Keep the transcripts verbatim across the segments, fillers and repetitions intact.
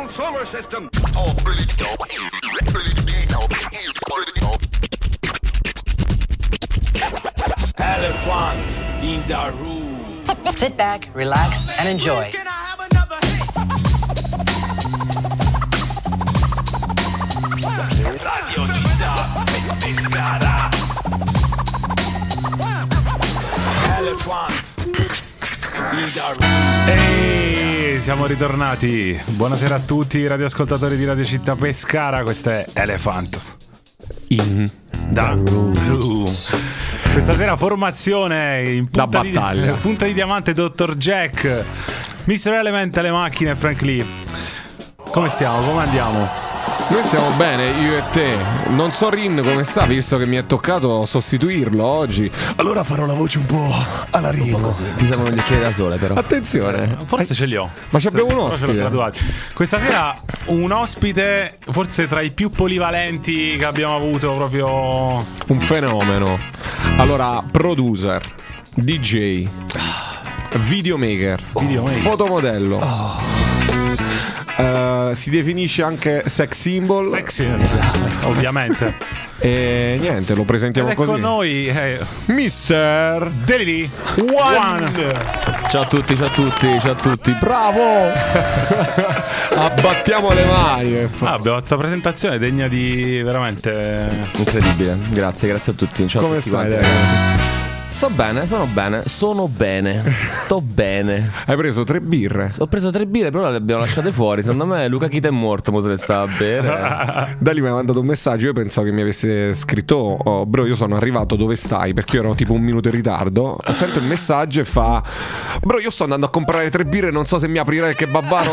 whole solar system. Elephant in the room. Sit back, relax, and enjoy. Radio Città Pescara. Elephant in the room. Ehi, siamo ritornati. Buonasera a tutti i radioascoltatori di Radio Città Pescara. Questa è Elephant in the room. Questa sera formazione in punta, di, punta di diamante dottor Jack, mister Element alle macchine, Frank Lee. Come stiamo? Come andiamo? Noi stiamo bene, io e te. Non so Rin come sta, visto che mi è toccato sostituirlo oggi. Allora farò la voce un po' alla Rin. Un po' così. Ti servono gli occhiali da sole, però. Attenzione. Forse ce li ho. Ma ci abbiamo un ospite. Questa sera un ospite forse tra i più polivalenti che abbiamo avuto, proprio un fenomeno. Allora, producer, D J, videomaker, videomaker. fotomodello. Oh. Uh, si definisce anche sex symbol. Sex symbol, ovviamente. E niente, lo presentiamo Ed è così. con noi eh, mister Daily One. One. Ciao a tutti, ciao a tutti, ciao a tutti. Bravo! Abbattiamo le mani. Ah, abbiamo fatto una presentazione degna di veramente incredibile. Grazie, grazie a tutti. Ciao Come a tutti stai, quanti. ragazzi? Sto bene, sono bene, sono bene, sto bene. Hai preso tre birre? Ho preso tre birre, però le abbiamo lasciate fuori. Secondo me Luca Chita è morto, ma tu le stava a bere. Dali mi ha mandato un messaggio, io pensavo che mi avesse scritto oh, bro, io sono arrivato, dove stai? Perché io ero tipo un minuto in ritardo. Sento il messaggio e fa: bro, io sto andando a comprare tre birre, non so se mi aprirai il kebabaro.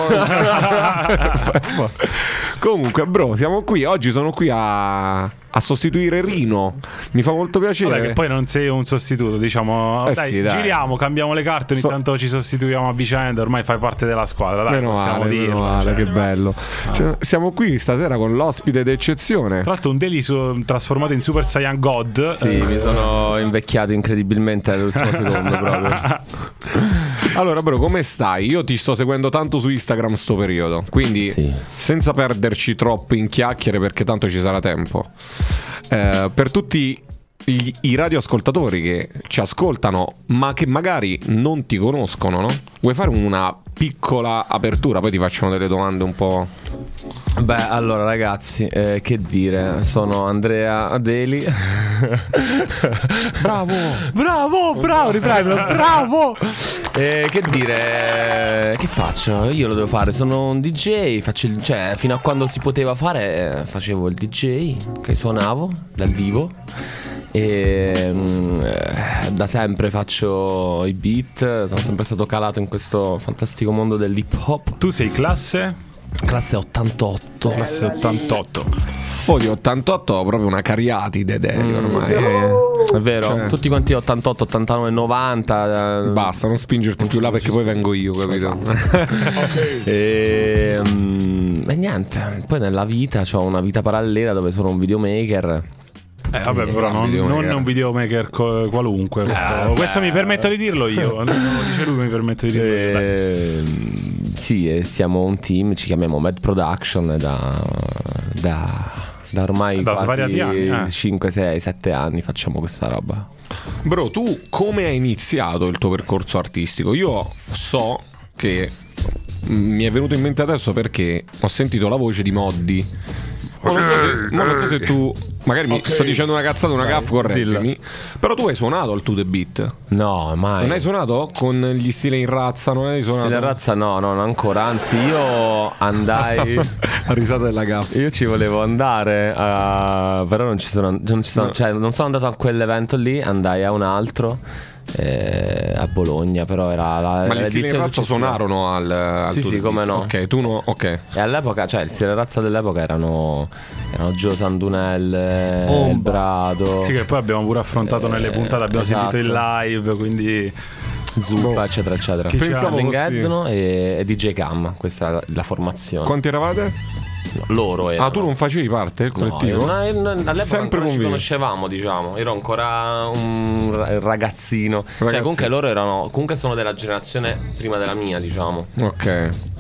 Comunque, bro, siamo qui. Oggi sono qui a... a sostituire Rino. Mi fa molto piacere. Vabbè, che poi non sei un sostituto, diciamo. Eh dai, sì, dai. Giriamo, cambiamo le carte, ogni So- tanto ci sostituiamo a vicenda. Ormai fai parte della squadra, dai, meno possiamo male, dirlo. meno male, cioè. che bello. Ah. Siamo qui stasera con l'ospite d'eccezione. Tra l'altro un Daily su- trasformato in Super Saiyan God. Sì, eh. mi sono invecchiato incredibilmente all'ultimo secondo proprio. Allora, bro, come stai? Io ti sto seguendo tanto su Instagram sto periodo, quindi Sì. senza perderci troppo in chiacchiere, perché tanto ci sarà tempo. Eh, per tutti gli, i radioascoltatori che ci ascoltano, ma che magari non ti conoscono, no? Vuoi fare una piccola apertura? Poi ti facciamo delle domande un po'. Beh, allora ragazzi, eh, che dire, sono Andrea Deli. Bravo, bravo, bravo, riprendilo, bravo. Eh, che dire, che faccio? Io lo devo fare, sono un D J, faccio il, cioè fino a quando si poteva fare eh, facevo il D J, che suonavo dal vivo. E mm, eh, da sempre faccio i beat, sono sempre stato calato in questo fantastico mondo dell'hip hop. Tu sei classe? Classe ottantotto. Classe ottantotto. Oh, di ottantotto ho proprio una cariatide Delio ormai. eh. È vero, Cioè. tutti quanti ottantotto, ottantanove, novanta. eh, Basta, non spingerti più là perché poi vengo io, capito? E, mm, e niente, poi nella vita ho una vita parallela dove sono un videomaker. Eh vabbè, però non, non un videomaker co- qualunque. Questo, Eh, questo mi permetto di dirlo io. Non lo dice lui, mi permetto di dirlo io. Dai. E, sì, e siamo un team, ci chiamiamo Mad Production da, da, da ormai Da svariati quasi anni, eh. cinque, sei, sette anni facciamo questa roba. Bro, tu come hai iniziato il tuo percorso artistico? Io so che mi è venuto in mente adesso perché ho sentito la voce di Moddi. Ma non so se, ma non so se tu magari mi Ok. sto dicendo una cazzata, una gaff, correggimi. dillo. Però tu hai suonato al To The Beat. No, mai. Non hai suonato con gli stili in razza? Non hai suonato? La razza no, no, no, ancora. Anzi, io andai. La risata della gaff. Io ci volevo andare, a... però non ci sono, non ci sono, No. cioè non sono andato a quell'evento lì, andai a un altro eh, a Bologna, però era la Ma gli stili in l'edizione razza successiva. suonarono al, al Sì, To sì, The come Beat. no. Ok, tu no, ok. E all'epoca, cioè il stile in razza dell'epoca erano erano Gio Sandunel, oh, Brado, Sì, che poi abbiamo pure affrontato Eh, nelle puntate, abbiamo esatto. sentito in live, quindi Zuppa, boh. eccetera, eccetera. Chi Pensavo Link fossi- Edno e, e D J Cam, questa è la, la formazione. Quanti eravate? No, loro erano. Ah, tu non facevi parte del No, collettivo? non- non- all'epoca Sempre ancora con ci Vino. conoscevamo, diciamo. Io ero ancora un ra- ragazzino. Cioè, Ragazzino. comunque loro erano. Comunque sono della generazione prima della mia, diciamo. Ok.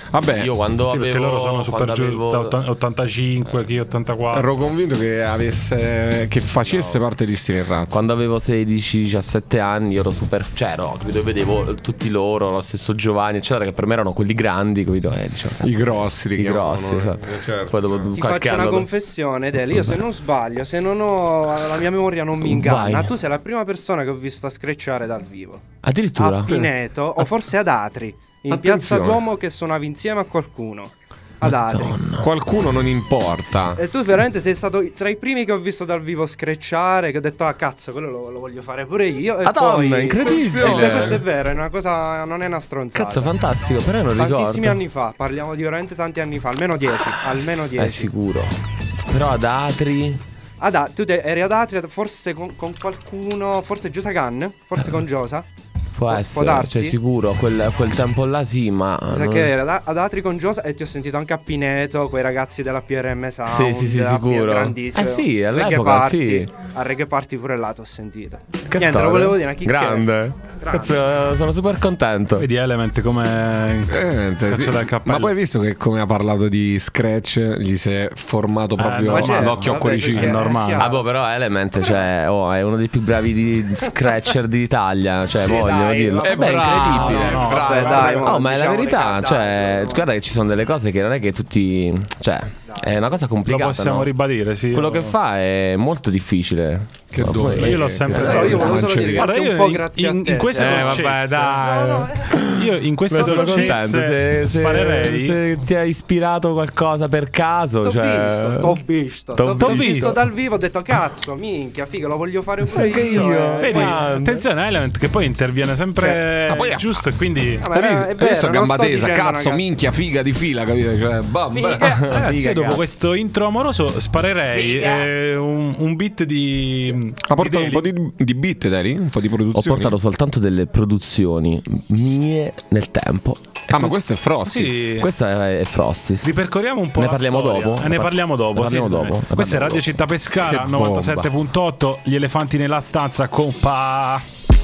Vabbè, Io quando Sì, avevo perché loro sono super quando giù avevo- da otta- ottantacinque, chi ottantaquattro. ero convinto che avesse che facesse parte di Stile Razzo. Quando avevo sedici diciassette anni ero super, cioè ero, capito, vedevo tutti loro, lo stesso Giovanni eccetera, che per me erano quelli grandi, capito? Eh, diciamo, I grossi, li i chiamavano, grossi, eh. esatto. Certo. Poi dopo Ti qualche faccio una anno confessione, Dele. Io, se non sbaglio, se non ho la mia memoria non mi inganna, Vai. tu sei la prima persona che ho visto a screcciare dal vivo. addirittura A Pineto o forse ad Atri, in Attenzione. Piazza Duomo, che suonavi insieme a qualcuno. Ad Atri. Madonna. Qualcuno non importa. E tu veramente sei stato tra i primi che ho visto dal vivo screcciare, che ho detto ah cazzo, quello lo, lo voglio fare pure io. E Madonna, poi incredibile. Eh, questo è vero, è una cosa, non è una stronzata. Cazzo, fantastico, però non ricordo. Tantissimi anni fa, parliamo di veramente tanti anni fa, almeno dieci, almeno È dieci. sicuro. Però ad Atri Ad A- tu te- eri ad Atri, forse con, con qualcuno, forse Giosa Can, forse con Giosa. può Può- essere, può darsi? cioè sicuro, quel, quel tempo là sì, ma Sai non- che era ad Atri con Giosa e ti ho sentito anche a Pineto, quei ragazzi della P R M Sound. Sì, sì, sì, della sicuro. grandissimo. Eh sì, Reggae all'epoca Party. sì. A Reggae Party pure là t'ho sentito. Che Niente, storia. lo volevo dire, una chicchera. Grande. Grande. Cazzo, sono super contento. Vedi Element come Eh, niente, cazzo sì. dal cappello. Ma poi hai visto che come ha parlato di Scratch gli si è formato proprio ma certo, l'occhio a vabbè, cuoricino. perché È normale. chiaro. Ah, boh, però Element, cioè, oh, è uno dei più bravi di scratcher d'Italia. Cioè, Sì, voglio dai, dirlo. vabbè, Vabbè, è bravo, incredibile. no, no, bravo, vabbè, bravo. dai, Oh, ma è la diciamo le verità, cazzate, cioè, insomma. guarda che ci sono delle cose che non è che tutti, cioè, è una cosa Lo complicata, possiamo no? ribadire, sì. Quello Io- che fa è molto difficile. Che Ma dove? poi- Io l'ho sempre Però io detto. volevo solo dire che Guarda, anche io un po' in- grazie in, a te. in queste sì. Eh, dolcezze- vabbè, dai. No, no, eh. Io in queste Sono dolcezze contento se, se, sparerei. se ti ha ispirato qualcosa per caso. T'ho cioè... visto, t'ho visto, T'ho t'ho visto. visto dal vivo, ho detto cazzo, minchia, figa, lo voglio fare pure Anche io. io. eh. Vedi, Grande. attenzione a Element che poi interviene sempre Cioè, ma poi- giusto e quindi Vabbè, Hai è visto, hai vero, visto non gamba sto tesa, dicendo cazzo, una minchia, figa di fila, capito? Cioè, bam, Figa. bam. ragazzi, Figa, io dopo cazzo. questo intro amoroso sparerei eh, un, un beat di Ha portato di un po' di, di beat, Deli? Un po' di Ho produzione. portato soltanto delle produzioni mie nel tempo. E Ah, ma questo- questo è Frosty. Sì. Questa è, è Frostis. Ripercorriamo un po' Ne la parliamo storia. dopo? Eh, ne parliamo dopo. Ne parliamo sì, dopo, sì. ne Questa è parliamo Radio dopo. Città Pescara Che novantasette virgola otto. Gli elefanti nella stanza, compa.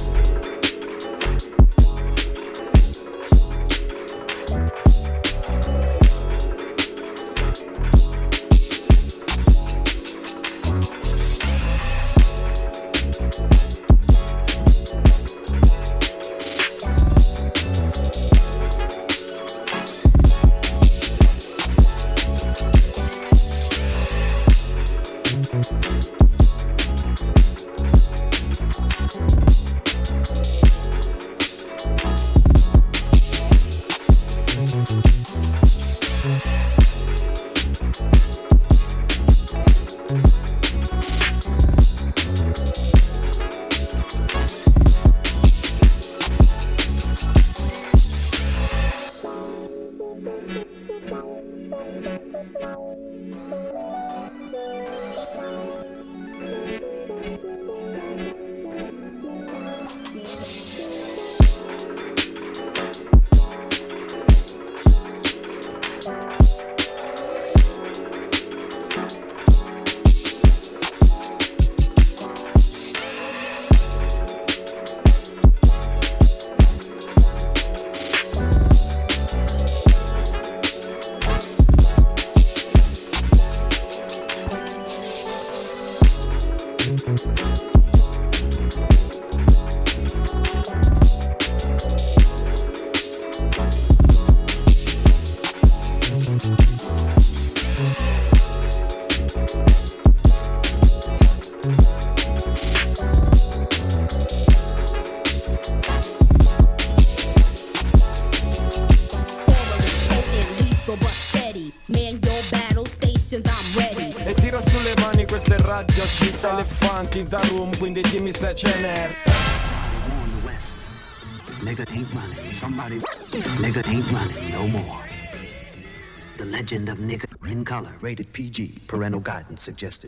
E tira sulle mani, questo è Radio Città Elefanti da room, quindi dimmi se ce n'è. War in the West. Nigga ain't running. Somebody. Nigga ain't running no more. The legend of nigga in color. Rated P G. Parental guidance suggested.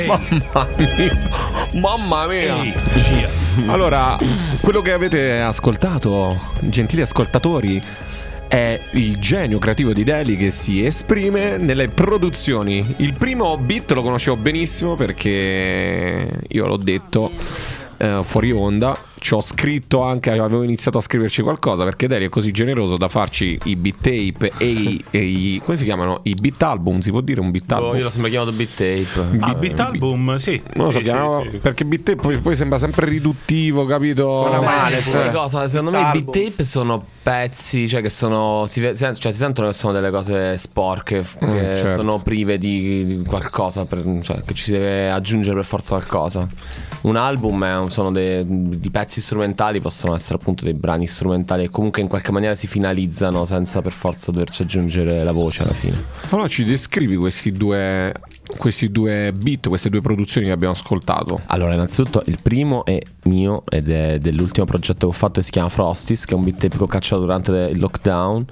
Mamma mia. Mamma mia. Ehi, Gia. Allora, quello che avete ascoltato, gentili ascoltatori, è il genio creativo di Deli che si esprime nelle produzioni. Il primo beat lo conoscevo benissimo perché io l'ho detto eh, fuori onda. Ci ho scritto anche, avevo iniziato a scriverci qualcosa perché Deli è così generoso da farci i beat tape e i, e i come si chiamano? I beat album, si può dire un beat album? Oh, io l'ho sempre chiamato beat tape. Ah, beat album, sì. Non lo so, sì, chiamavo- sì, sì. perché beat tape poi, poi sembra sempre riduttivo, capito? Suona Beh, male, sai pure. cosa? Secondo me i Album. beat tape sono pezzi, cioè che sono si, ve- cioè, si sentono che sono delle cose sporche, che Mm, certo. sono prive di, di qualcosa per- cioè, che ci si deve aggiungere per forza qualcosa. Un album è un- sono dei di pezzi strumentali, possono essere appunto dei brani strumentali che comunque in qualche maniera si finalizzano senza per forza doverci aggiungere la voce alla fine. Allora ci descrivi questi due questi due beat, queste due produzioni che abbiamo ascoltato? Allora, innanzitutto il primo è mio ed è dell'ultimo progetto che ho fatto e si chiama Frosties, che è un beat tape che ho cacciato durante il lockdown.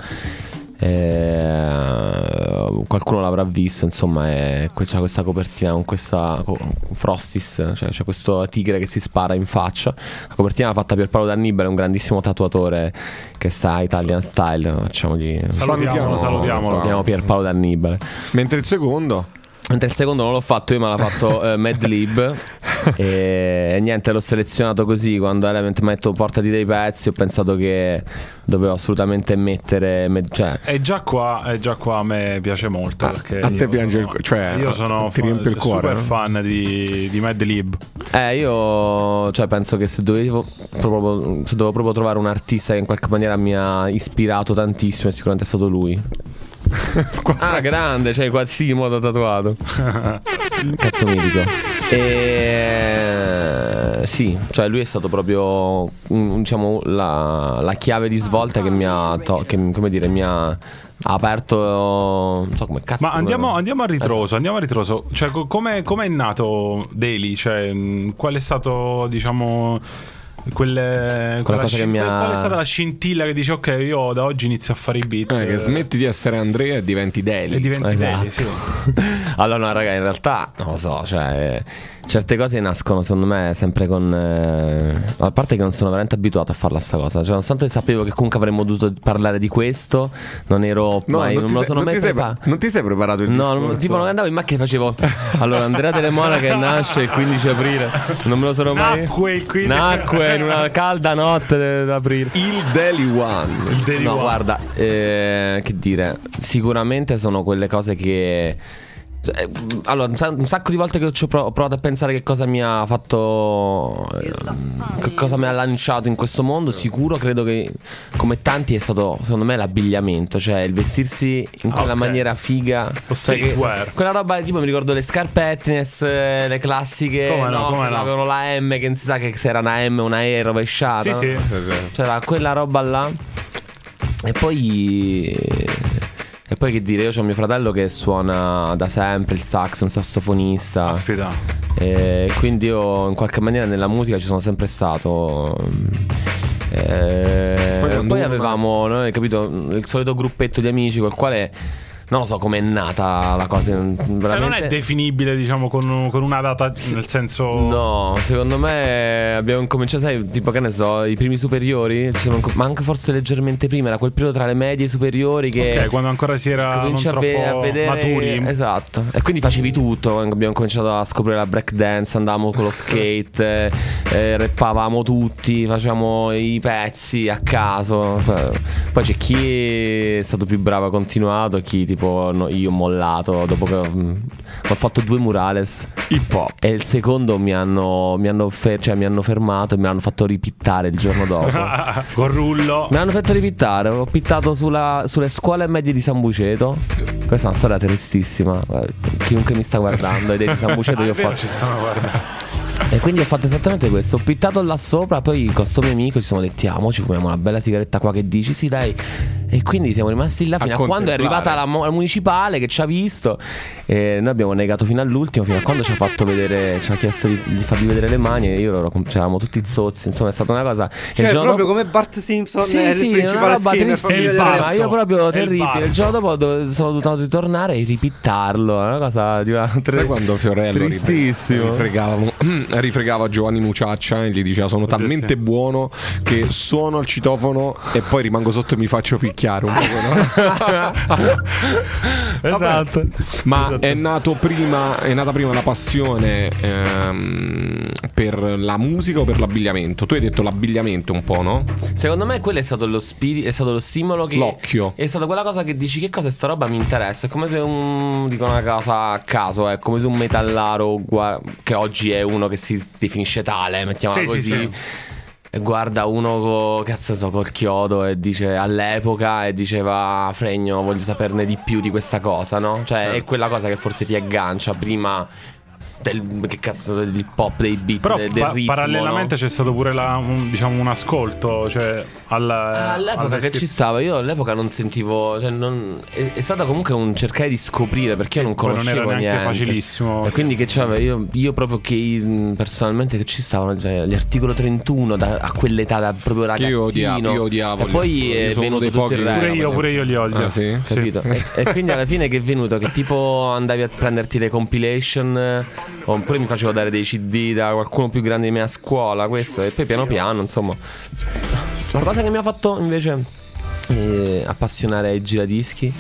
Eh, qualcuno l'avrà visto, insomma, è, c'è questa copertina con questa con Frosties, cioè c'è questo tigre che si spara in faccia. La copertina l'ha fatta Pierpaolo D'Annibale, un grandissimo tatuatore che sta a Italian Style. Facciamogli Salutiamo, salutiamolo. salutiamo Pierpaolo D'Annibale. Mentre il secondo? Mentre il secondo non l'ho fatto io, ma l'ha fatto eh, Madlib. e, e niente, l'ho selezionato così. Quando Element mi ha detto portati dei pezzi, ho pensato che dovevo assolutamente mettere me- cioè, E già qua, e già qua a me piace molto. Ah, perché a te io piange sono- il- cioè, io sono ti riempie il fan- cuore, super no? fan di, di Mad Lib. Eh, io cioè, penso che se dovevo proprio, se dovevo proprio trovare un artista che in qualche maniera mi ha ispirato tantissimo, è sicuramente stato lui. Ah, grande, cioè Quasimodo tatuato. Cazzo mitico. E sì, cioè lui è stato proprio mm, diciamo la, la chiave di svolta che mi ha to- che, come dire, mi ha aperto, non so come cazzo. Ma andiamo, come- andiamo a ritroso, Esatto. andiamo a ritroso. Cioè, co- come è nato Deli? Cioè, mh, qual è stato, diciamo, quelle, quella cosa che mi ha- qual è stata la scintilla che dice ok, io da oggi inizio a fare i beat? Eh, che smetti di essere Andrea e diventi Deli. e diventi Esatto. Deli, sì. Allora, no, raga, in realtà non lo so, cioè certe cose nascono secondo me sempre con eh, a parte che non sono veramente abituato a farla sta cosa, cioè nonostante sapevo che comunque avremmo dovuto parlare di questo, non ero No, mai, non, non ti me lo sei, sono non, mai ti sei, preparato. non ti sei preparato il No, discorso? non, tipo non andavo in macchina e facevo allora Andrea Telemona che nasce il quindici aprile, non me lo sono mai Nacque il quindici nacque in una calda notte d'aprile. Il Deli One. Deli No, One. guarda, eh, che dire, sicuramente sono quelle cose che eh, allora, un sa- un sacco di volte che ci ho prov- ho provato a pensare che cosa mi ha fatto eh, che cosa mi ha lanciato in questo mondo. Sicuro credo che come tanti è stato secondo me l'abbigliamento, cioè il vestirsi in quella Ok. maniera figa, Lo streetwear. quella roba tipo mi ricordo le scarpe Etnes, eh, le classiche, Come no, come che no. avevano la M, che non si sa che se era una M o una E rovesciata, Sì, no? sì. C'era quella roba là. E poi E poi che dire, io ho mio fratello che suona da sempre il sax, un sassofonista. Aspetta. E quindi io in qualche maniera nella musica ci sono sempre stato. E Poi poi, quando uno- avevamo, noi, capito, il solito gruppetto di amici col quale non lo so com'è nata la cosa. Veramente... Cioè, non è definibile, diciamo, con, con una data, nel senso. No, secondo me abbiamo incominciato, sai, tipo che ne so, i primi superiori, ci sono- ma anche forse leggermente prima, era quel periodo tra le medie e i superiori che Ok, quando ancora si era non cominci a, troppo ve- a vedere maturi. esatto, e quindi facevi tutto. Abbiamo cominciato a scoprire la break dance, andavamo con lo skate, eh, eh, rappavamo tutti, facevamo i pezzi a caso. Poi c'è chi è stato più bravo, ha continuato, chi tipo no, io ho mollato dopo che mm, ho fatto due murales Hip hop. e il secondo mi hanno, mi hanno, fer- cioè, mi hanno fermato e mi hanno fatto ripittare il giorno dopo. Col rullo. Mi hanno fatto ripittare, ho pittato sulla- sulle scuole medie di San Buceto. Questa è una storia tristissima. Chiunque mi sta guardando ed è di San Buceto, Ah, io è vero, faccio. ci stanno guardando. E quindi ho fatto esattamente questo. Ho pittato là sopra. Poi con sto mio amico ci siamo detti: amo, ci fumiamo una bella sigaretta qua, che dici? Sì, dai. E quindi siamo rimasti là fino a, a quando è arrivata la, la municipale che ci ha visto. E noi abbiamo negato fino all'ultimo, fino a quando ci ha fatto vedere, ci ha chiesto di, di fargli vedere le mani. E io loro c'eravamo tutti zozzi. Insomma, è stata una cosa. Cioè, il proprio dopo... come Bart Simpson, sì, è sì, il principale tristissima. Ma io proprio terribile. Il giorno dopo do- sono dovuto ritornare e ripittarlo. È una cosa di una tre... Sai quando Fiorello tristissimo rifregava, rifregava Giovanni Muciaccia e gli diceva: sono talmente buono che suono al citofono e poi rimango sotto e mi faccio picchiare un po', no? Esatto. Ma esatto. è nato prima è nata prima la passione ehm, per la musica o per l'abbigliamento? Tu hai detto l'abbigliamento un po', no? Secondo me quello è stato lo spirito, è stato lo stimolo che l'occhio. È stata quella cosa che dici: che cosa è sta roba, mi interessa. È come se un dico una cosa a caso, è come se un metallaro gua- che oggi è uno che si definisce tale, mettiamola sì, così. Sì, sì. E guarda uno co, cazzo so, col chiodo e dice all'epoca e diceva: Fregno, voglio saperne di più di questa cosa, no? Cioè certo. È quella cosa che forse ti aggancia prima del, che cazzo, dell'hip hop, dei beat, però del, del pa- ritmo, parallelamente no? c'è stato pure la, un, diciamo un ascolto, cioè alla, all'epoca che ci stava, io all'epoca non sentivo, cioè non, è, è stato comunque un cercare di scoprire, perché sì, io non conoscevo non era neanche niente, facilissimo, e quindi che c'aveva io, io proprio che personalmente che ci stavano, cioè, gli articolo trentuno da, a quell'età, da proprio ragazzino, io odiavo, io odiavo, e poi è venuto tutto pochi, il resto, pure io pure io li odio, ah, sì? Capito? Sì. E, e quindi alla fine che è venuto che tipo andavi a prenderti le compilation, oppure mi facevo dare dei C D da qualcuno più grande di me a scuola, questo, e poi piano piano, insomma. La cosa che mi ha fatto invece eh, appassionare ai giradischi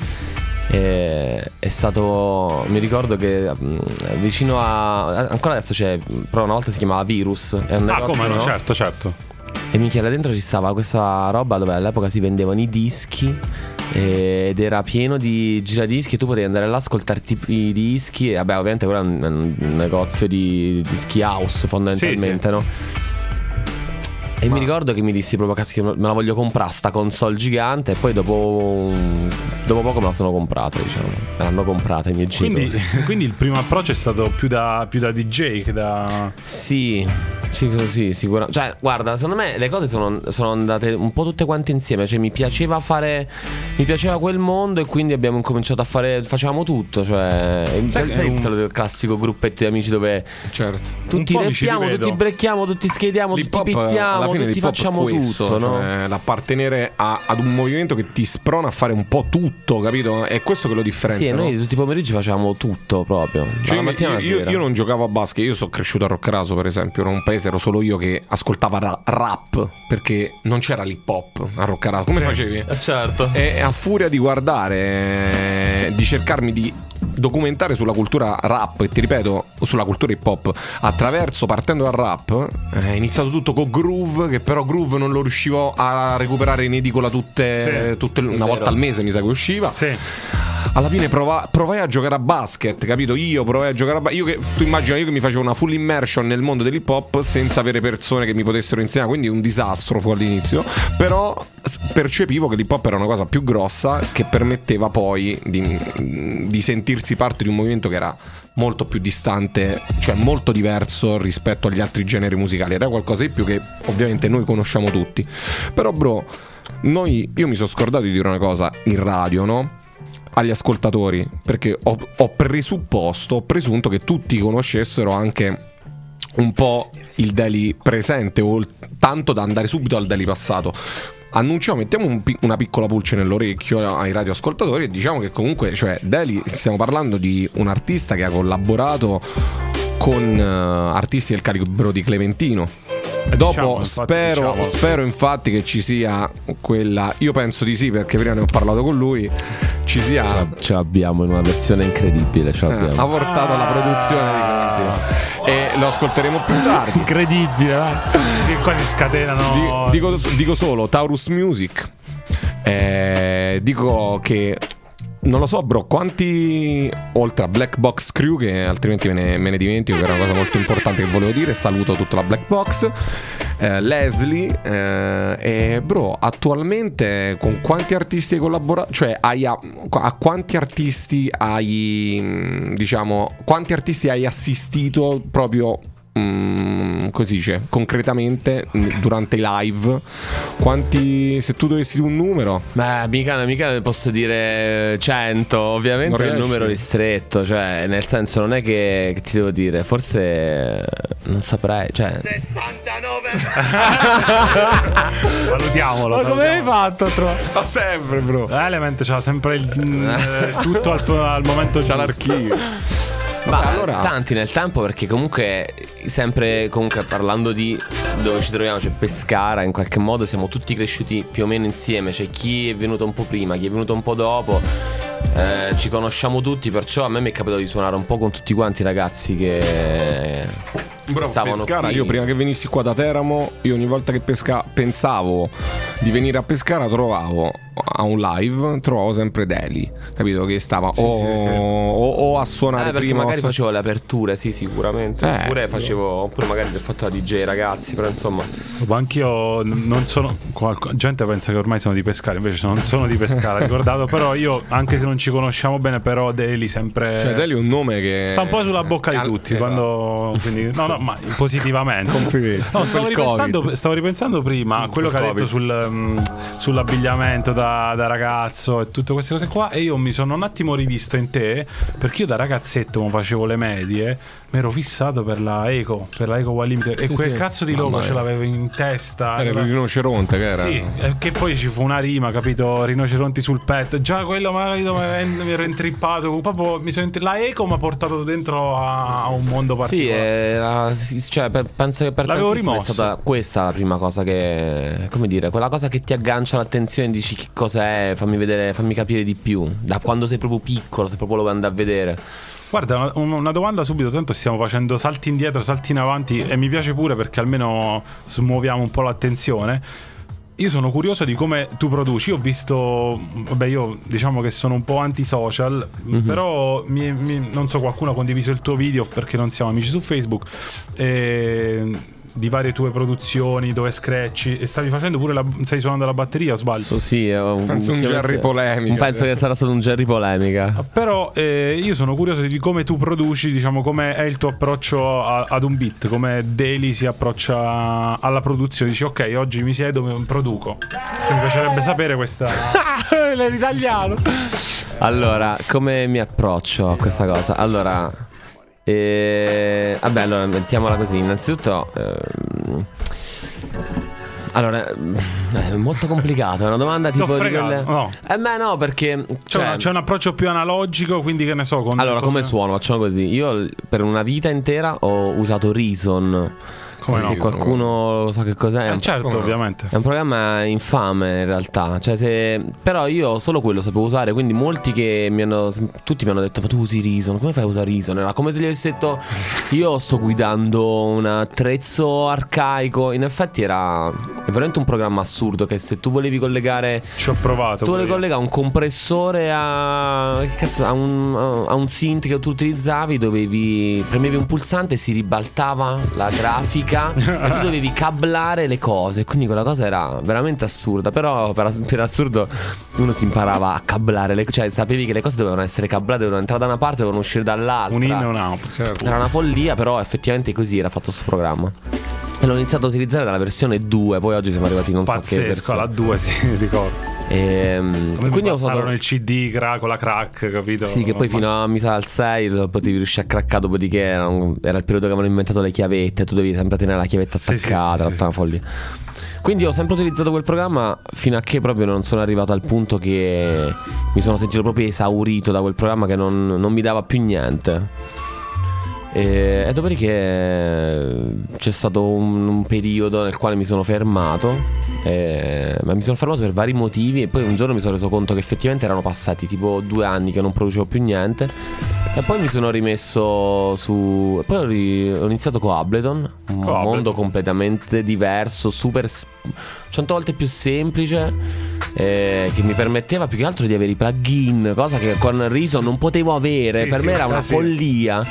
eh, è stato, mi ricordo che mh, vicino a, ancora adesso c'è, però una volta si chiamava Virus, è un ah negozio, come no? no? Certo, certo. E minchia, là dentro ci stava questa roba dove all'epoca si vendevano i dischi ed era pieno di giradischi e tu potevi andare là a ascoltarti i dischi. E vabbè, ovviamente quello è un, un negozio di dischi house fondamentalmente, sì, sì. No? E ma... mi ricordo che mi dissi proprio: cazzo, me la voglio comprare sta console gigante. E poi dopo dopo poco me la sono comprata, diciamo. Me l'hanno comprata i miei genitori. Quindi, quindi il primo approccio è stato più da, più da D J che da... Sì, sì, sì, sicuramente. Cioè, guarda, secondo me le cose sono, sono andate un po' tutte quante insieme. Cioè, mi piaceva fare, mi piaceva quel mondo e quindi abbiamo incominciato a fare, facevamo tutto. Cioè, sai, sai un... il classico gruppetto di amici dove certo. tutti rappiamo, tutti brecchiamo, tutti skatiamo, tutti pittiamo, tutti facciamo questo, tutto, cioè, no? L'appartenere a, ad un movimento che ti sprona a fare un po' tutto, capito? È questo che lo differenzia. Sì, no? Noi tutti i pomeriggi facevamo tutto proprio, cioè, dalla mattina alla io, sera. Io non giocavo a basket, io sono cresciuto a Roccaraso, per esempio. In un paese ero solo io che ascoltava ra- rap, perché non c'era l'hip hop a Roccaraso. Come sì. facevi? Eh, certo. E a furia di guardare, di cercarmi di documentare sulla cultura rap, e ti ripeto, sulla cultura hip hop, attraverso, partendo dal rap, è iniziato tutto con Groove, che però Groove non lo riuscivo a recuperare in edicola tutte, sì, tutte una volta al mese, mi sa che usciva. Sì. Alla fine prova, provai a giocare a basket, capito? Io provai a giocare a basket. Io che, tu immagina, io che mi facevo una full immersion nel mondo dell'hip hop senza avere persone che mi potessero insegnare, quindi un disastro fu all'inizio. Però percepivo che l'hip hop era una cosa più grossa, che permetteva poi di, di sentirsi parte di un movimento che era molto più distante, cioè molto diverso rispetto agli altri generi musicali. Era qualcosa di più che ovviamente noi conosciamo tutti. Però bro, noi, io mi sono scordato di dire una cosa in radio, no? Agli ascoltatori, perché ho, ho presupposto, ho presunto che tutti conoscessero anche un po' il Daily presente, o tanto da andare subito al Daily passato. Annunciamo, mettiamo un, una piccola pulce nell'orecchio ai radioascoltatori e diciamo che comunque, cioè, Daily, stiamo parlando di un artista che ha collaborato con uh, artisti del calibro di Clementino. Dopo diciamo, infatti, spero, diciamo. spero infatti che ci sia quella, io penso di sì, perché prima ne ho parlato con lui, ci sia, ce l'abbiamo in una versione incredibile, ce l'abbiamo. Eh, ha portato ah. la produzione di Clementino e lo ascolteremo più tardi. Incredibile, eh? Che qua si scatenano. Di, dico, dico solo Taurus Music, eh, dico che non lo so, bro, quanti, oltre a Black Box Crew, che altrimenti me ne, me ne dimentico, che era una cosa molto importante che volevo dire, saluto tutta la Black Box, eh, Leslie, eh, e bro, attualmente con quanti artisti hai collaborato? Cioè, hai a, a quanti artisti hai, diciamo, quanti artisti hai assistito proprio mm, così dice, concretamente durante i live, quanti, se tu dovessi dire un numero? Beh, mica, mica posso dire cento, ovviamente è un numero ristretto, cioè nel senso non è che, che ti devo dire, forse non saprei, cioè sessantanove. Salutiamolo. Ma come hai fatto? Ma sempre, bro. Element c'ha sempre il, eh, tutto al, al momento C'ha giusto. l'archivio. Ma allora, tanti nel tempo, perché comunque sempre comunque parlando di dove ci troviamo, cioè Pescara, in qualche modo siamo tutti cresciuti più o meno insieme. C'è chi è venuto un po' prima, chi è venuto un po' dopo, eh, ci conosciamo tutti, perciò a me mi è capitato di suonare un po' con tutti quanti i ragazzi che bro, stavano Pescara, qui. io prima che venissi qua da Teramo, io ogni volta che pesca- pensavo di venire a Pescara, trovavo a un live, trovavo sempre Deli, capito? Che stava Sì, o, sì, sì. o, o a suonare Eh, perché prima, magari o a- facevo le aperture, sì, sicuramente. Eh, oppure facevo, oppure magari ho fatto la D J, ragazzi, però insomma. Ma anch'io n- non sono. Qualco, gente pensa che ormai sono di Pescara, invece non sono di Pescara, ricordato. Però io, anche se non ci conosciamo bene, però Deli sempre. Cioè Deli è un nome che sta un po' sulla bocca di Al- tutti. esatto. Quando. Quindi, no, no, ma positivamente. Complimenti. No, stavo, Sempre il ripensando, Covid. stavo ripensando prima a quello che ha Covid. detto sul, um, sull'abbigliamento da, da ragazzo e tutte queste cose qua. E io mi sono un attimo rivisto in te, perché io da ragazzetto, quando facevo le medie, mi ero fissato per la Eco, per la Eco One Limited. E Sì, quel sì. cazzo di Mamma logo mia. ce l'avevo in testa. Era il rinoceronte che era. Sì, eh, che poi ci fu una rima, capito? Rinoceronti sul petto. Già quello ma, capito, mi mi ero intrippato. Proprio mi sono intri- la Eco mi ha portato dentro a, a un mondo Sì, particolare. era, sì, cioè, per- penso che per L'avevo tantissimi è rimosso. stata questa la prima cosa che, come dire, quella cosa che ti aggancia l'attenzione e dici che cos'è, fammi vedere, fammi capire di più. Da quando sei proprio piccolo, se proprio lo vuoi andare a vedere. Guarda, una, una domanda subito, tanto stiamo facendo salti indietro, salti in avanti e mi piace pure perché almeno smuoviamo un po' l'attenzione. Io sono curioso di come tu produci. Io ho visto, vabbè, io diciamo che sono un po' anti-social, Mhm. però mi- mi- non so, qualcuno ha condiviso il tuo video perché non siamo amici su Facebook, e di varie tue produzioni dove scratchi e stavi facendo pure la, stai suonando la batteria, o sbaglio? So, sì, è un, Penso un ultimamente- Jerry polemica. Penso che sarà stato un Jerry polemica. Però eh, io sono curioso di come tu produci, diciamo, come è il tuo approccio a- ad un beat, come Daily si approccia alla produzione. Dici ok, oggi mi siedo e produco. Cioè, mi piacerebbe sapere questa. L'hai ritagliato. Allora, come mi approccio a questa cosa? Allora, eh, vabbè, allora mettiamola così. Innanzitutto, ehm, allora, è molto complicato. È una domanda tipo di fregato, quelle. no. Eh, beh, no, perché C'è, cioè, una- c'è un approccio più analogico, quindi che ne so. Con, allora, con- come suono? Facciamo così. Io per una vita intera ho usato Reason. Come Se no? qualcuno lo sa che cos'è, è Eh, un- certo, come no? ovviamente. È un programma infame in realtà, cioè se... però io solo quello sapevo usare, quindi molti che mi hanno, tutti mi hanno detto ma tu usi Reason, come fai a usare Reason? Era come se gli avessi detto io sto guidando un attrezzo arcaico, in effetti era è veramente un programma assurdo che se tu volevi collegare, Ci ho provato. tu pure volevi io. collegare un compressore a, che cazzo, a, un, a un synth che tu utilizzavi, dovevi, premevi un pulsante e si ribaltava la grafica e tu dovevi cablare le cose, quindi quella cosa era veramente assurda, però per, per assurdo uno si imparava a cablare le, cioè sapevi che le cose dovevano essere cablate, dovevano entrare da una parte, dovevano uscire dall'altra. Un in e un out. Certo. Era una follia, però effettivamente così era fatto questo programma. E l'ho iniziato a utilizzare dalla versione due, poi oggi siamo arrivati non so che Pazzesco, versione. la due, sì, ricordo. Ehm, Come quindi ho passarono fatto il C D cra- con la crack, capito? sì, che poi Ma- fino a mi sa al sei lo potevi riuscire a craccare, dopodiché era, un- era il periodo che avevano inventato le chiavette, tu dovevi sempre tenere la chiavetta Sì, sì, attaccata, sì, tutta sì, una follia. Quindi ho sempre utilizzato quel programma fino a che proprio non sono arrivato al punto che mi sono sentito proprio esaurito da quel programma che non, non mi dava più niente. E, e dopodiché c'è stato un, un periodo nel quale mi sono fermato, e, ma mi sono fermato per vari motivi e poi un giorno mi sono reso conto che effettivamente erano passati tipo due anni che non producevo più niente e poi mi sono rimesso su e poi ho, ri- ho iniziato con Ableton, un Ableton. mondo completamente diverso, super s- cento volte più semplice, eh, che mi permetteva più che altro di avere i plugin, cosa che con Reason non potevo avere. Sì, per sì, me era una eh sì. follia.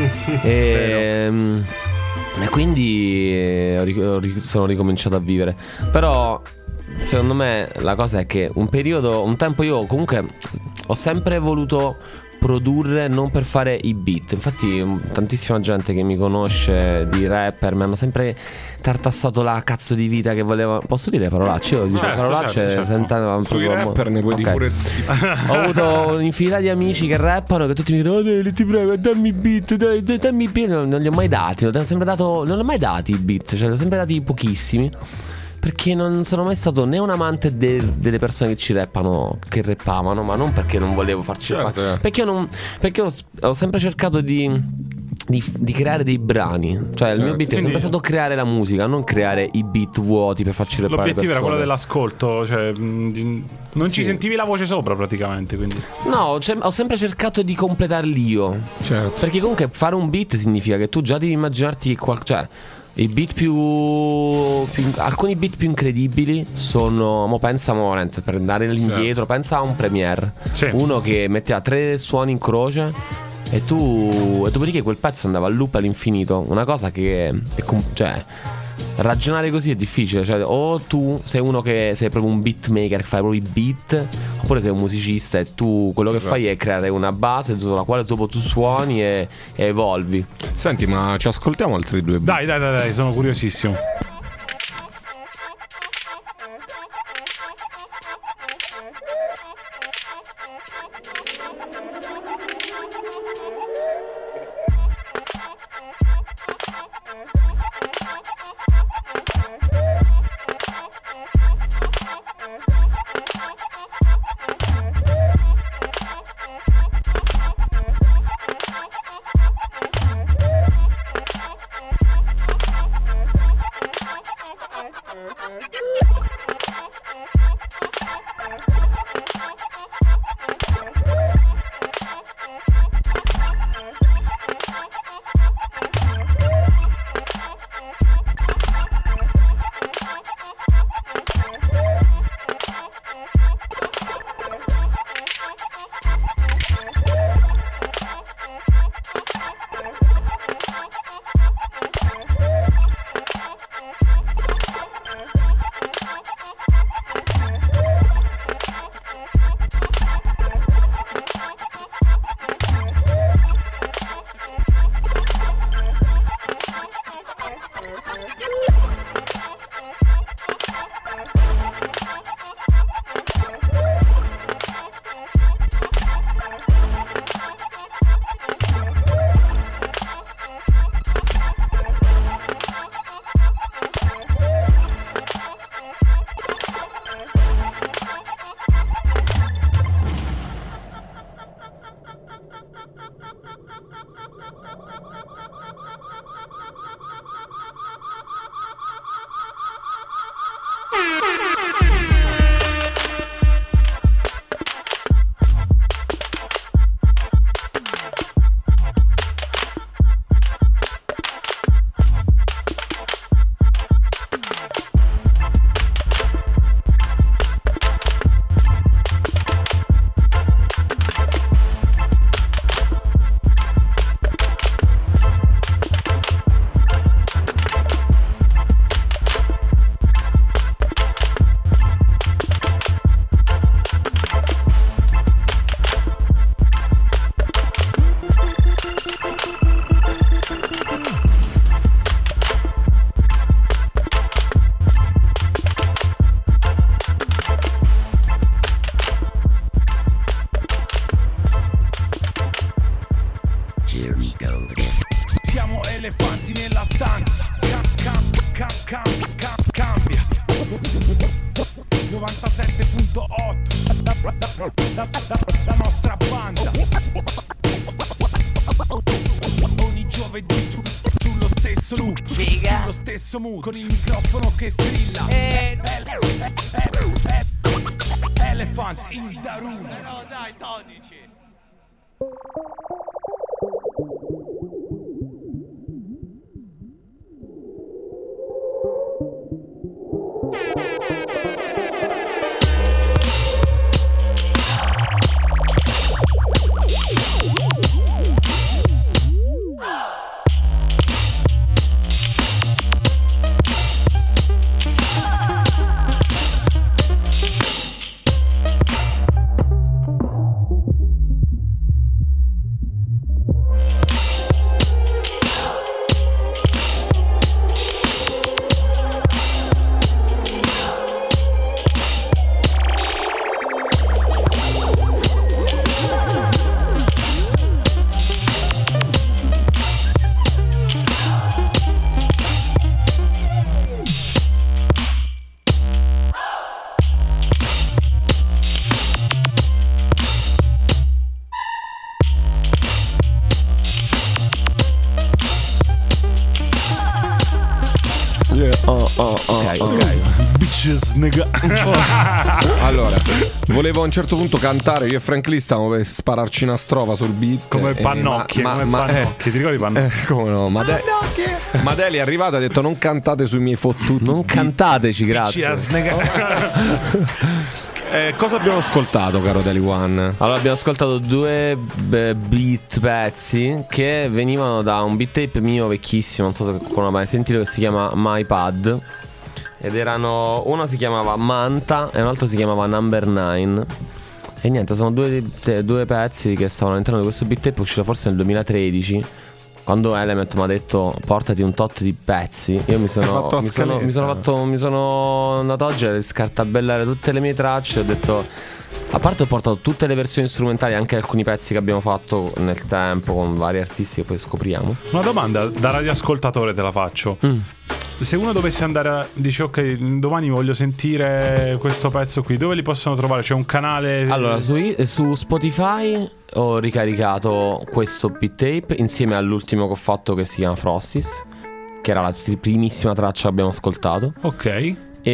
e, e quindi eh, ho ric- ho ric- sono ricominciato a vivere. Però secondo me la cosa è che un periodo, un tempo io comunque ho sempre voluto produrre, non per fare i beat. Infatti tantissima gente che mi conosce di rapper mi hanno sempre tartassato la cazzo di vita che voleva. Posso dire parolacce? Io dico certo, parolacce certo, certo. sentendo Sui proprio- rapper ne puoi Ok. dire pure. Ho avuto un'infinità di amici che rappano che tutti mi dicono: "Oh, dai, ti prego, dammi i beat, dai, dai, dammi i beat". Non, non li ho mai dati, non li ho sempre dato, non li ho mai dati i beat, cioè li ho sempre dati pochissimi. Perché non sono mai stato né un amante de- delle persone che ci rappano, che rappavano, ma non perché non volevo farci Certo, rappare. eh. Perché, io non, perché ho, ho sempre cercato di, di, di creare dei brani. Cioè il mio Certo. beat è sempre Quindi- stato creare la musica, non creare i beat vuoti per farci rappare le L'obiettivo era persone. quello dell'ascolto, cioè mh, di- non ci sentivi la voce sopra praticamente, quindi. No, cioè, ho sempre cercato di completarli io. Certo. Perché comunque fare un beat significa che tu già devi immaginarti qual- cioè i beat più, più alcuni beat più incredibili sono, mo pensa mo, veramente, per andare all'indietro, pensa a un Premiere. Sì. Uno che metteva tre suoni in croce e tu e dopodiché quel pezzo andava a loop all'infinito. Una cosa che è com- cioè ragionare così è difficile, cioè o tu sei uno che sei proprio un beatmaker che fai proprio i beat, oppure sei un musicista e tu quello che fai è creare una base sulla quale dopo tu suoni e, e evolvi. Senti, ma ci ascoltiamo altri due beat? Dai, dai, dai, dai, sono curiosissimo. Siamo elefanti nella stanza. Cam, cam, cam, cam, cam, cambia. novantasette virgola otto la, la, la, la, la nostra banda. Ogni giovedì su, sullo stesso loop, sullo stesso mood, con il microfono che strilla. Eh, eh, eh, eh, Elephant in the room. No, dai, dodici. Yeah. Oh, oh, oh, Ok, oh. ok. Bitches, nigga. Allora, volevo a un certo punto cantare. Io e Frank Lee stavamo per spararci una strofa sul beat. Come eh, Pannocchie, ma- come ma- Pannocchie. Ti ricordi Pannocchie? Eh, come no? Ma De- Madeli è arrivato e ha detto non cantate sui miei fottuti Non beat. cantateci, grazie. Bitches, nigga. Eh, cosa abbiamo ascoltato, caro Deli One? Allora abbiamo ascoltato due beh, beat pezzi che venivano da un beat tape mio vecchissimo, non so se qualcuno ha mai sentito, che si chiama My Pad. Ed erano, uno si chiamava Manta e un altro si chiamava Number Nine. E niente, sono due, due pezzi che stavano all'interno di questo beat tape, uscito forse nel duemilatredici. Quando Element mi ha detto portati un tot di pezzi, io mi sono, fatto la mi sono, mi sono scaletta. fatto, mi sono andato oggi a scartabellare tutte le mie tracce. Ho detto, a parte ho portato tutte le versioni strumentali, anche alcuni pezzi che abbiamo fatto nel tempo con vari artisti che poi scopriamo. Una domanda da radioascoltatore te la faccio. Mm. Se uno dovesse andare a, dice ok, domani voglio sentire questo pezzo qui, dove li possono trovare? C'è un canale? Allora, su, su Spotify ho ricaricato questo beat tape insieme all'ultimo che ho fatto, che si chiama Frosties, che era la primissima traccia che abbiamo ascoltato. Ok.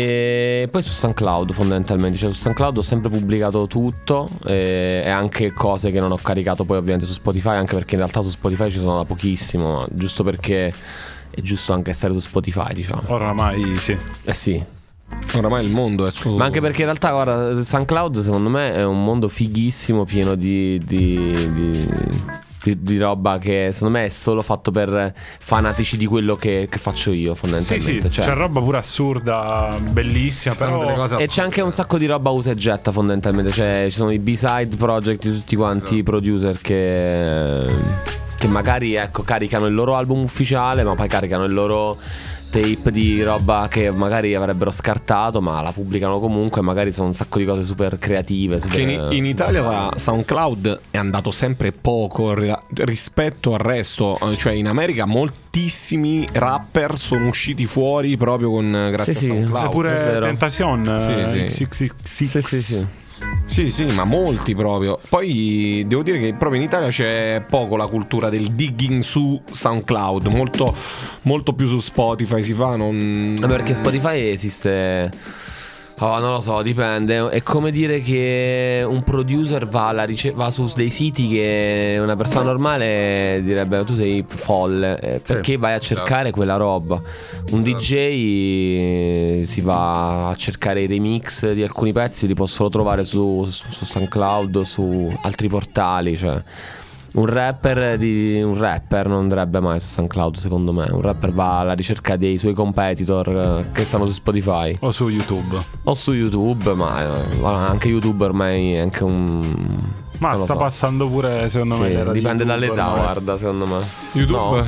E poi su SoundCloud fondamentalmente, cioè su SoundCloud ho sempre pubblicato tutto, e, e anche cose che non ho caricato poi ovviamente su Spotify, anche perché in realtà su Spotify ci sono da pochissimo, ma giusto perché è giusto anche stare su Spotify, diciamo. Oramai sì. Eh sì. Oramai il mondo è su. Ma anche perché in realtà, guarda, SoundCloud secondo me è un mondo fighissimo, pieno di, di, di, di, di roba che secondo me è solo fatto per fanatici di quello che, che faccio io, Sì, fondamentalmente. sì, cioè. c'è roba pure assurda, bellissima, Stanno però delle cose E c'è anche un sacco di roba usa e getta, fondamentalmente. Cioè, ci sono i B-side project di tutti quanti i producer che, che magari, ecco, caricano il loro album ufficiale, ma poi caricano il loro tape di roba che magari avrebbero scartato, ma la pubblicano comunque. Magari sono un sacco di cose super creative, super... Che in, in Italia SoundCloud è andato sempre poco ri- rispetto al resto. Cioè in America moltissimi rapper sono usciti fuori proprio con grazie Sì, sì. a SoundCloud. È pure vero. Tentacion, Sì, eh, sì. X X X. Sì, sì, sì. Sì, sì, ma molti proprio. Poi devo dire che proprio in Italia c'è poco la cultura del digging su SoundCloud, molto, molto più su Spotify si fa. Non... Perché Spotify esiste... Oh, non lo so, dipende. È come dire che un producer va, alla rice- va su dei siti che una persona normale direbbe tu sei folle, eh, perché vai a cercare quella roba. Un D J si va a cercare i remix di alcuni pezzi, li può solo trovare su, su, su SoundCloud, su altri portali, cioè un rapper di un rapper non andrebbe mai su SoundCloud, secondo me. Un rapper va alla ricerca dei suoi competitor eh, che stanno su Spotify O su YouTube. o su YouTube, ma eh, anche YouTube ormai è anche un... Ma non lo sta so. passando pure, secondo Sì, me, l'era di dipende YouTube dall'età, ormai. guarda, secondo me. YouTube No.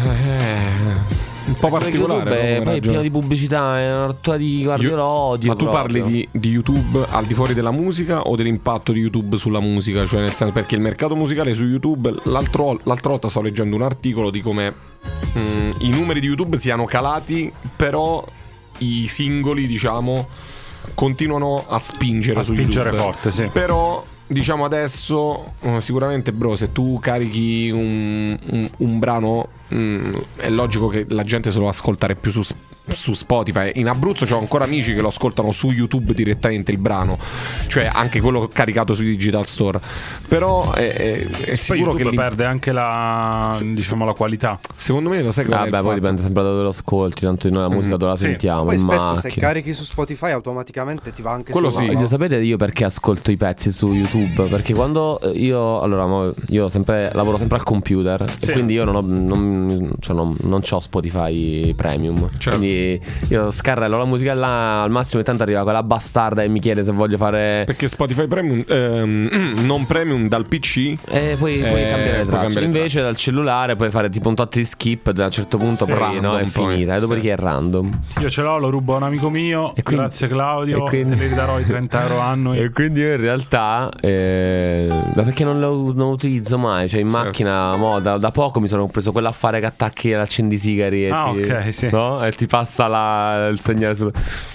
è un po' Perché particolare. YouTube è come poi è ragione. pieno di pubblicità, è una rottura di guardi Io- l'odio. Ma tu proprio. parli di, di YouTube al di fuori della musica o dell'impatto di YouTube sulla musica? Cioè nel senso, perché il mercato musicale su YouTube, l'altro, l'altra volta stavo leggendo un articolo di come mh, i numeri di YouTube siano calati, però i singoli, diciamo, continuano a spingere A su spingere YouTube. forte, sì. Però diciamo adesso eh, sicuramente, bro, se tu carichi un, un, un brano, mh, è logico che la gente se lo va a ascoltare più su, su Spotify. In Abruzzo c'ho ancora amici che lo ascoltano su YouTube direttamente il brano, cioè anche quello caricato sui digital store. Però è, è, è Poi sicuro YouTube che l'im- perde anche la, diciamo, la qualità. secondo me lo sai qual è il Vabbè, poi fatto? dipende sempre da dove lo ascolti. Tanto noi la musica dove la Sì. sentiamo. Poi in spesso se macchina. carichi su Spotify automaticamente ti va anche Quello su sì. Voglio sapere io perché ascolto i pezzi su YouTube. Perché quando io, allora, mo- io sempre lavoro sempre al computer, Sì. e quindi io non ho, non, cioè non, non c'ho Spotify Premium. Certo. Quindi io scarrello la musica là, al massimo intanto arriva quella bastarda e mi chiede se voglio fare. Perché Spotify Premium, ehm, non Premium dal P C. E poi puoi Eh, cambiare le puoi tracce. cambiare le Invece dal cellulare puoi fare tipo un tot di skip. Da un certo punto Sì, poi random no, è poi, finita. E dopodiché sì. è random. Io ce l'ho, lo rubo a un amico mio. E quindi- Grazie Claudio, e quindi- te li ridarò i trenta euro annui. E quindi io in realtà eh, ma perché non lo, non lo utilizzo mai. Cioè in Certo. macchina mo, da, da poco mi sono preso quell'affare che attacchi l'accendisigari e, Ah, ti, ok, sì. no? E ti passa la, il segnale sul...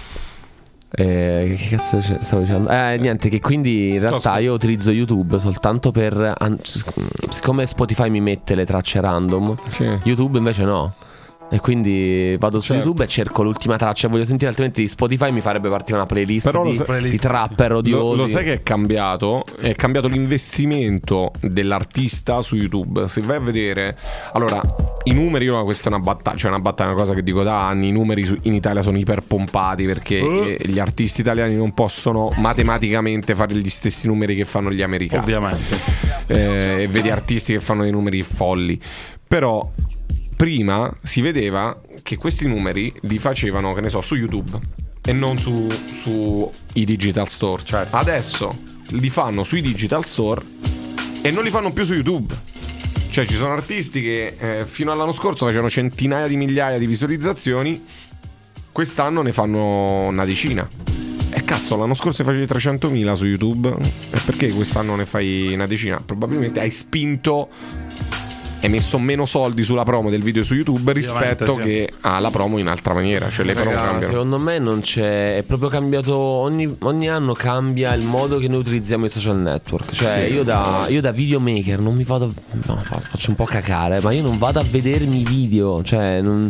Eh, che cazzo c- stavo dicendo? Eh, niente, che quindi in realtà io utilizzo YouTube soltanto per an- siccome Spotify mi mette le tracce random, Sì. YouTube invece no. E quindi vado su Certo. YouTube e cerco l'ultima traccia. Voglio sentire, altrimenti Spotify mi farebbe partire una playlist Però lo di, sai- di trapper odiosi. Lo, lo sai che è cambiato? È cambiato l'investimento dell'artista su YouTube. Se vai a vedere, allora, i numeri, io, questa è una battaglia, cioè una battaglia, una cosa che dico da anni. I numeri su- in Italia sono iperpompati perché eh, gli artisti italiani non possono matematicamente fare gli stessi numeri che fanno gli americani. Ovviamente. Eh, e vedi artisti che fanno dei numeri folli. Però prima si vedeva che questi numeri li facevano, che ne so, su YouTube e non su, su i digital store. Certo. Adesso li fanno sui digital store e non li fanno più su YouTube. Cioè ci sono artisti che eh, fino all'anno scorso facevano centinaia di migliaia di visualizzazioni, quest'anno ne fanno una decina. E cazzo, l'anno scorso facevi trecentomila su YouTube, e perché quest'anno ne fai una decina? Probabilmente hai spinto, hai messo meno soldi sulla promo del video su YouTube rispetto Ovviamente, che alla promo in altra maniera. Cioè le promo Raga, cambiano. secondo me non c'è. È proprio cambiato. Ogni, ogni anno cambia il modo che noi utilizziamo i social network. Cioè, Sì. io da io da videomaker non mi vado. No, fa- faccio un po' cacare, ma io non vado a vedermi i video. Cioè, non.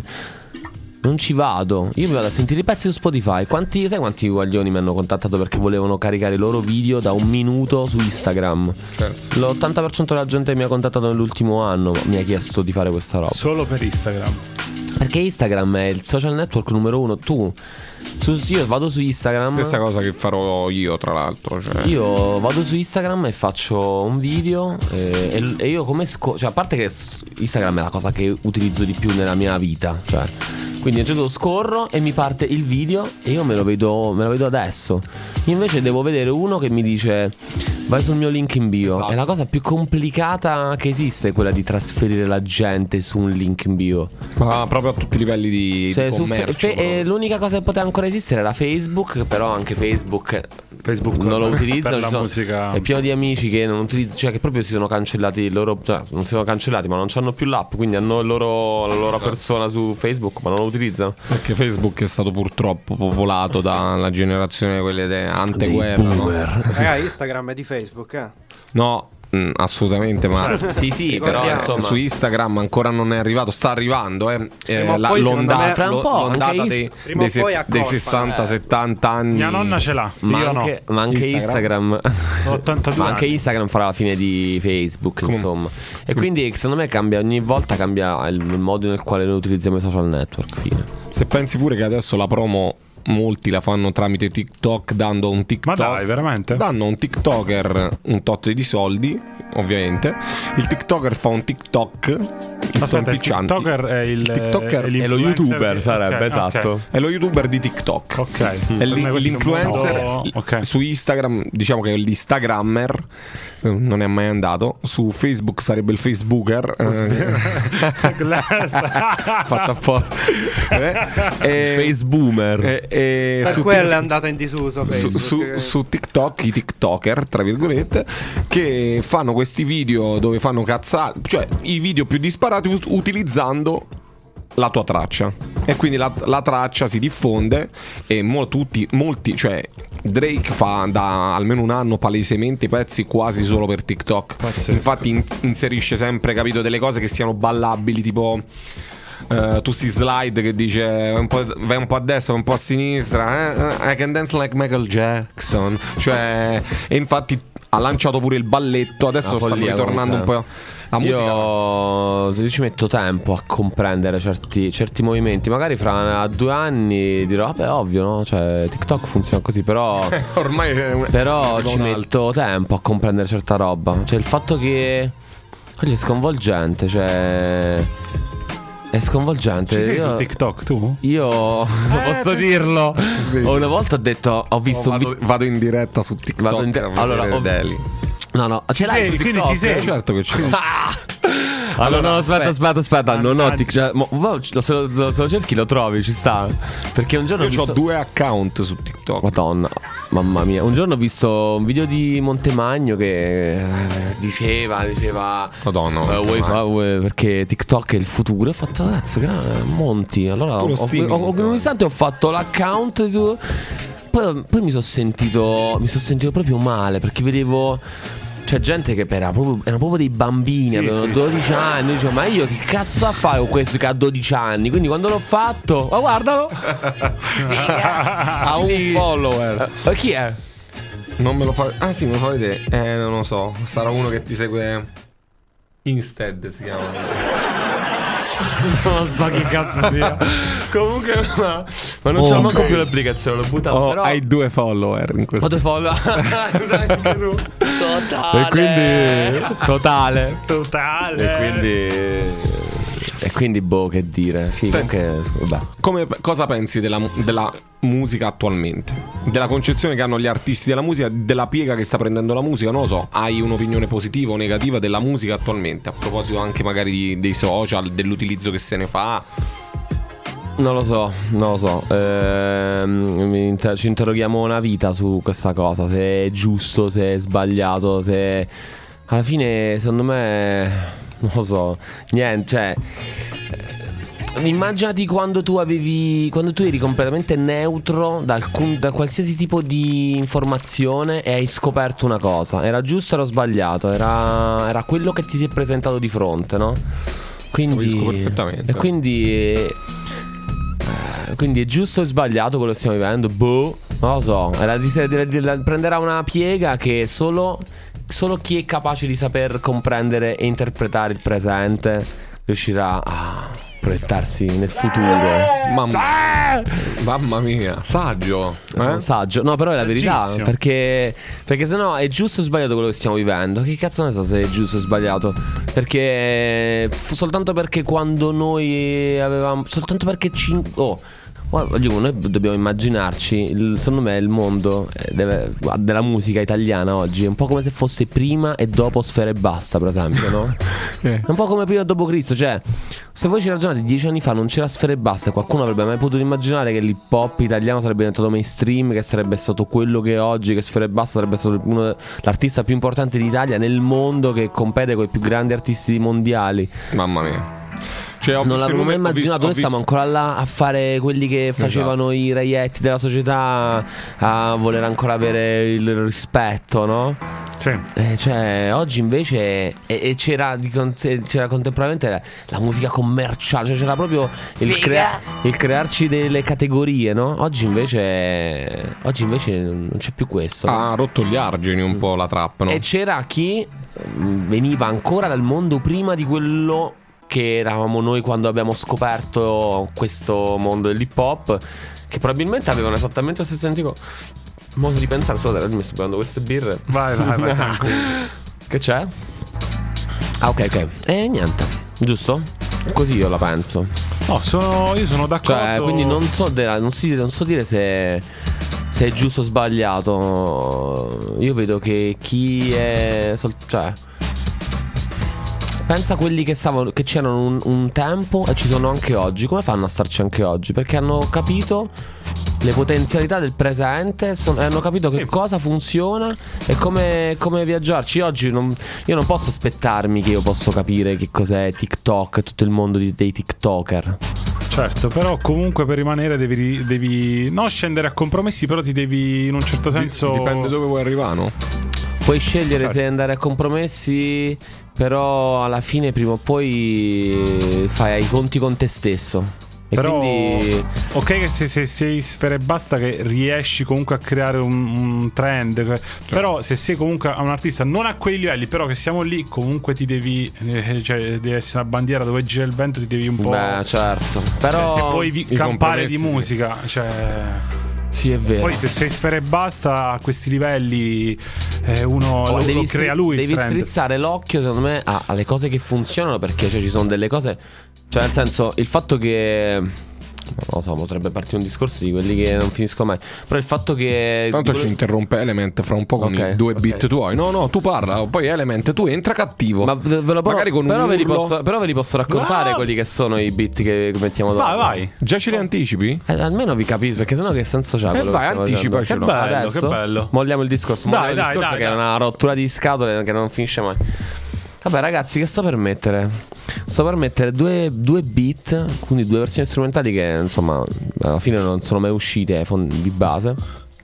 Non ci vado. Io mi vado a sentire i pezzi su Spotify. Quanti, sai quanti guaglioni mi hanno contattato perché volevano caricare i loro video da un minuto su Instagram? Certo. L'ottanta per cento della gente che mi ha contattato nell'ultimo anno mi ha chiesto di fare questa roba. Solo per Instagram. Perché Instagram è il social network numero uno. Tu su, io vado su Instagram. Stessa cosa che farò io, tra l'altro. Cioè. Io vado su Instagram e faccio un video e, e- e io come sco- cioè a parte che s- Instagram è la cosa che utilizzo di più nella mia vita, cioè quindi a un certo punto scorro e mi parte il video e io me lo vedo me lo vedo adesso. Io invece devo vedere uno che mi dice vai sul mio link in bio. Esatto. È la cosa più complicata che esiste, quella di trasferire la gente su un link in bio. Ma proprio a tutti i livelli di, Cioè, di su fe- commercio. fe- proprio. e l'unica cosa che poteva ancora esistere era Facebook, però anche Facebook Facebook non lo per utilizzano. la ci sono- musica. È pieno di amici che non utilizzano, cioè che proprio si sono cancellati il loro, cioè non si sono cancellati, ma non hanno più l'app, quindi hanno il loro, la loro persona su Facebook, ma non lo utilizzano. Perché Facebook è stato purtroppo popolato dalla generazione quelle de- anteguerra, no? Raga, Instagram è di Facebook, eh. No, mm, assolutamente, ma Sì, sì, però Ricordiamo. insomma. su Instagram ancora non è arrivato, sta arrivando, eh. Eh, Prima o la- poi, secondo l'onda- me- Fra un lo- po', l'ondata anche dei, Is- prima dei o se- poi dei accorpano, sessanta eh. settanta anni. Mia nonna ce l'ha. Ma Io anche, ma anche Instagram? Instagram, no. ottantadue ma anche anni. Instagram farà la fine di Facebook, insomma. E quindi secondo me cambia ogni volta, cambia il modo nel quale noi utilizziamo i social network. Fine. Se pensi pure che adesso la promo molti la fanno tramite TikTok, dando un Ma TikTok. dai, veramente? Danno a un TikToker un tot di soldi, ovviamente. Il TikToker fa un TikTok. Gli sto Aspetta, il impicciando. TikToker è il, Il TikToker è È lo l'influencer YouTuber, che- sarebbe, ok, esatto. ok. È lo YouTuber di TikTok. Ok. È Per lì- me questo è un l'influencer mondo- ok. su Instagram, diciamo che è l'Instagrammer, eh, non è mai andato. Su Facebook sarebbe il Facebooker. eh, Fatto apposta. Eh, e, Faceboomer. e- e Per su quello Tik- è andata in disuso su, Facebook. su- su TikTok, i TikToker, tra virgolette, che fanno questi video dove fanno cazzate, cioè i video più disparati ut- utilizzando la tua traccia. E quindi la, la traccia si diffonde e mo tutti, molti, cioè Drake fa da almeno un anno palesemente pezzi quasi solo per TikTok. Pazzesco. Infatti in- inserisce sempre, capito, delle cose che siano ballabili, tipo eh, tu sti slide che dice vai un, po', vai un po' a destra, un po' a sinistra, eh? I can dance like Michael Jackson. Cioè, e infatti ha lanciato pure il balletto. Adesso Una stanno follia, ritornando un comunque. po' la musica. Io, io ci metto tempo a comprendere certi, certi movimenti. Magari fra due anni dirò vabbè, ovvio, no? Cioè TikTok funziona così, però Ormai è un- Però arriva ci un altro. metto tempo a comprendere certa roba. Cioè il fatto che Quello è sconvolgente, cioè è sconvolgente. Ci sei Io- su TikTok tu? Io posso dirlo. Sì. Una volta ho detto, ho Oh, visto un vado, vi- vado in diretta su TikTok. Vado in di- a vedere allora, ho- Deli. No, no, ce l'hai sei, su quindi TikTok? ci sei. Certo che c'è. Allora, no, aspetta, aspetta, aspetta, non ho Mannaggia. TikTok. Cioè, mo- mo- lo- se, lo, se lo- se lo cerchi lo trovi, ci sta. Perché un giorno ho Io ho visto... due account su TikTok. Madonna, mamma mia. Un giorno ho visto un video di Montemagno che eh, diceva, diceva Madonna, eh, vuoi Montemagno. fa- vuoi- perché TikTok è il futuro. E ho fatto, cazzo, gra- Monti. Allora Tu ho, lo ho, stimi, ho- in un Montemagno. istante ho fatto l'account su... Poi, poi mi sono sentito Mi sono sentito proprio male perché vedevo c'è gente che era proprio, erano proprio dei bambini, Sì, avevano sì, dodici anni. Dicevo, ma io che cazzo a fare con questo che ha dodici anni? Quindi quando l'ho fatto, ma guardalo, Ha un follower. ma chi è? Non me lo fa. Ah, sì, me lo fa vedere. Eh, non lo so. Sarà uno che ti segue. Instead si chiama. Non so chi cazzo sia. Comunque, ma, ma non c'ho manco più l'applicazione, l'ho buttato. Oh, però hai due follower in questo. Quanto follow? Anche tu. Totale. E quindi. Totale. Totale. E quindi. E quindi, boh, che dire. Sì, Senti, comunque. Vabbè. Come, cosa pensi della, della musica attualmente? Della concezione che hanno gli artisti della musica, della piega che sta prendendo la musica? Non lo so, hai un'opinione positiva o negativa della musica attualmente? A proposito anche magari di- dei social, dell'utilizzo che se ne fa. Non lo so, non lo so. Ehm, mi inter- ci interroghiamo una vita su questa cosa. Se è giusto, se è sbagliato, se. Alla fine, secondo me. Non lo so. Niente, cioè. eh, Immaginati quando tu avevi. Quando tu eri completamente neutro da, alcun, da qualsiasi tipo di informazione e hai scoperto una cosa. Era giusto o era sbagliato? Era, era quello che ti si è presentato di fronte, no? Quindi. Capisco perfettamente. E quindi. eh, Quindi è giusto o sbagliato quello che stiamo vivendo? Boh, non lo so. Era di, di- di- di- prenderà una piega che solo. Solo chi è capace di saper comprendere e interpretare il presente riuscirà a proiettarsi nel futuro. Mamma, mamma mia, saggio. Sono Eh? un saggio. No, però è la verità. Saggissimo. Perché Perché sennò è giusto o sbagliato quello che stiamo vivendo? Che cazzo ne so se è giusto o sbagliato? Perché f- soltanto perché quando noi avevamo. Soltanto perché ci. Oh, guarda, dico, noi dobbiamo immaginarci. il- Secondo me il mondo eh, deve- della musica italiana oggi è un po' come se fosse prima e dopo Sfera e Basta, per esempio, no? Eh. È un po' come prima e dopo Cristo. Cioè, se voi ci ragionate, dieci anni fa non c'era Sfera e Basta, qualcuno avrebbe mai potuto immaginare che l'hip hop italiano sarebbe diventato mainstream, che sarebbe stato quello che è oggi, che Sfera e Basta sarebbe stato uno, l'artista più importante d'Italia nel mondo, che compete con i più grandi artisti mondiali. Mamma mia. Cioè, ho Non visto i l'avremmo mai numeri- ho visto- immaginato. ho Noi stiamo visto- ancora là a fare quelli che facevano i reietti della società, a voler ancora avere il rispetto, no? Sì. Eh, cioè, oggi invece e, e c'era, di con- c'era contemporaneamente la, la musica commerciale, cioè c'era proprio il, crea- il crearci delle categorie, no? Oggi invece oggi invece non c'è più questo, no? Ha rotto gli argini un po' la trap, no? E c'era chi mh, veniva ancora dal mondo prima di quello che eravamo noi quando abbiamo scoperto questo mondo dell'hip hop, che probabilmente avevano esattamente lo stesso antico modo di pensare. Solo mi sto bevendo queste birre. Vai, vai, vai. tranquillo. Che c'è? Ah, ok, ok. E niente, giusto? Così io la penso. No, sono, io sono d'accordo. Cioè, quindi non so, della- non, si- non so dire se, se è giusto o sbagliato. Io vedo che chi è. sol- Cioè. Pensa a quelli che stavano, che c'erano un, un tempo e ci sono anche oggi. Come fanno a starci anche oggi? Perché hanno capito le potenzialità del presente, son- hanno capito che Sì. cosa funziona e come, come viaggiarci. Oggi non- io non posso aspettarmi che io posso capire che cos'è TikTok e tutto il mondo di- dei TikToker. Certo, però comunque per rimanere devi, ri- devi non scendere a compromessi, però ti devi in un certo senso. Dipende dove vuoi arrivare, no? Puoi scegliere Certo. se andare a compromessi, però alla fine prima o poi fai i conti con te stesso. E Però quindi ok che se, se sei Sfera e Basta che riesci comunque a creare un, un trend che- Però se sei comunque un artista non a quei livelli, però che siamo lì, comunque ti devi eh, cioè deve essere una bandiera dove gira il vento, ti devi un po'. beh, certo. Cioè, Però se puoi vi- i campare di compromessi, sì. musica, cioè. sì, è vero. Poi se sei Sfera e Basta a questi livelli eh, uno Oh, lo, devi lo stri- crea lui il devi trend. strizzare l'occhio, secondo me, a- alle cose che funzionano, perché cioè, ci sono delle cose. Cioè, nel senso, il fatto che. Non lo so, potrebbe partire un discorso di quelli che non finisco mai. Però il fatto che. Tanto di ci quello- interrompe Element fra un po' con Ok, i due ok. beat tuoi. No, no, tu parla, poi Element, tu entra cattivo. Ma ve ve lo magari con però, un ve li urlo. posso, però ve li posso raccontare Ah! quelli che sono i beat che mettiamo dopo. Vai, vai. Già ce li anticipi? Eh, almeno vi capisco, perché sennò che senso c'ha? Eh, quello vai, che stiamo anticipacelo. facendo? Che bello, Adesso che bello. molliamo il discorso. Dai, Molliamo il dai, discorso dai, che dai. è una rottura di scatole che non finisce mai. Vabbè, ragazzi, che sto per mettere? Sto per mettere due, due beat, quindi due versioni strumentali che, insomma, alla fine non sono mai uscite fon- di base.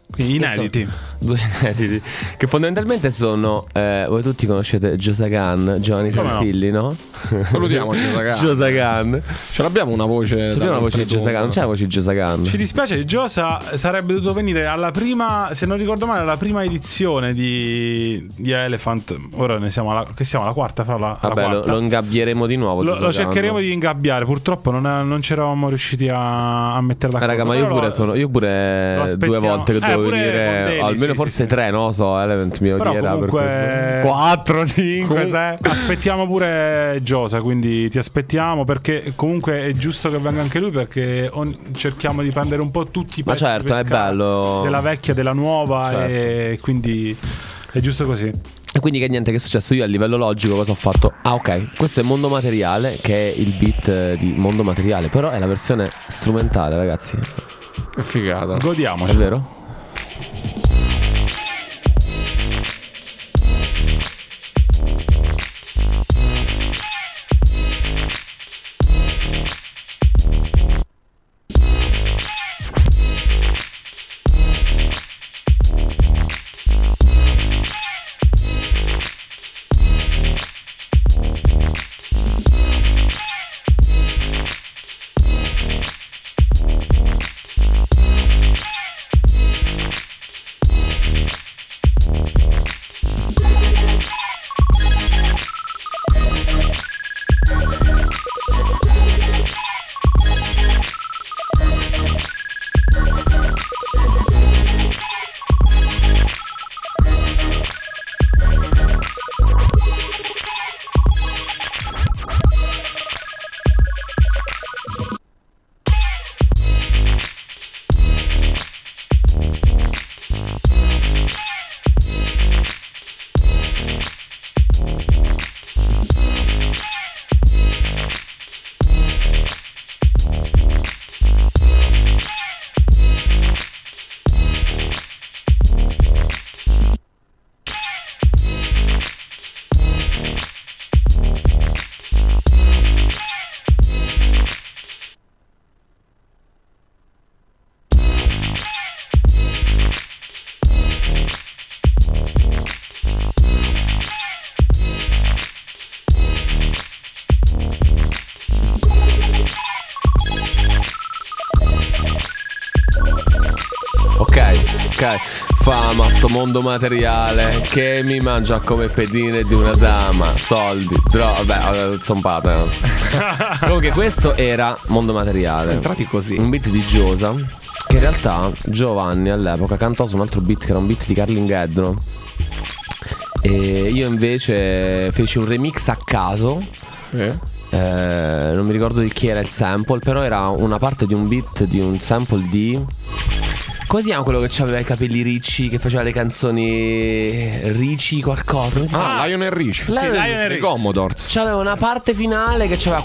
Quindi inediti. Due inediti. Che fondamentalmente sono eh, voi tutti conoscete Josagan, Giovanni Come Santilli, no? Salutiamo Josagan. Josagan. Ce l'abbiamo una voce. C'è una voce di Josagan, non c'è la voce di Josagan. Ci dispiace, Giosa sarebbe dovuto venire alla prima, se non ricordo male, alla prima edizione di, di Elephant. Ora ne siamo alla, che siamo alla quarta, fra la, alla Vabbè, lo, quarta. lo ingabbieremo di nuovo. Lo, lo Josagan. cercheremo di ingabbiare. Purtroppo non, è- non ci eravamo riusciti a, a mettere d'accordo. Raga, ma io Però pure lo- sono Io lo pure aspettiamo. due volte che Eh, dovevo pure venire. con Deli, Almeno sì, forse sì, sì. tre, non lo so. Element mi Però odierà per comunque- questo. quattro, cinque, sei. Aspettiamo pure Giosa, quindi ti aspettiamo, perché comunque è giusto che venga anche lui, perché on- cerchiamo di prendere un po' tutti i Ma pezzi certo, è pesca- bello. della vecchia, della nuova, Certo. e quindi è giusto così. E quindi che niente, che è successo? Io a livello logico cosa ho fatto? Ah, ok, questo è Mondo Materiale, che è il beat eh, di Mondo Materiale, però è la versione strumentale, ragazzi. Che figata. Godiamoci. È vero? Ok, fama, sto mondo materiale che mi mangia come pedine di una dama, soldi, droga, vabbè, zompate. Comunque questo era Mondo Materiale. Siamo entrati così. Un beat di Giosa, che in realtà Giovanni all'epoca cantò su un altro beat che era un beat di Carlinguedro. E io invece feci un remix a caso. Eh? Eh, non mi ricordo di chi era il sample, però era una parte di un beat di un sample di... Come si chiama quello che aveva i capelli ricci, che faceva le canzoni ricci qualcosa? Come si chiama? Ah, Lionel Rich. Lionel Sì, Rich. Lionel Rich. Commodores. C'aveva una parte finale che c'aveva...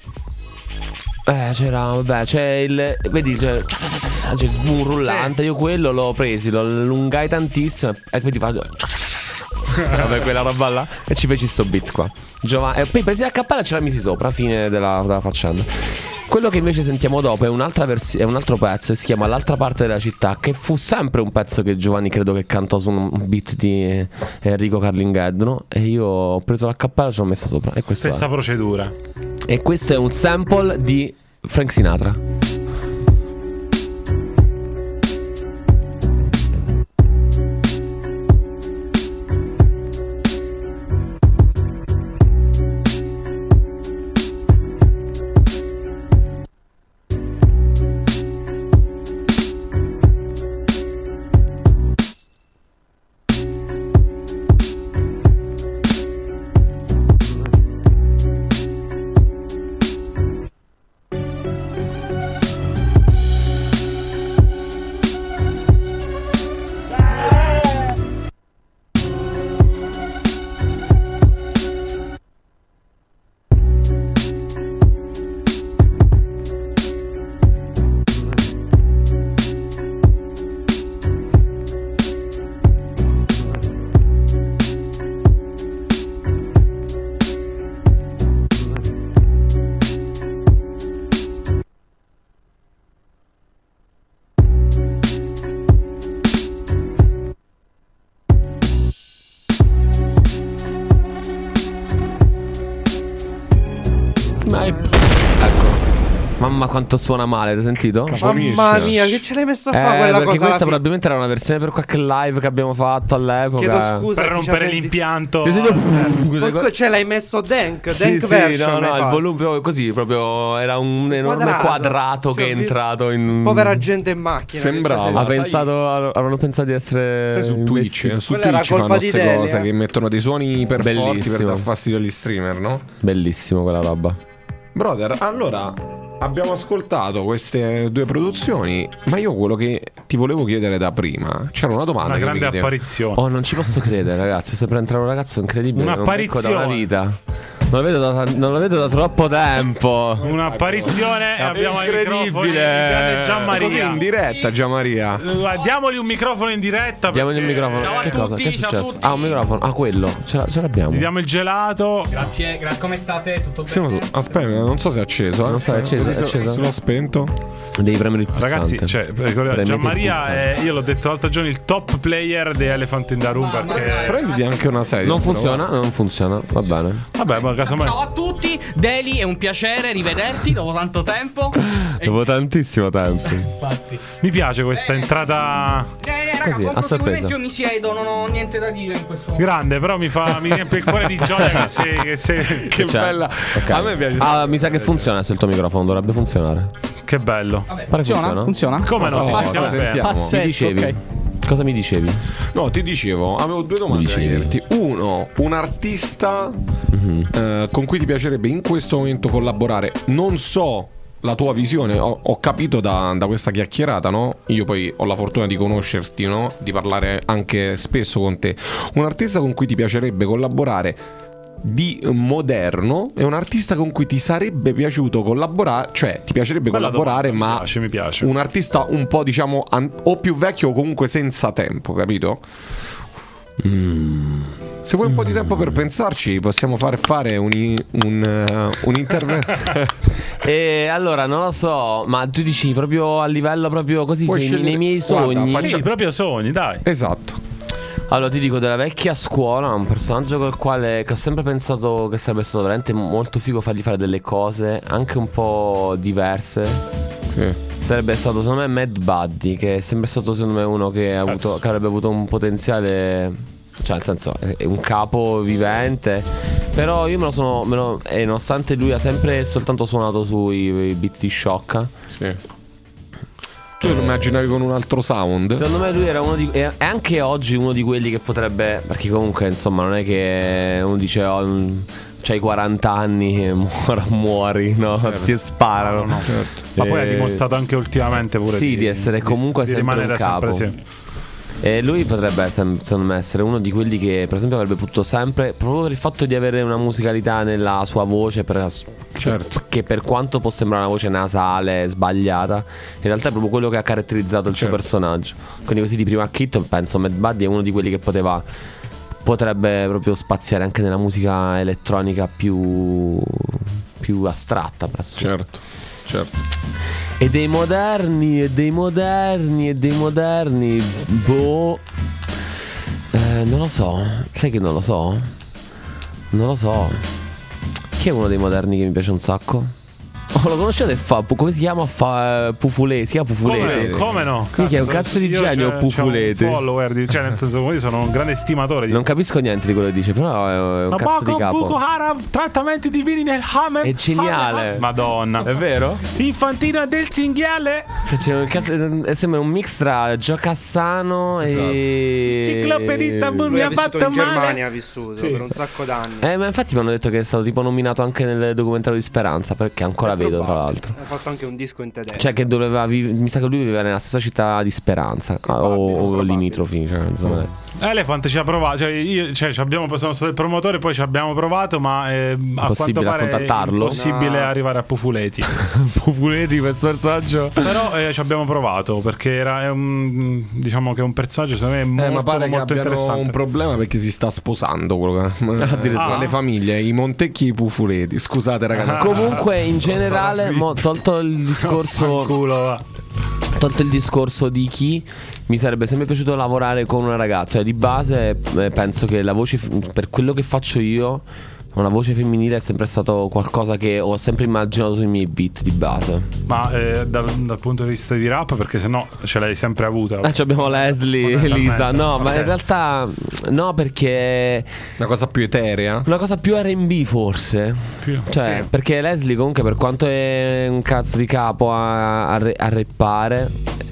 Eh, c'era, vabbè, c'è il... Vedi, c'è, c'è un rullante. Io quello l'ho preso, lo allungai tantissimo e quindi fa... Vabbè, quella roba là. E ci feci sto beat qua. Giovanni. E poi presi a cappella e ce la misi sopra. Fine della, della faccenda. Quello che invece sentiamo dopo è un'altra versi- è un altro pezzo e si chiama L'altra parte della città, che fu sempre un pezzo che Giovanni credo che cantò su un beat di Enrico Carlinguedro. E io ho preso la cappella e ce l'ho messa sopra. E questo Stessa è. procedura. E questo è un sample di Frank Sinatra. Mamma quanto suona male, hai sentito? Mamma mia, che ce l'hai messo a fare Eh, quella perché cosa? questa alla fine? probabilmente era una versione per qualche live che abbiamo fatto all'epoca. Chiedo scusa. Per chi ci ha rompere senti- l'impianto. Sì, sì, no. Porco, ce l'hai messo Dank, Sì, Dank sì, version. no, no, hai il fatto. volume proprio così, proprio era un enorme Quadrato. quadrato Cioè, che è vi- entrato in. Povera gente in macchina. Sembrava. che Ha c'è- pensato, avranno pensato di essere. Sai, su Twitch, investiti. su Quella era Twitch colpa fanno di queste Delia. cose che mettono dei suoni per forti per Bellissimo. dar fastidio agli streamer, no? Bellissimo quella roba. Brother, allora abbiamo ascoltato queste due produzioni, ma io quello che ti volevo chiedere da prima, c'era una domanda Una che mi grande chiedevo. apparizione. Oh, non ci posso credere, ragazzi. È sempre entrato un ragazzo incredibile. che non becco da una Un'apparizione. vita. Non lo vedo da, non lo vedo da troppo tempo. Un'apparizione e abbiamo i microfoni di grande incredibile. Così Gianmaria. in diretta, Gianmaria. Eh, Diamogli un microfono in diretta. Diamogli un perché- microfono. Ciao a che cosa? tutti, Che è ciao a successo? tutti. Ah, un microfono. Ah, quello. Ce, la- ce l'abbiamo. Gli diamo il gelato. Grazie, gra- come state? Tutto Siamo bene? tu- Aspetta, non so se è acceso. eh. Non so, è acceso, Vedi è se- acceso. Se l'ho spento. Devi premere il pulsante. Ragazzi, cioè, ricorda- Premete il Gianmaria pulsante. è, io l'ho detto l'altro giorno, il top player di Elephant in the Room. Perché. Prenditi anche una sedia. Non però. funziona? Non funziona. Va bene. Vabbè, ma casomai. Ciao a tutti, Deli, è un piacere rivederti dopo tanto tempo. Dopo tantissimo tempo. Infatti. Mi piace questa entrata Eh, raga, Così, con a proseguimento sorpresa. io mi siedo, non ho niente da dire in questo momento. grande, però mi fa mi riempie il cuore di gioia che sei. Che, sei- Che Cioè, bella. ok. A me piace. Ah, mi sa che funziona adesso il tuo microfono. Dovrebbe funzionare. che bello. Pare che funziona. Funziona? Come no? Oh, Sentiamo bene. sentiamo. Mi Pazzesco, dicevi? ok. Cosa mi dicevi? No, ti dicevo, avevo due domande Mi da dicevi. chiederti. Uno, un artista eh, con cui ti piacerebbe in questo momento collaborare. Non so la tua visione, ho, ho capito da, da questa chiacchierata, no? Io poi ho la fortuna di conoscerti, no? Di parlare anche spesso con te. Un artista con cui ti piacerebbe collaborare di moderno e un artista con cui ti sarebbe piaciuto collaborare, cioè ti piacerebbe Bella collaborare, domanda, mi ma piace, mi piace. un artista un po' diciamo an- o più vecchio o comunque senza tempo, capito? Se vuoi un po' di tempo per pensarci, possiamo far fare un, i- un, eh, un intervento. E allora non lo so, ma tu dici proprio a livello proprio così Puoi sei scegliere- nei miei Guarda, sogni. faccia- Sì, proprio sogni, dai. Esatto. Allora ti dico della vecchia scuola, un personaggio col quale che ho sempre pensato che sarebbe stato veramente molto figo fargli fare delle cose anche un po' diverse. Sì. Sarebbe stato secondo me Mad Buddy, che è sempre stato secondo me uno che, ha avuto, Cazzo. che avrebbe avuto un potenziale, cioè nel senso è un capo vivente. Però io me lo sono, me lo, e nonostante lui ha sempre e soltanto suonato sui beat di Sciocca, Sì. Tu lo immaginavi con un altro sound? secondo me lui era uno di, è è anche oggi uno di quelli che potrebbe, perché comunque insomma non è che uno dice oh, mm, c'hai quaranta anni e muori, muori no? Ti sparano. No, no. Certo. Ma poi ha Eh, dimostrato anche ultimamente pure sì, di essere comunque di sempre rimanere un capo. sempre sì. E lui potrebbe sem- secondo me essere uno di quelli che per esempio avrebbe potuto sempre, proprio per il fatto di avere una musicalità nella sua voce, per, Certo. che per quanto può sembrare una voce nasale, sbagliata, in realtà è proprio quello che ha caratterizzato il Certo. suo personaggio. Quindi così di primo acchito penso Mad Buddy è uno di quelli che poteva, potrebbe proprio spaziare anche nella musica elettronica più, più astratta presso. Certo. Certo. E dei moderni, e dei moderni, e dei moderni. Boh. Eh, non lo so. Sai che non lo so? Non lo so. Chi è uno dei moderni che mi piace un sacco? Oh, lo conoscete? Fa, come si chiama? Fa, Pufuleti. Si chiama Come, Pufuleti. come no? Minchia, è un cazzo di io genio, c'è- Pufuleti. c'è un follower di- cioè nel senso, io sono un grande stimatore di Non capisco niente di quello che dice, però è un cazzo di Nabokov, Boko capo. Haram, trattamenti divini nel Hammer. È geniale. Madonna. È vero? Infantino del cinghiale. Cioè, c'è un cazzo, eh, sembra un mix tra Gio Cassano e Ciclope di Istanbul. Lui Mi ha ha vissuto fatto in male. Germania, ha vissuto per un sacco d'anni. Eh, ma infatti mi hanno detto che è stato tipo nominato anche nel documentario di Speranza, perché ancora vedo tra l'altro. Ha fatto anche un disco in tedesco. Cioè che doveva vi- mi sa che lui viveva nella stessa città di Speranza ah, o, o limitrofi, cioè, insomma. Elephant ci ha provato, cioè io cioè, ci abbiamo, sono stato il promotore, poi ci abbiamo provato, ma eh, a quanto Impossibile pare contattarlo? è impossibile No. arrivare a Pufuleti. Pufuleti questo personaggio. Però eh, ci abbiamo provato perché era è un, diciamo che è un personaggio secondo me molto, Eh, ma pare che molto abbiano interessante. un problema perché si sta sposando quello che... addirittura. tra le famiglie, i Montecchi e i Pufuleti. Scusate ragazzi. Comunque in generale, mo, tolto il discorso Culo, va. tolto il discorso di chi mi sarebbe sempre piaciuto lavorare con una ragazza, cioè, di base eh, penso che la voce f- per quello che faccio io una voce femminile è sempre stato qualcosa che ho sempre immaginato sui miei beat di base. Ma eh, dal, dal punto di vista di rap, perché sennò ce l'hai sempre avuta. Ah, abbiamo Leslie, Lisa. No, okay. Ma in realtà no, perché una cosa più eterea. Una cosa più R and B forse. Più, cioè, sì. Perché Leslie comunque, per quanto è un cazzo di capo a, a, a rappare,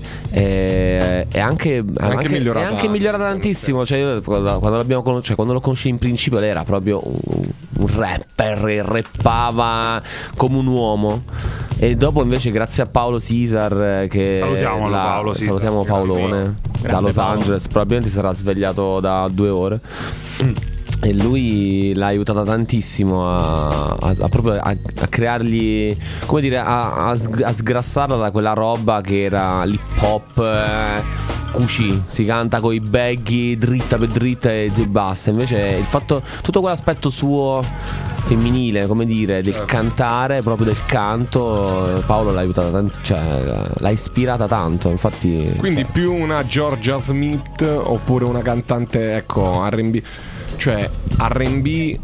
è, è anche, è anche, anche migliorata, è anche migliorata tantissimo. Cioè, io, quando, quando, l'abbiamo conosciuto, cioè, quando lo conosci in principio, lei era proprio un, un rapper e rappava come un uomo. E dopo invece, grazie a Paolo Cesar, che salutiamo la, Paolo Cesar, salutiamo Paolone sì, da Los Paolo. Angeles, probabilmente sarà svegliato da due ore. Mm. E lui l'ha aiutata tantissimo a, a, a proprio a, a creargli, come dire, a, a, a sgrassarla da quella roba che era l'hip hop eh, Q C. Si canta coi baggy dritta per dritta e basta. Invece il fatto, tutto quell'aspetto suo femminile, come dire, del certo. cantare, proprio del canto, Paolo l'ha aiutata tanto, cioè l'ha ispirata tanto, infatti. Quindi cioè. più una Georgia Smith oppure una cantante, ecco, R and B. Cioè R and B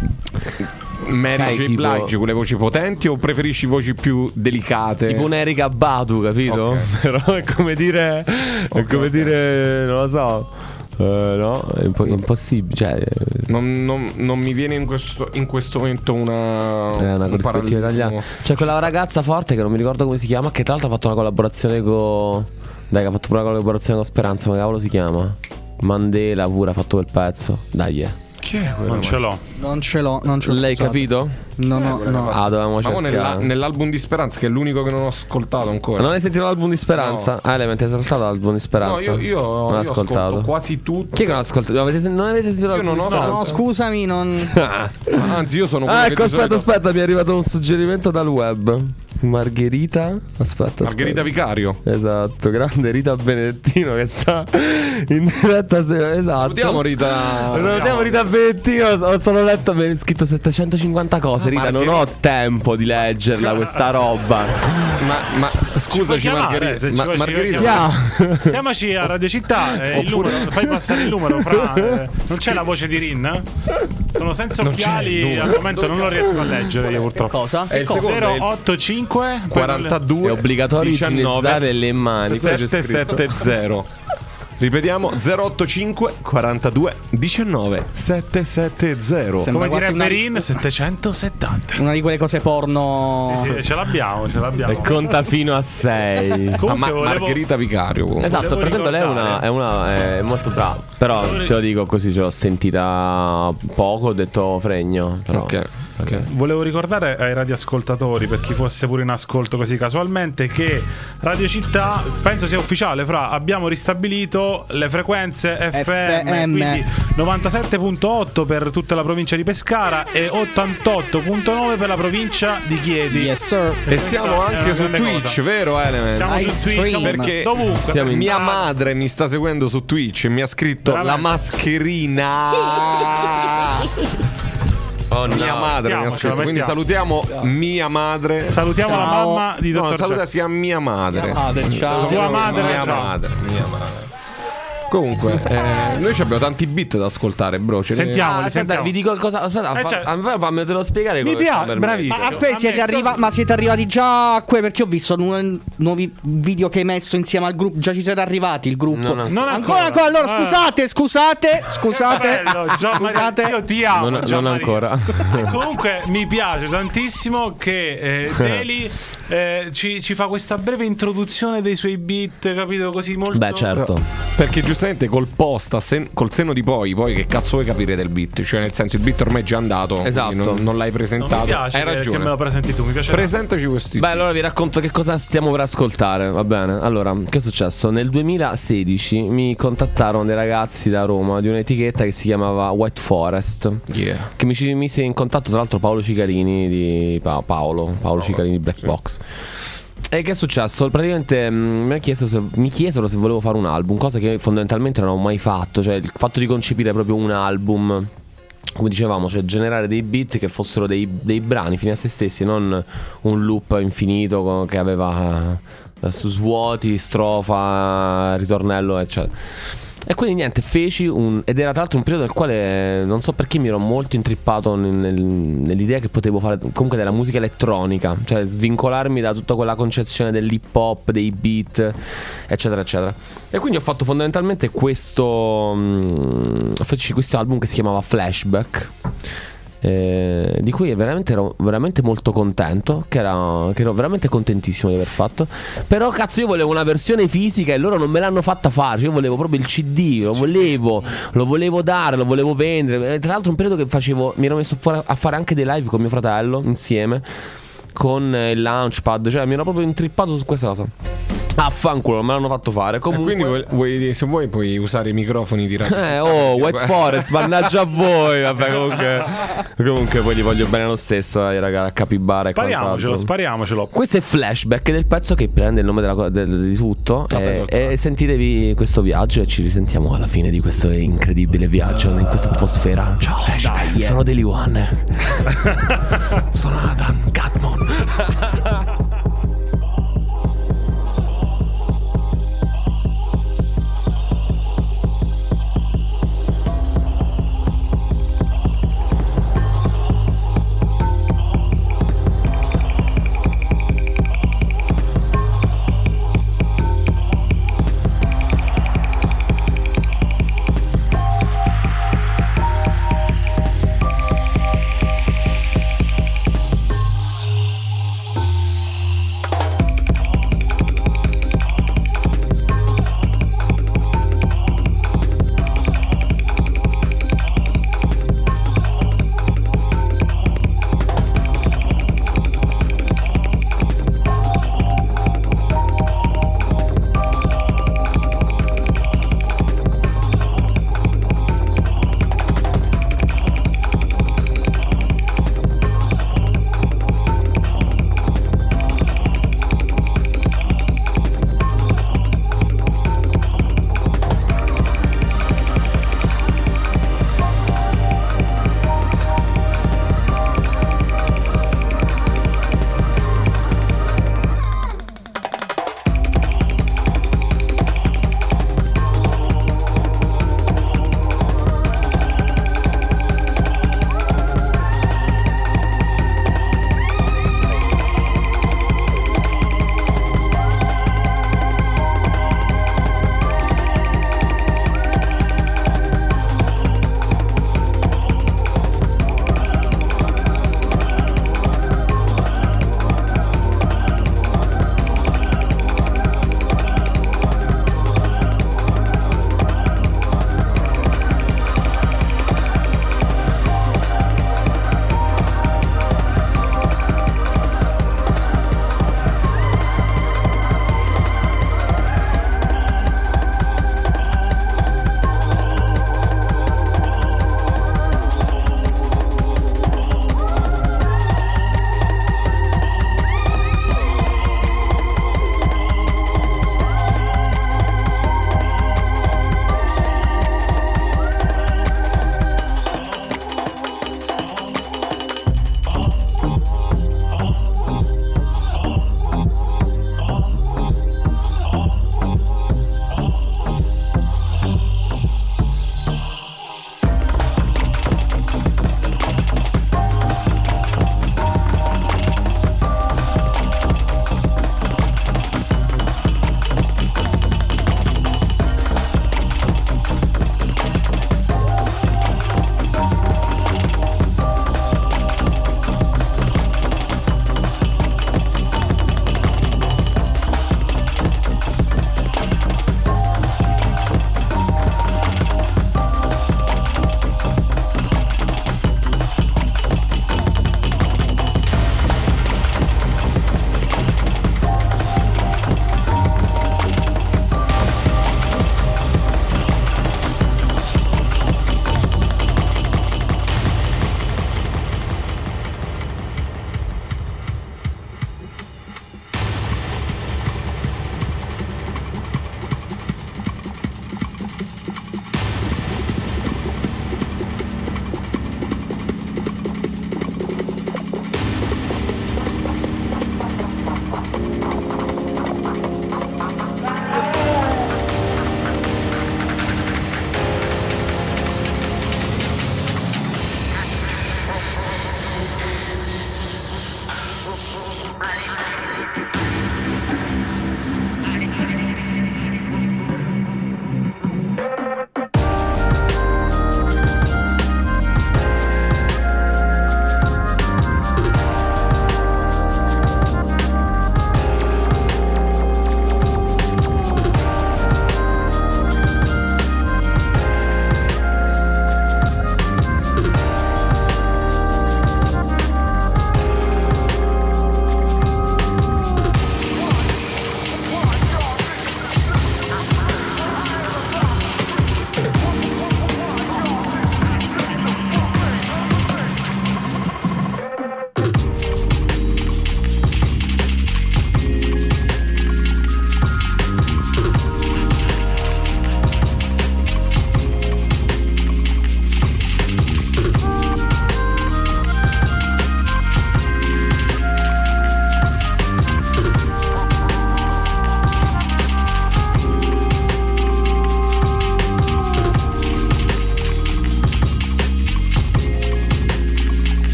Mary J. Blige, quelle voci potenti, o preferisci voci più delicate? Tipo un'Erika Badu, capito? Okay. Però è come dire okay, È come okay. dire, non lo so, uh, no? È impo- impossibile, cioè, non, non, non mi viene in questo, in questo momento una È una corrispettiva italiana. C'è quella ragazza forte che non mi ricordo come si chiama, che tra l'altro ha fatto una collaborazione con Dai, che ha fatto una collaborazione con Speranza, ma che cavolo si chiama? Mandela pure ha fatto quel pezzo. Dai, eh. Chi è quello? Non ce l'ho. Non ce l'ho, non ce l'ho. Lei scusate. capito? No, no, no. Ah, dovevamo cercare. Ma nella, nell'album di Speranza, che è l'unico che non ho ascoltato ancora. Non hai sentito l'album di Speranza? No. Ah, Element, hai ascoltato l'album di Speranza? No, io, io, non io ascoltato quasi tutto. Chi è che non ha ascoltato? Non avete, non avete sentito l'album non di ho- Speranza? No, scusami, non. Anzi, io sono quello Ah, che ecco, di solito- aspetta, aspetta, mi è arrivato un suggerimento dal web. Margherita, aspetta, Margherita aspetta. Vicario. Esatto, grande Rita Benedettino che sta in diretta. Se... Esatto. Salutiamo Rita. Salutiamo Rita Benedettino. Ho solo letto, mi è scritto settecentocinquanta cose. Ah, Rita, Margherita. non ho tempo di leggerla questa roba. Ma, ma scusaci, chiamare, Margherita. se ci Ma, vuoi, ci Margherita. Yeah. Chiamaci a Radio Città, eh, il Oppure- numero, fai passare il numero, Fra. eh, non c'è la voce di Rin? Sono senza Non c'è il occhiali, numero. al momento non lo riesco a leggere io purtroppo. Cosa? È il Cosa? secondo, è il zero otto cinque quarantadue È obbligatorio igienizzare le mani. Quello c'è sette scritto. sette zero. Ripetiamo zero otto cinque quarantadue diciannove sette sette zero. Sembra Come quasi direbbe una- Rin, settecentosettanta. Una di quelle cose porno. Sì, sì, ce l'abbiamo, ce l'abbiamo. E conta fino a sei. Ah, Comunque ma- volevo- Margherita Vicario comunque. Esatto, Volevo per esempio lei è una, ricordare- è una è molto brava. Però Volevo- te lo dico così, ce l'ho sentita poco, ho detto fregno. Però. Ok, ok. Volevo ricordare ai radioascoltatori, per chi fosse pure in ascolto così casualmente, che Radio Città, penso sia ufficiale, Fra, abbiamo ristabilito le frequenze F M, F M. quindi novantasette virgola otto per tutta la provincia di Pescara e ottantotto virgola nove per la provincia di Chieti. Yes, sir. E siamo Questa è anche una su grande Twitch, cosa. vero Element? Siamo Live su Twitch, stream. Perché dovunque. Siamo in- mia madre mi sta seguendo su Twitch e mi ha scritto Veramente? la mascherina. Oh, no. Mia madre mi ha Mettiamocela, scritto. Quindi mettiamo. salutiamo mia madre. Salutiamo la Ciao. mamma di No, Dottor saluta Giacomo. sia mia madre. Madre, ciao. Tua madre, Mia ciao. madre, mia madre. Comunque, eh, noi ci abbiamo tanti beat da ascoltare, bro. Ce ne- Sentiamoli, Ah, aspetta, sentiamo. vi dico cosa. Aspetta, Eh, fa- cioè- fa- fammelo spiegare. Mi come piace, sta per me. bravissimo. Ma aspetta, A siete me- arriva- ma siete arrivati già a que? Perché ho visto nu- nuovi video che hai messo insieme al gruppo. Già ci siete arrivati, il gruppo. No, no. Non Ancora, ancora. ancora. Allora, Ah. scusate, scusate, scusate. Bello, Gian Maria, Scusate. io ti amo. Non- Gian non Maria. ancora. Comunque mi piace tantissimo che eh, Deli eh, ci, ci fa questa breve introduzione dei suoi beat, capito? Così molto. Beh, certo. Perché giustamente col post, a sen- col senno di poi, poi che cazzo vuoi capire del beat? Cioè, nel senso, il beat ormai è già andato. Esatto. quindi Non, non l'hai Non presentato. mi piace Hai che, ragione. che me lo presenti tu, mi piace. Presentaci questi. Beh, allora vi racconto che cosa stiamo per ascoltare, va bene? Allora, che è successo? Nel duemilasedici mi contattarono dei ragazzi da Roma di un'etichetta che si chiamava White Forest. Yeah. Che mi ci mise in contatto, tra l'altro, Paolo Cicarini di Pa- Paolo, Paolo Cicarini di Black Box. E che è successo? Praticamente mh, mi, ha chiesto se, mi chiesero se volevo fare un album, cosa che fondamentalmente non ho mai fatto. Cioè, il fatto di concepire proprio un album, come dicevamo, cioè generare dei beat che fossero dei, dei brani fini a se stessi, non un loop infinito co- che aveva eh, su svuoti, strofa, ritornello, eccetera. E quindi niente, feci un... ed era tra l'altro un periodo nel quale non so perché mi ero molto intrippato nel, nel, nell'idea che potevo fare comunque della musica elettronica, cioè svincolarmi da tutta quella concezione dell'hip hop, dei beat, eccetera eccetera. E quindi ho fatto fondamentalmente questo mh, feci questo album che si chiamava Flashback, eh, di cui veramente ero veramente molto contento, che, era, che ero veramente contentissimo di aver fatto. Però cazzo, io volevo una versione fisica e loro non me l'hanno fatta fare. Io volevo proprio il C D, lo volevo, lo volevo dare, lo volevo vendere. E tra l'altro un periodo che facevo, mi ero messo a fare anche dei live con mio fratello insieme, con il Launchpad, cioè mi ero proprio intrippato su questa cosa. Affanculo, non me l'hanno fatto fare. Comunque, e quindi vuoi, vuoi, se vuoi puoi usare i microfoni di radio. Eh, oh, White Forest, mannaggia a voi. Vabbè, comunque, comunque poi li voglio bene lo stesso, eh, raga, capibara. Spariamocelo, spariamocelo. Questo è Flashback del pezzo che prende il nome della, del, di tutto. Vabbè, e, e sentitevi questo viaggio e ci risentiamo alla fine di questo incredibile viaggio in questa atmosfera. Ciao, dai, sono Daily One. Sono Adam Gatmon.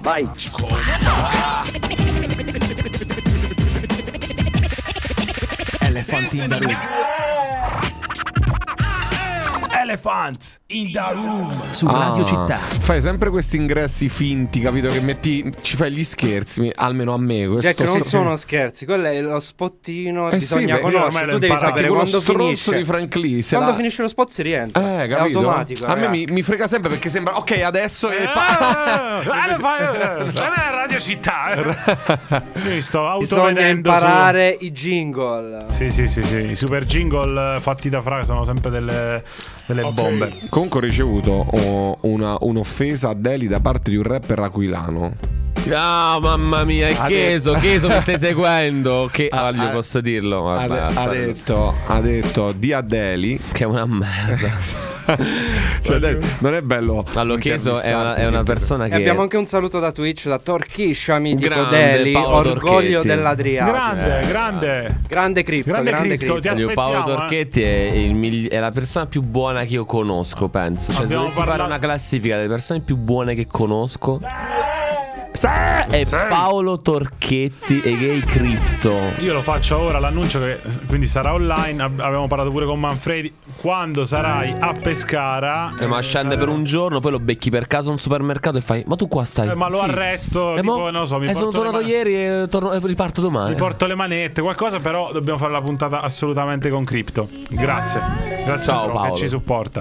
Vai. Elephant in the room. Elephant in the room. Su Radio Ah, Città. Fai sempre questi ingressi finti, capito? Che metti, ci fai gli scherzi, mi- almeno a me. Questo Jack, non sto- sono scherzi, quello è lo spottino. Eh bisogna sì, beh, io ormai conoscere. l'ho Tu devi imparato. sapere Tipo lo quando stronzo finisce. di Frank Lee. se Quando la- finisce lo spot si rientra. Eh, è capito? automatico. A me ragazzi. mi, mi frega sempre perché sembra, ok, adesso è Ah, eh, Radio Città. eh. Io mi sto Bisogna autovedendo imparare i jingle. su... Sì, sì, sì, sì. I super jingle fatti da Fra sono sempre delle, delle bombe. Comunque ho ricevuto oh, una, un'offesa a Deli da parte di un rapper aquilano. Ah, mamma mia, il Ha Cheso, detto- Cheso mi stai seguendo. Che Ha- voglio, ha- posso dirlo? Ha, Vabbè, de- ha basta. detto, ha detto di a Deli. Che è una merda. Cioè, Deli, non è bello. Allora, Cheso è una, è una persona E che abbiamo anche un saluto da Twitch da Torchiscia, mitico Grande Deli, Paolo orgoglio Torchetti. dell'Adriatico. Grande, Eh, grande. Grande cripto, Grande grande, cripto, cripto. ti Io, Paolo aspettiamo, eh. Torchetti è, il migli- è la persona più buona che io conosco, penso. Cioè, se Abbiamo dovessi fare parlato- una classifica delle persone più buone che conosco, è Paolo Torchetti e Gay Crypto. Io lo faccio ora l'annuncio che quindi sarà online. Ab- Abbiamo parlato pure con Manfredi. Quando sarai a Pescara, Eh, ma scende per un giorno, poi lo becchi per caso a un supermercato e fai: ma tu qua stai? Eh, ma lo Sì. arresto, Eh, tipo, mo- non lo so, mi eh, sono porto le tornato man- ieri e, torno- e riparto domani. Mi porto le manette, qualcosa, però dobbiamo fare la puntata assolutamente con Crypto. Grazie. Grazie Ciao, a Pro Paolo. che ci supporta.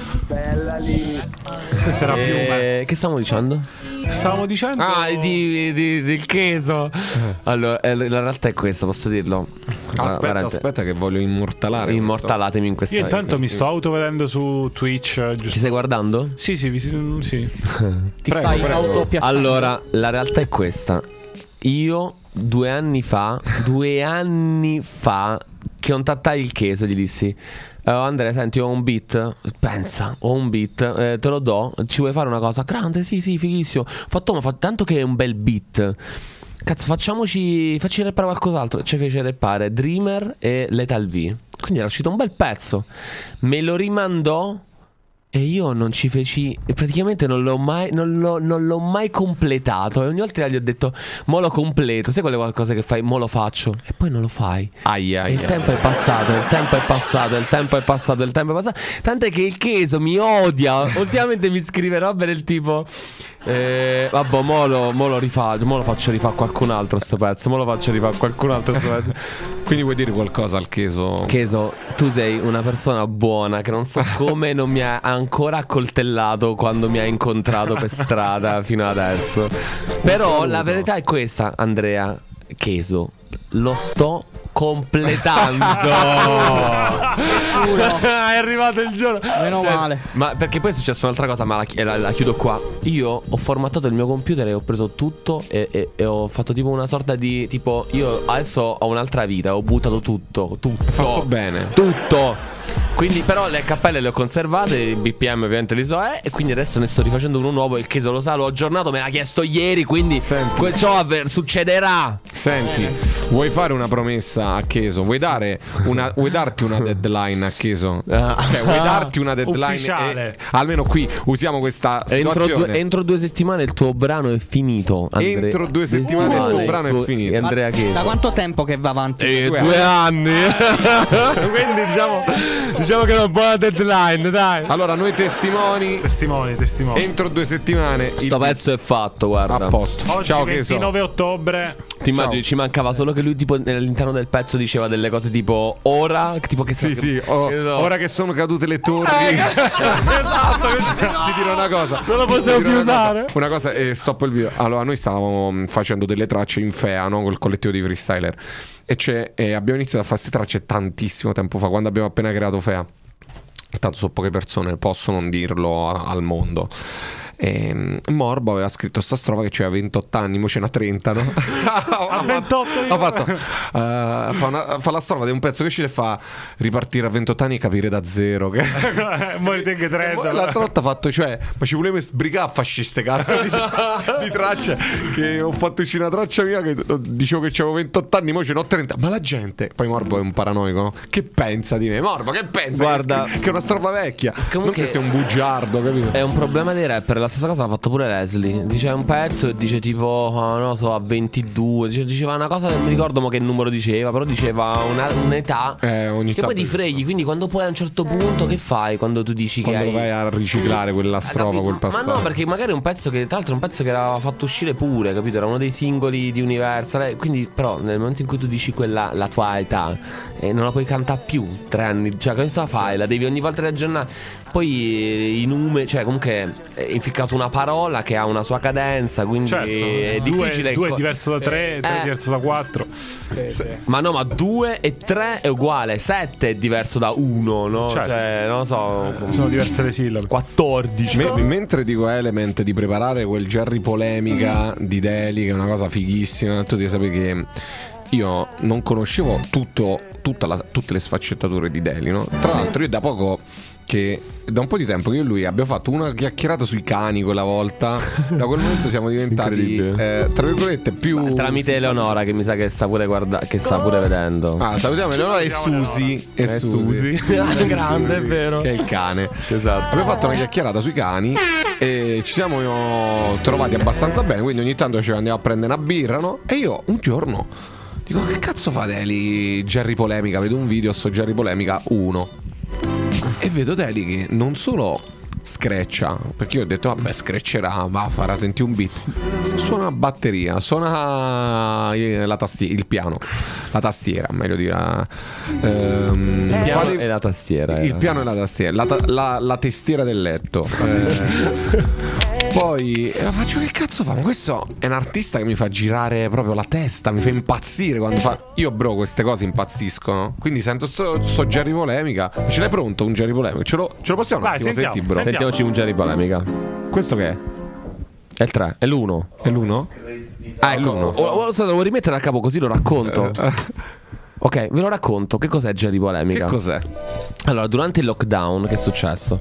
Questa era Fiume. Eh, che stiamo dicendo? Stavamo dicendo Ah, di, di- del Cheso. Allora, eh, la realtà è questa, posso dirlo? Ah, Aspetta, veramente. aspetta, che voglio immortalare. Immortalatemi in questa. Io intanto mi sto autovedendo su Twitch, eh, Ci giusto? stai guardando? Sì, sì, vi- sì. Ti Prego, stai prego. autopiazzando. Allora, la realtà è questa. Io due anni fa, due anni fa, che contattai il Cheso, gli dissi: "Eh, Andrea, senti, ho un beat. Pensa, ho un beat, eh, te lo do. Ci vuoi fare una cosa? Grande, sì, sì, fighissimo. Ho fatto, ma fa tanto che è un bel beat. Cazzo, facciamoci. Facci rappare qualcos'altro. Ci fece rappare Dreamer e Lethal V. Quindi era uscito un bel pezzo. Me lo rimandò. E io non ci feci. Praticamente non l'ho mai. Non l'ho, non l'ho mai completato. E ogni volta gli ho detto: mo lo completo. Sai quelle cose che fai? Mo lo faccio. E poi non lo fai. Aia, E il aia. tempo è passato, il tempo è passato, il tempo è passato, il tempo è passato. Tant'è che il Cheso mi odia. Ultimamente mi scrive robe del tipo: eh, vabbè, mo lo, mo lo rifaccio, mo lo faccio rifare a qualcun altro sto pezzo. Mo lo faccio rifare a qualcun altro sto pezzo. Quindi vuoi dire qualcosa al Cheso? Cheso, tu sei una persona buona che non so come non mi ha ancora accoltellato quando mi ha incontrato per strada fino adesso. Però la verità è questa, Andrea Cheso, lo sto completando. È arrivato il giorno. Meno Cioè, male. Ma perché poi è successa un'altra cosa, ma la, chi- la- la chiudo qua. Io ho formattato il mio computer e ho preso tutto e, e- e ho fatto tipo una sorta di tipo io adesso ho un'altra vita, ho buttato tutto, tutto. Fatto bene. Tutto. Quindi però le H P L le ho conservate, i B P M ovviamente li so, eh, e quindi adesso ne sto rifacendo uno nuovo, il Cheso lo sa, l'ho aggiornato, me l'ha chiesto ieri, quindi Senti. quel ciò avver- succederà. Senti, vuoi fare una promessa a Cheso? Vuoi dare una, vuoi darti una deadline a Cheso? Ah. Cioè, vuoi darti una deadline? Ufficiale. E, almeno qui usiamo questa Entro situazione. due, entro due settimane il tuo brano è finito, Andre- Entro due settimane il tuo brano è tu- finito. Andrea Da Cheso. quanto tempo che va avanti? Eh, Due due anni. Quindi diciamo, diciamo che è una buona deadline, dai. Allora, noi testimoni, Testimoni, testimoni. entro due settimane il- Sto pezzo è fatto, guarda. a posto. Oggi Ciao Cheso. ventinove ottobre. Ti immagini, Ciao. ci mancava solo che lui tipo all'interno del pezzo diceva delle cose tipo ora, tipo che Sì, sì, oh, che so. ora che sono cadute le torri. Esatto, Ti dirò una cosa. Non lo Ti possiamo dirò più una cosa. usare. Una cosa, e stoppo il video. Allora, noi stavamo mh, facendo delle tracce in Fea, no? Col collettivo di freestyler. E, c'è, e abbiamo iniziato a fare queste tracce tantissimo tempo fa, quando abbiamo appena creato Fea. Tanto so poche persone, posso non dirlo a- al mondo. E, Morbo aveva scritto sta strofa che c'aveva ventotto anni, mo ce n'ha trenta, no? A ventotto Ha fatto, eh, fa, una- fa la strofa di un pezzo che esce e fa ripartire a ventotto anni e capire da zero. Che... Morite anche trenta. L'altra volta ha fatto, cioè, ma ci voleva sbrigare a fasciste cazzo di, di tracce. Che ho fatto uscire una traccia mia che dicevo che avevo ventotto anni, mo ce n'ho trenta. Ma la gente, poi Morbo è un paranoico, no? Che pensa di me? Morbo, che pensa? Guarda, che, scri- che è una strofa vecchia. comunque- non che sia un bugiardo, capito? È un problema dei rapper. La stessa cosa l'ha fatto pure Leslie. Dice un pezzo e dice tipo oh, non lo so, a ventidue. Dice, diceva una cosa, non mi ricordo mo che numero diceva, però diceva una, un'età eh, ogni che poi ti freghi. Quindi quando poi a un certo punto che fai? Quando tu dici quando che hai... vai a riciclare quella strofa, quel passaggio. Ma no, perché magari è un pezzo che tra l'altro è un pezzo che era fatto uscire pure, capito? Era uno dei singoli di Universal. Quindi però nel momento in cui tu dici quella, la tua età, e non la puoi cantare più tre anni, cioè cosa fai? La devi ogni volta riaggiornare. Poi i numeri, cioè comunque è inficcato una parola che ha una sua cadenza, quindi certo, è difficile. Due è diverso da tre, tre eh, è diverso da quattro. Sì, sì. Ma no, ma due e tre è uguale, sette è diverso da uno, no? Certo. Cioè, non lo so, sono diverse le sillabe. quattordici. Me- mentre dico a Element di preparare quel Jerry polemica di Deli, che è una cosa fighissima, tu devi sapere che io non conoscevo tutto, tutta la, tutte le sfaccettature di Deli, no? Tra l'altro io da poco che da un po' di tempo che io e lui abbiamo fatto una chiacchierata sui cani quella volta. Da quel momento siamo diventati eh, tra virgolette più ma tramite Eleonora che mi sa che sta pure guarda- che sta pure vedendo. Ah, salutiamo Eleonora e Susi e È Susi. Susi. Grande, è vero. Che è il cane. Esatto. Abbiamo fatto una chiacchierata sui cani e ci siamo trovati abbastanza bene, quindi ogni tanto ci andiamo a prendere una birra, no? E io un giorno dico che cazzo fa Deli Jerry polemica, vedo un video su Jerry polemica uno e vedo Deli che non solo screccia, perché io ho detto vabbè screccerà, va, farà sentire un beat, suona la batteria, suona la tasti- il piano, la tastiera meglio dire, ehm, Il piano fate- e la tastiera il era. piano e la tastiera, la, ta- la, la testiera del letto. eh. Poi eh, faccio che cazzo fa? Ma questo è un artista che mi fa girare proprio la testa, mi fa impazzire quando fa. Io bro queste cose impazziscono. Quindi sento sto, sto Jerry polemica. Ce l'hai pronto un Jerry polemica? Ce lo, ce lo possiamo un Vai, attimo sentiamo, senti bro? sentiamo. Sentiamoci un Jerry polemica. Questo che è? È il tre, è l'uno. È l'uno? Ah, ecco, o, o, o, lo devo rimettere a capo così lo racconto. Ok, ve lo racconto. Che cos'è Jerry polemica? Che cos'è? Allora, durante il lockdown, che è successo?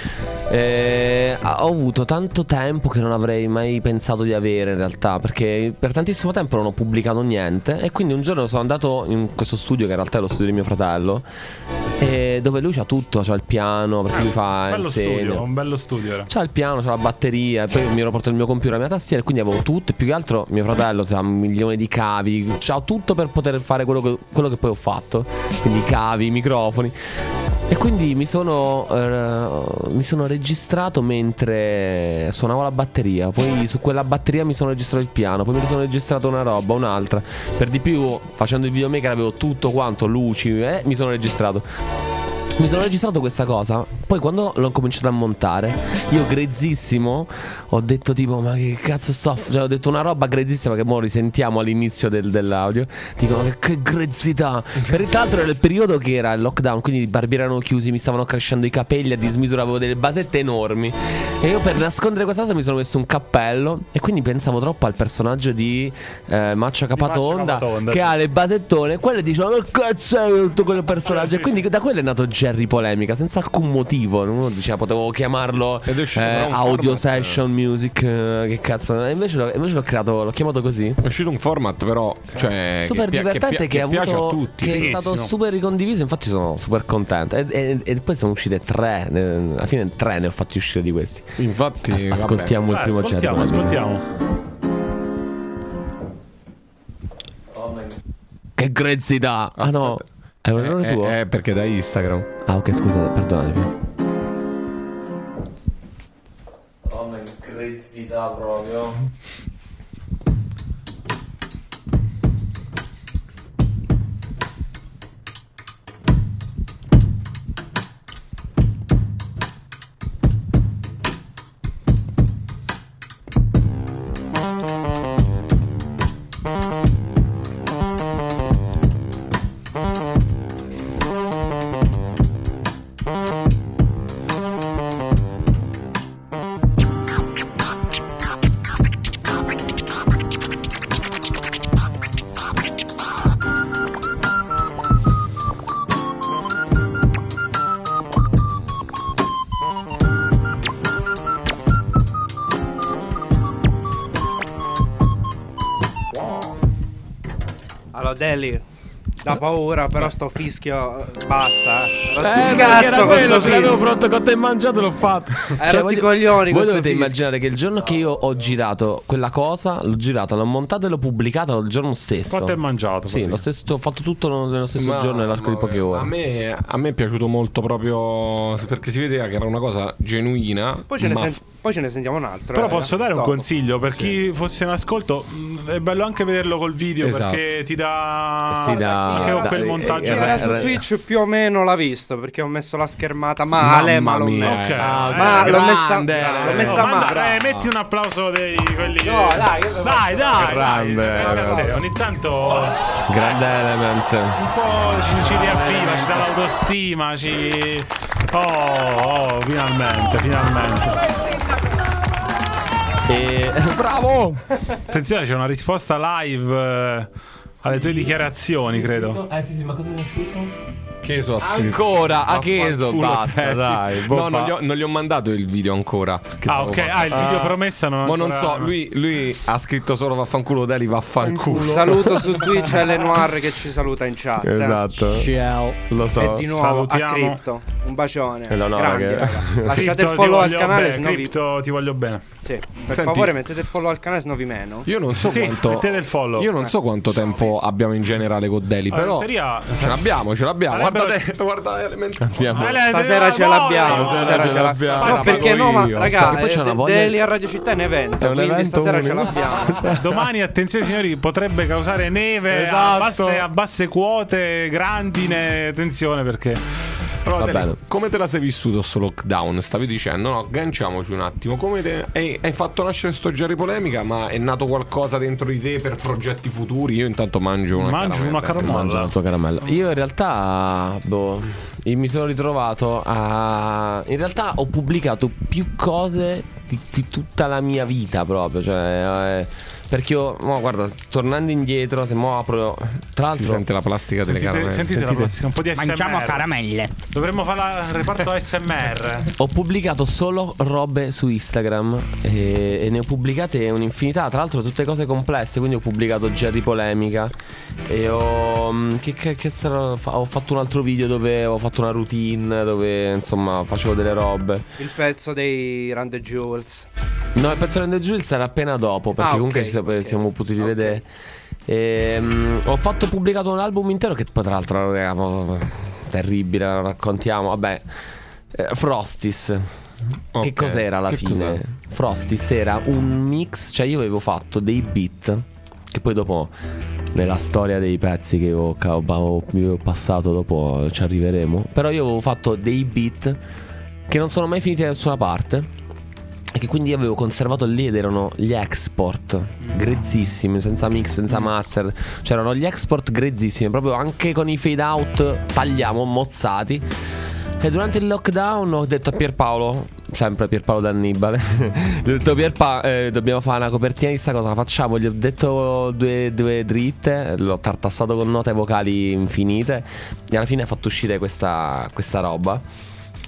Eh, ho avuto tanto tempo che non avrei mai pensato di avere in realtà, perché per tantissimo tempo non ho pubblicato niente. E quindi un giorno sono andato in questo studio, che in realtà è lo studio di mio fratello, e dove lui c'ha tutto, c'ha il piano, perché lui fa bello insegna. studio, un bello studio era. C'ha il piano, c'ha la batteria, e poi mi ero portato il mio computer, la mia tastiera, e quindi avevo tutto. E più che altro mio fratello ha un milione di cavi, c'ha tutto per poter fare quello che, quello che poi ho fatto. Quindi i cavi, i microfoni. E quindi mi sono eh, mi sono registrato mentre suonavo la batteria. Poi su quella batteria mi sono registrato il piano. Poi mi sono registrato una roba, un'altra. Per di più, facendo il videomaker avevo tutto quanto, luci, eh, mi sono registrato. Mi sono registrato questa cosa. Poi quando l'ho cominciato a montare, io grezzissimo ho detto tipo ma che cazzo sto f-? Cioè ho detto una roba grezzissima che mo risentiamo all'inizio del, dell'audio. Dico ma che, che grezzità. Per tra l'altro era il periodo che era il lockdown, quindi i barbieri erano chiusi, mi stavano crescendo i capelli a dismisura, avevo delle basette enormi. E io per nascondere questa cosa mi sono messo un cappello. E quindi pensavo troppo al personaggio di eh, Maccio Capatonda, Capatonda, che sì. ha le basettone. E quelle dicevano che cazzo è tutto quel personaggio. E quindi da quello è nato Jerry polemica, senza alcun motivo. Uno diceva potevo chiamarlo Ed è uscito eh, però un audio format. session music, eh, che cazzo. E invece, l'ho, invece l'ho creato, l'ho chiamato così. È uscito un format però cioè, Super che, pia- divertente, che, che, ha pi- che piace avuto, a tutti. che è fighissimo. stato super ricondiviso. Infatti sono super contento. E, e- e poi sono uscite tre. ne- Alla fine tre ne ho fatti uscire di questi. Infatti As- vabbè. ascoltiamo il Dai, primo ascoltiamo, Jerry polemica. ascoltiamo. Che grezzità. Ah no, è un errore Eh, tuo? eh, perché da Instagram. Ah ok, scusa, perdonami. Oh ma che grezzità proprio. Allora, Deli, Da paura, però sto fischio basta. Eh, Rotti perché il era cazzo quello, questo ce l'avevo fischio. pronto con te mangiato, l'ho fatto. Eh, rotti i coglioni Voi questo dovete fischio. immaginare che il giorno che io ho girato quella cosa, l'ho girata, l'ho montata e l'ho pubblicata il giorno stesso. Quanto hai mangiato? Sì, lo stesso, ho fatto tutto nello stesso Ma- giorno nell'arco di poche A ore. me, a me è piaciuto molto proprio perché si vedeva che era una cosa genuina. Poi ce, ne ma sen- poi ce ne sentiamo un altro. Però eh, posso dare un dopo. consiglio per chi fosse in ascolto, mh, è bello anche vederlo col video Esatto. perché ti dà Sì, da- anche con da- quel eh, montaggio. eh, Chi era eh, su eh, Twitch più o meno l'ha visto perché ho messo la schermata male, Mamma ma l'ho mia. messa. Ok, Ah, eh, Ma l'ho messa, grande, l'ho eh, messa Oh, manda- male. eh, metti un applauso dei quelli. No, dai, io devo- dai, dai, Grande, dai, anche a te. grande. Ogni tanto Grande Element. un po' ci, ci riattiva, ci dà l'autostima, ci. Oh, oh, finalmente, finalmente. E... Bravo! Attenzione, c'è una risposta live eh, alle tue dichiarazioni, credo. Eh sì, sì, ma cosa c'è scritto? Cheso ha scritto. Ancora, a Cheso, Vaffanculo, basta, Teddy. dai. No, boh, non gli, ho, non gli ho mandato il video ancora. che Ah, t'avevo ok. fatto. Ah, il video promessa non Ma non ancora- so, lui, lui ha scritto solo vaffanculo Deli, vaffanculo. Saluto su Twitch a Lenoir che ci saluta in chat. Esatto. Ciao. Lo so. E di nuovo Salutiamo. a Crypto. Un bacione. E l'onore Grandi, che- raga. Lasciate Crypto, il ti follow al voglio canale, bene, se no vi... Crypto, ti voglio bene. Sì, per Senti- favore mettete il follow al canale, se no vi meno. Io non so Sì, quanto. mettete il follow. Io non so quanto tempo abbiamo in generale con Deli, Allora, però. in teoria- ce l'abbiamo, ce l'abbiamo. Avrebbero- Guardate, guardate Element. Abbiamo- Eh, lei- Stasera ce voglia! l'abbiamo, stasera ce l'abbiamo. l'abbiamo. No, perché no, ma Io. raga, Che poi c'è una eh, voglia- Deli a Radio Città è un evento, È un quindi evento stasera ce unico. l'abbiamo. Domani, attenzione signori, potrebbe causare neve a, Esatto. basse, a basse quote, grandine, attenzione perché... Però, Va Deli, bene. come te la sei vissuto sto lockdown? Stavi dicendo, no, agganciamoci un attimo. Come te hai, hai fatto nascere sto Jerry polemica, ma è nato qualcosa dentro di te per progetti futuri? Io intanto mangio una Mangio una caramella. Mangia la tua caramella. Io in realtà, boh, io mi sono ritrovato a. In realtà ho pubblicato più cose di, di tutta la mia vita proprio. Cioè, eh, perché io, mo, guarda, tornando indietro, se mo apro. Tra Si l'altro, sente la plastica delle Sentite, caramelle. sentite la plastica, un po' di A S M R. Mangiamo caramelle. Dovremmo fare il reparto A S M R. ho pubblicato solo robe su Instagram e, e ne ho pubblicate un'infinità. Tra l'altro, tutte cose complesse. Quindi ho pubblicato Jerry Polemica. E ho. mm, Che che cazzo era? Fa- Ho fatto un altro video dove ho fatto una routine. Dove insomma facevo delle robe. Il pezzo dei Run the Jewels. No, il pezzo di Jules era appena dopo. Perché Ah, comunque ok, ci siamo, ok. siamo potuti rivedere. E, mm, ho fatto pubblicato un album intero. Che poi tra l'altro era proprio terribile. Lo raccontiamo. Vabbè, eh, Frosties. Che Ok. cos'era alla Che fine? cos'è? Frosties era un mix. Cioè io avevo fatto dei beat. Che poi dopo nella storia dei pezzi che ho, che ho- ho- ho passato dopo ci arriveremo. Però io avevo fatto dei beat che non sono mai finiti da nessuna parte. E che quindi io avevo conservato lì ed erano gli export grezzissimi, senza mix, senza master. C'erano gli export grezzissimi, proprio anche con i fade out tagliamo, mozzati. E durante il lockdown ho detto a Pierpaolo, sempre Pierpaolo D'Annibale, ho detto Pierpa, eh, dobbiamo fare una copertina di sta cosa, la facciamo? Gli ho detto due, due dritte, l'ho tartassato con note vocali infinite e alla fine ha fatto uscire questa, questa roba.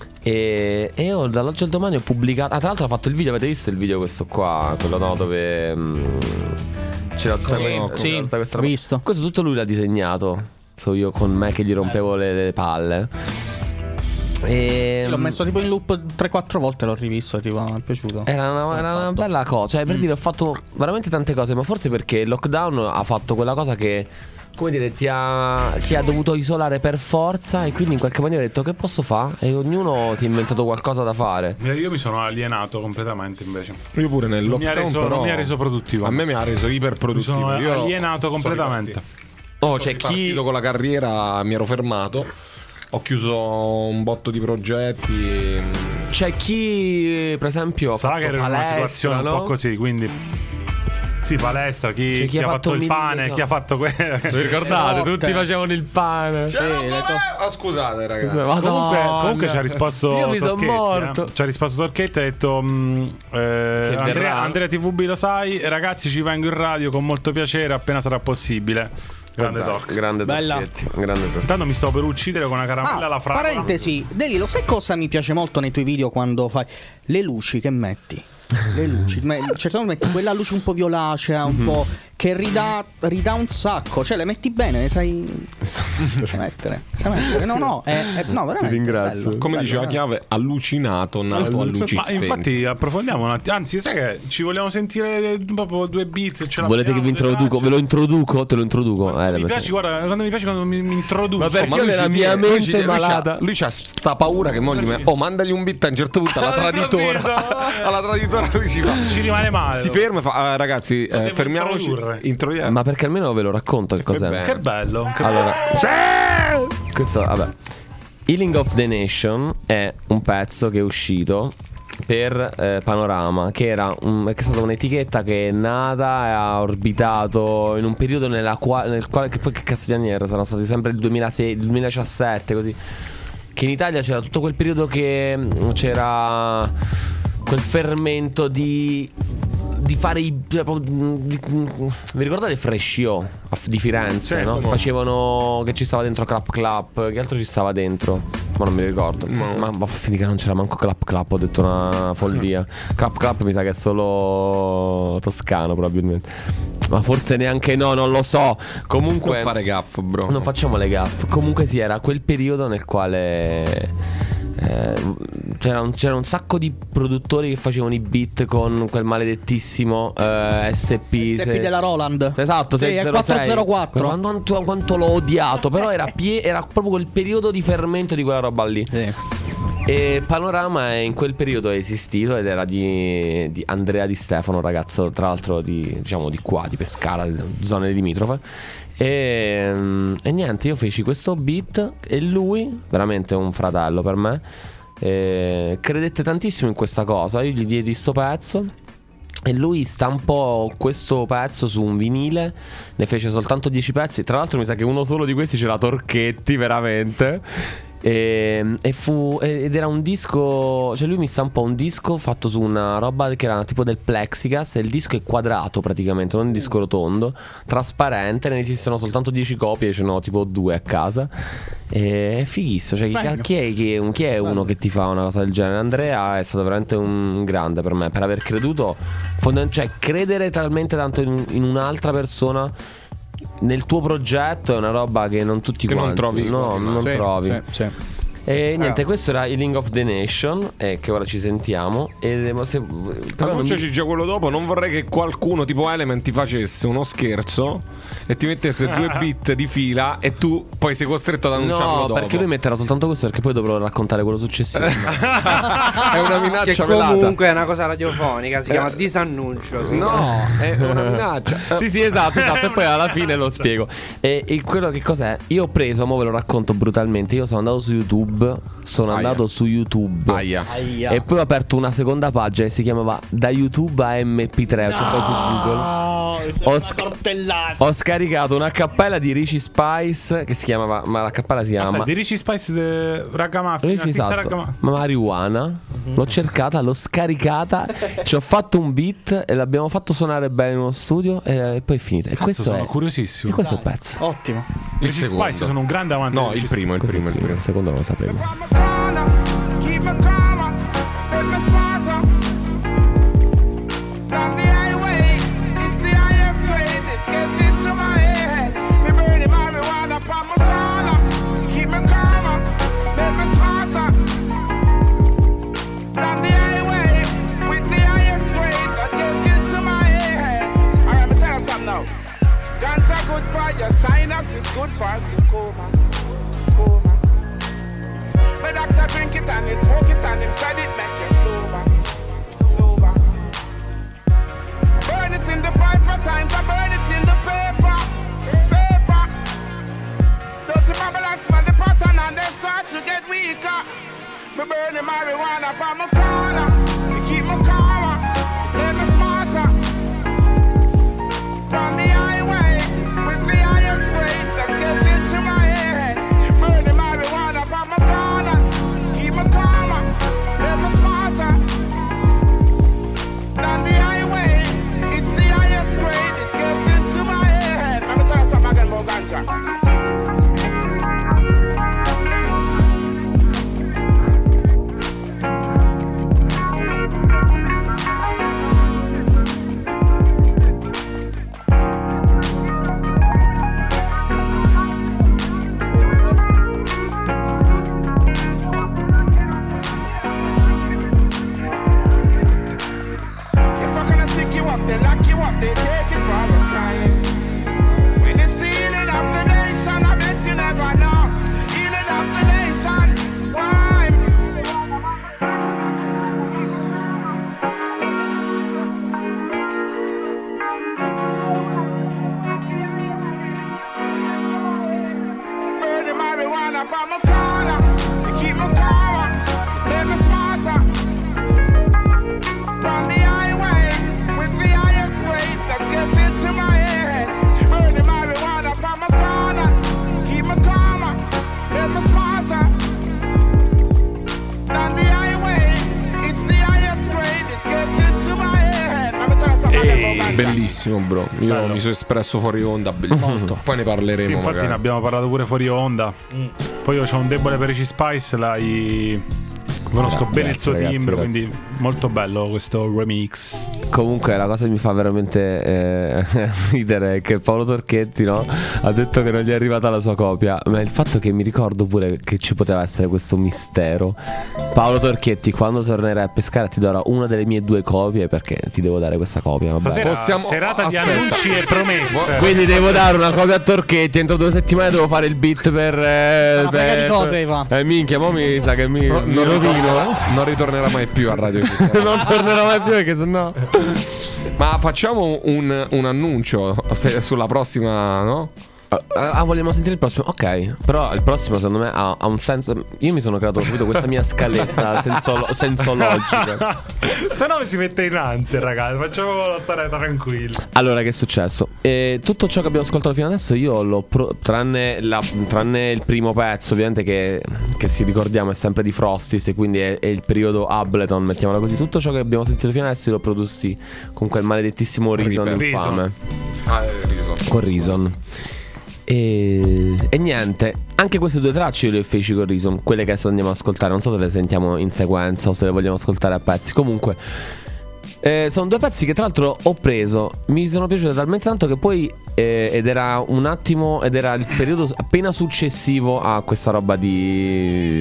E, e io dall'oggi al domani ho pubblicato. Ah, tra l'altro ho fatto il video, avete visto il video questo qua? Quello no, dove mm, c'era tutta, Come que- no, c'era sì, tutta questa ho roba. visto. Questo tutto lui l'ha disegnato. So io con me che gli rompevo le, le palle. E L'ho messo tipo in loop tre quattro volte, l'ho rivisto, tipo mi è piaciuto. Era una, era una bella cosa. Cioè, per dire, ho fatto veramente tante cose. Ma forse perché il lockdown ha fatto quella cosa che, come dire, ti ha, ti ha dovuto isolare per forza. E quindi in qualche maniera hai detto che posso fare? E ognuno si è inventato qualcosa da fare. Io mi sono alienato completamente invece. Io pure nel Non mi ha lockdown reso, però non mi ha reso produttivo. a me mi ha reso mi iperproduttivo. sono Io alienato sono completamente. ripartito. Oh, Sono c'è chi. ripartito con la carriera, mi ero fermato. Ho chiuso un botto di progetti. C'è chi, per esempio, ha Sarà fatto che era in una palestra, situazione no? un po' così, quindi. Sì, palestra, chi, C'è chi ha fatto il mille- pane, no. chi ha fatto quello. Vi ricordate? Le Tutti notte. facevano il pane. Sì, le to- Ah, scusate, ragazzi. Comunque, Madonna. comunque ci ha risposto Io mi son Torchetti, morto. eh. Ci ha risposto Torchetti e ha detto mh, eh, verrà. Andrea, Andrea T V B lo sai, ragazzi ci vengo in radio con molto piacere appena sarà possibile. Grande talk. Grande Bella. Torchetti, grande Torchetti. Intanto mi stavo per uccidere con una caramella alla Ah, fragola. parentesi, Deli, lo sai cosa mi piace molto nei tuoi video quando fai le luci che metti? Le luci, Me- certe volte metti quella luce un po' violacea, un po' che ridà, ridà un sacco. Cioè le metti bene, ne sai sai mettere. Sai mettere. No, no, è, è, no, veramente. Ti ringrazio. Bello, Come bello, diceva bello. Chiave, allucinato, nato a luci Ma spente. infatti approfondiamo un attimo. Anzi, sai che ci vogliamo sentire proprio due beats. Ce Volete che vi introduco? Ve lo introduco? Te lo introduco. Eh, Mi piace, guarda, quando mi piace quando mi, mi introduci. Ma perché Ma lui nella ci mia tiene, lui mente ci tiene, lui c'ha- malata. Lui c'ha sta paura che mogli me. Oh, mandagli un beat a un certo punto alla traditora. Alla traditora lui ci va. Ci rimane male. Si ferma e fa "Ah, ragazzi, eh, devo fermiamoci. introdurre." Introduiamo. Ma perché almeno ve lo racconto che cos'è. bello. Che bello. Che Allora, questo, vabbè. Healing of the Nation è un pezzo che è uscito per eh, Panorama, che era un, che è stata un'etichetta che è nata e ha orbitato in un periodo nella qua, nel quale, che poi che cazzo di anni era? Saranno stati sempre il duemilasei, il duemiladiciassette, così. Che in Italia c'era tutto quel periodo che mm, c'era quel fermento di di fare i cioè, di, vi ricordate Frescio di Firenze, Certo, no? no. Facevano che ci stava dentro Clap Clap, che altro ci stava dentro? Ma non mi ricordo. Ma, ma finì che non c'era manco Clap Clap, ho detto una follia. Clap Clap mi sa che è solo toscano probabilmente. Ma forse neanche no, non lo so. Comunque Non fare gaff, bro. non facciamo le gaff. Comunque sì, era quel periodo nel quale eh, c'era, un, c'era un sacco di produttori che facevano i beat con quel maledettissimo eh, S P S P se- della Roland. Esatto, Sì, è sei zero sei. quattro zero quattro. Quanto, quanto l'ho odiato. Però era, pie- era proprio quel periodo di fermento di quella roba lì. Sì. E Panorama in quel periodo è esistito ed era di, di Andrea Di Stefano, un ragazzo tra l'altro di, diciamo, di qua, di Pescara, zone limitrofe. E, e niente, io feci questo beat e lui, veramente un fratello per me, eh, credette tantissimo in questa cosa. Io gli diedi sto pezzo e lui stampò questo pezzo su un vinile. Ne fece soltanto dieci pezzi. Tra l'altro mi sa che uno solo di questi c'era Torchetti, veramente. E, e fu ed era un disco, cioè lui mi stampò un disco fatto su una roba che era tipo del plexiglass. E il disco è quadrato praticamente, non un disco rotondo, trasparente. Ne esistono soltanto dieci copie, ce ne ho tipo due a casa. E è fighissimo, cioè, chi, Bello. chi è, chi è, chi è uno che ti fa una cosa del genere? Andrea è stato veramente un grande per me, per aver creduto fonda- cioè credere talmente tanto in, in un'altra persona nel tuo progetto. È una roba che non tutti Che non quanti trovi no, quasi mai. non Sì, trovi. sì, sì. E niente, questo era Healing of the Nation, eh, che ora ci sentiamo. E ma se, però non mi- Annunciaci già quello dopo. Non vorrei che qualcuno tipo Element ti facesse uno scherzo e ti mettesse due beat di fila e tu poi sei costretto ad annunciarlo No, dopo. perché lui metterà soltanto questo, perché poi dovrò raccontare quello successivo. È una Che minaccia velata. comunque è una cosa radiofonica, si chiama disannuncio. sì. No, è una minaccia. Sì, sì, esatto, esatto. E poi alla fine lo spiego. E, e quello che cos'è? Io ho preso, mo ve lo racconto brutalmente. Io sono andato su YouTube. Sono Aia. andato su YouTube. Aia. Aia. E poi ho aperto una seconda pagina che si chiamava Da YouTube a M P tre. Cioè poi su Google. Ho, sc- ho scaricato una cappella di Richie Spice che si chiamava. Ma la cappella si chiama. Aspetta, di Richie Spice de Ragamuffin. Sì, sì, artista esatto. Ragamuffin. Ma marijuana. L'ho cercata, l'ho scaricata. Ci ho fatto un beat e l'abbiamo fatto suonare bene in uno studio. E, e poi è finita. E Cazzo, questo sono è. curiosissimo. E questo è il pezzo. Ottimo. Il Richie secondo. Spice sono un grande amante. No, di il Richie primo, il Così, primo, il primo. il secondo non lo sapremo. Keep me calmer, make me smarter. Down the highway, it's the highest grade. It's getting to my head. Me burning marijuana from my corner. Keep me calmer, make me smarter. Down the highway, with the highest grade. That gets into my head. Alright, me tell you something now. Guns are good for your sinus, it's good for glaucoma. Glaucoma. My doctor drink it and he smoke it and him said it make you sober, sober. Burn it in the pipe at times, I burn it in the paper, paper. Dirty Babylon smell the pattern and they start to get weaker. Me burn the marijuana from my corner, me keep my calmer, make me smarter. From the highway, with the highest grade, let's get into my head. Burn the marijuana from my corner. Keep me calmer, let me Bellissimo, bro. Io Bello. mi sono espresso fuori onda, bellissimo. Poi ne parleremo. Sì, infatti magari. ne abbiamo parlato pure fuori onda. Poi io ho un debole per i C-Spice, l'hai... conosco bene il suo ragazzi, timbro, ragazzi. quindi molto bello questo remix. Comunque la cosa che mi fa veramente eh, ridere è che Paolo Torchetti, no, ha detto che non gli è arrivata la sua copia. Ma il fatto che mi ricordo pure che ci poteva essere questo mistero. Paolo Torchetti, quando tornerai a pescare ti darò una delle mie due copie, perché ti devo dare questa copia. Vabbè. Stasera Possiamo- serata di aspetta. annunci e promesse. Quindi devo dare una copia a Torchetti. Entro due settimane devo fare il beat per eh, Una frega per- di cose, Eva. Eh minchia, mo mi sa che mi, No, mi non, rovino, eh. non ritornerà mai più a Radio Non tornerò mai più perché sennò. Ma facciamo un, un annuncio se- sulla prossima, no? Ah, ah, vogliamo sentire il prossimo? Ok, però il prossimo secondo me ha, ha un senso. Io mi sono creato subito questa mia scaletta sensolo- sensologica. Se no mi si mette in ansia, ragazzi. Facciamolo stare tranquilli. Allora, che è successo? Eh, tutto ciò che abbiamo ascoltato fino adesso io l'ho pro- tranne, la- tranne il primo pezzo, ovviamente, che, che si ricordiamo è sempre di Frosties, e quindi è, è il periodo Ableton, mettiamola così. Tutto ciò che abbiamo sentito fino adesso io l'ho produssi con quel maledettissimo Reason Reaper. infame. Ah, eh, riso. Con Reason. E, e niente, anche queste due tracce io le feci con Reason, quelle che adesso andiamo ad ascoltare. Non so se le sentiamo in sequenza o se le vogliamo ascoltare a pezzi. Comunque eh, sono due pezzi che tra l'altro ho preso, mi sono piaciute talmente tanto che poi eh, ed era un attimo, ed era il periodo appena successivo a questa roba di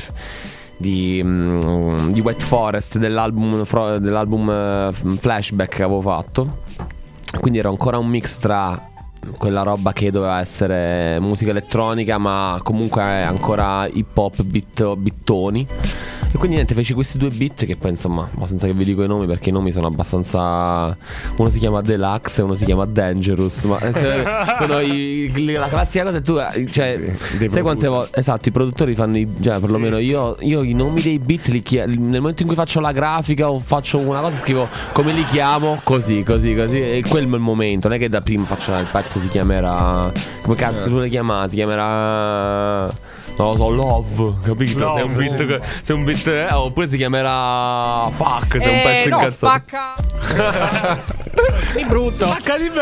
Di, mm, di Wet Forest, dell'album, fro- dell'album eh, Flashback che avevo fatto. Quindi era ancora un mix tra quella roba che doveva essere musica elettronica, ma comunque ancora hip hop, beat, bittoni. E quindi niente, feci questi due beat che poi insomma, ma senza che vi dico i nomi, perché i nomi sono abbastanza... Uno si chiama Deluxe e uno si chiama Dangerous. Ma se- sono i, la classica cosa. Tu cioè, dei sai quante produttori. volte... Esatto, i produttori fanno i... Cioè perlomeno io, io i nomi dei beat li chia- nel momento in cui faccio la grafica o faccio una cosa, scrivo come li chiamo, così, così, così. E quello è il momento. Non è che da prima faccio il pezzo si chiamerà... Come cazzo tu le chiama? Si chiamerà... Non lo so, Love, capito? Love, se è un beat, che- se è un beat eh, oppure si chiamerà Fuck, se è un pezzo Eh, no, incazzato. spacca. Di brutto. Spacca di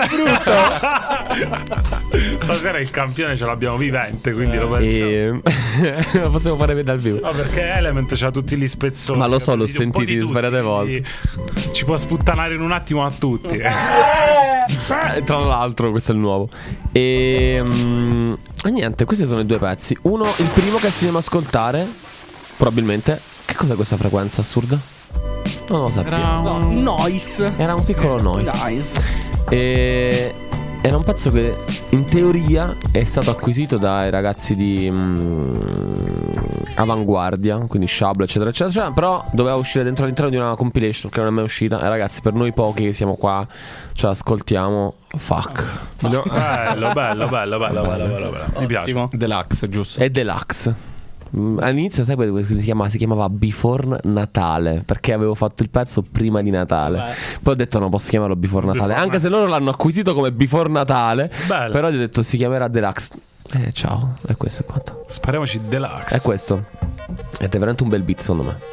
brutto. Stasera il campione ce l'abbiamo vivente, quindi lo pensiamo. E... lo possiamo fare vedere dal vivo. No, perché Element c'ha tutti gli spezzoni. Ma lo so, l'ho capito? Un po' di sentiti tutti, svariate quindi ci può sputtanare in un attimo a tutti. Eh, Tra l'altro, questo è il nuovo. E, mm, e niente, questi sono i due pezzi. Uno, il primo che stiamo a ascoltare, probabilmente. Che cos'è questa frequenza assurda? Non lo sapevo. No, noise. Era un piccolo noise. Nice. E era un pezzo che in teoria è stato acquisito dai ragazzi di mm, Avanguardia, quindi Shablo eccetera eccetera, eccetera, però doveva uscire dentro all'interno di una compilation che non è mai uscita. E ragazzi, per noi pochi che siamo qua ce l'ascoltiamo. Fuck. Bello, bello, bello, bello, bello, bello, bello. Mi piace. Ottimo. Deluxe, giusto? È Deluxe. Mm, All'inizio sai come si chiamava? Si chiamava Before Natale, perché avevo fatto il pezzo prima di Natale. Beh. Poi ho detto no, posso chiamarlo Before Natale, Before anche se loro l'hanno acquisito come Before Natale. Bello. Però gli ho detto si chiamerà Deluxe. Eh ciao, e questo è quanto. Spariamoci Deluxe. È questo. Ed è veramente un bel beat secondo me.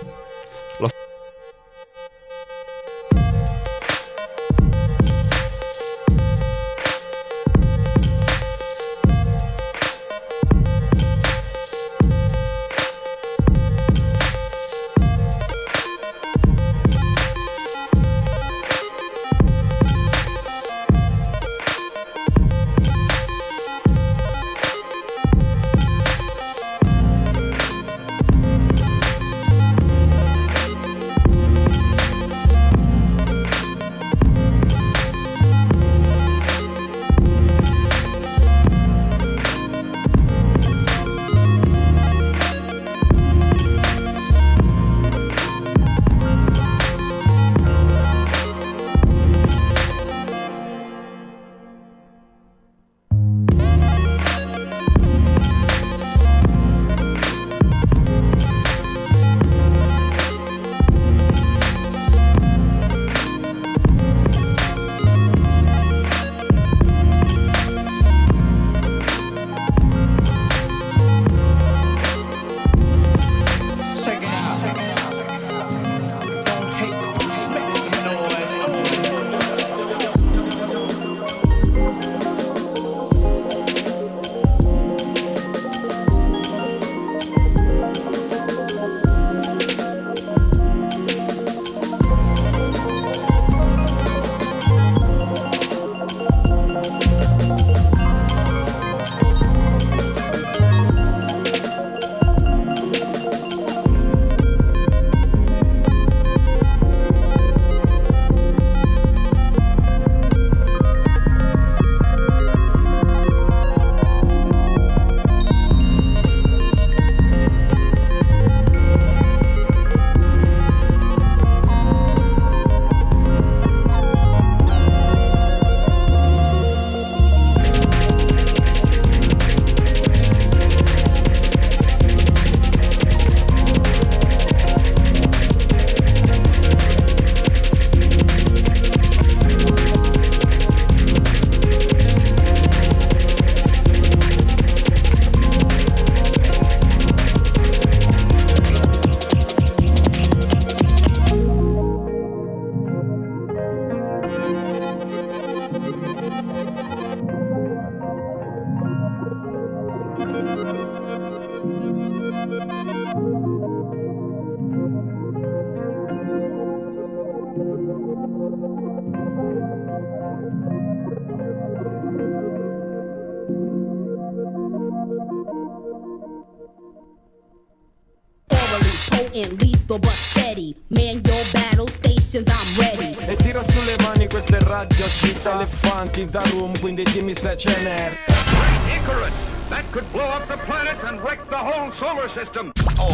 And lethal but steady. Man your battle stations, I'm ready. E tira sulle mani, questo è Radio Città, elefanti da room, quindi dimmi se ce n'è. Icarus, that could blow up the planet and wreck the whole solar system.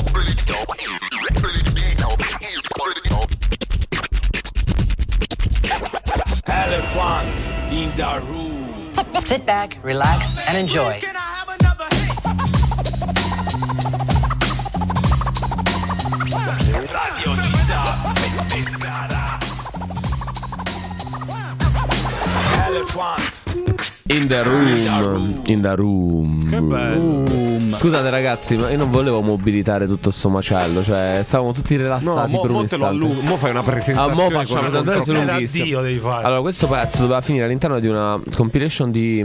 Elephant in the room. Sit back, relax, and enjoy. Radio Città Pescara. Elephant In the room, in the room. Che bello. Scusate ragazzi, ma io non volevo mobilitare tutto sto macello. Cioè, stavamo tutti rilassati No, mo, per un mo te lo istante. allungo. Mo fai una Ah, presentazione. mo faccio con una una presentazione contro- lunghissima. Dio devi fare. Allora, questo pezzo doveva finire all'interno di una compilation di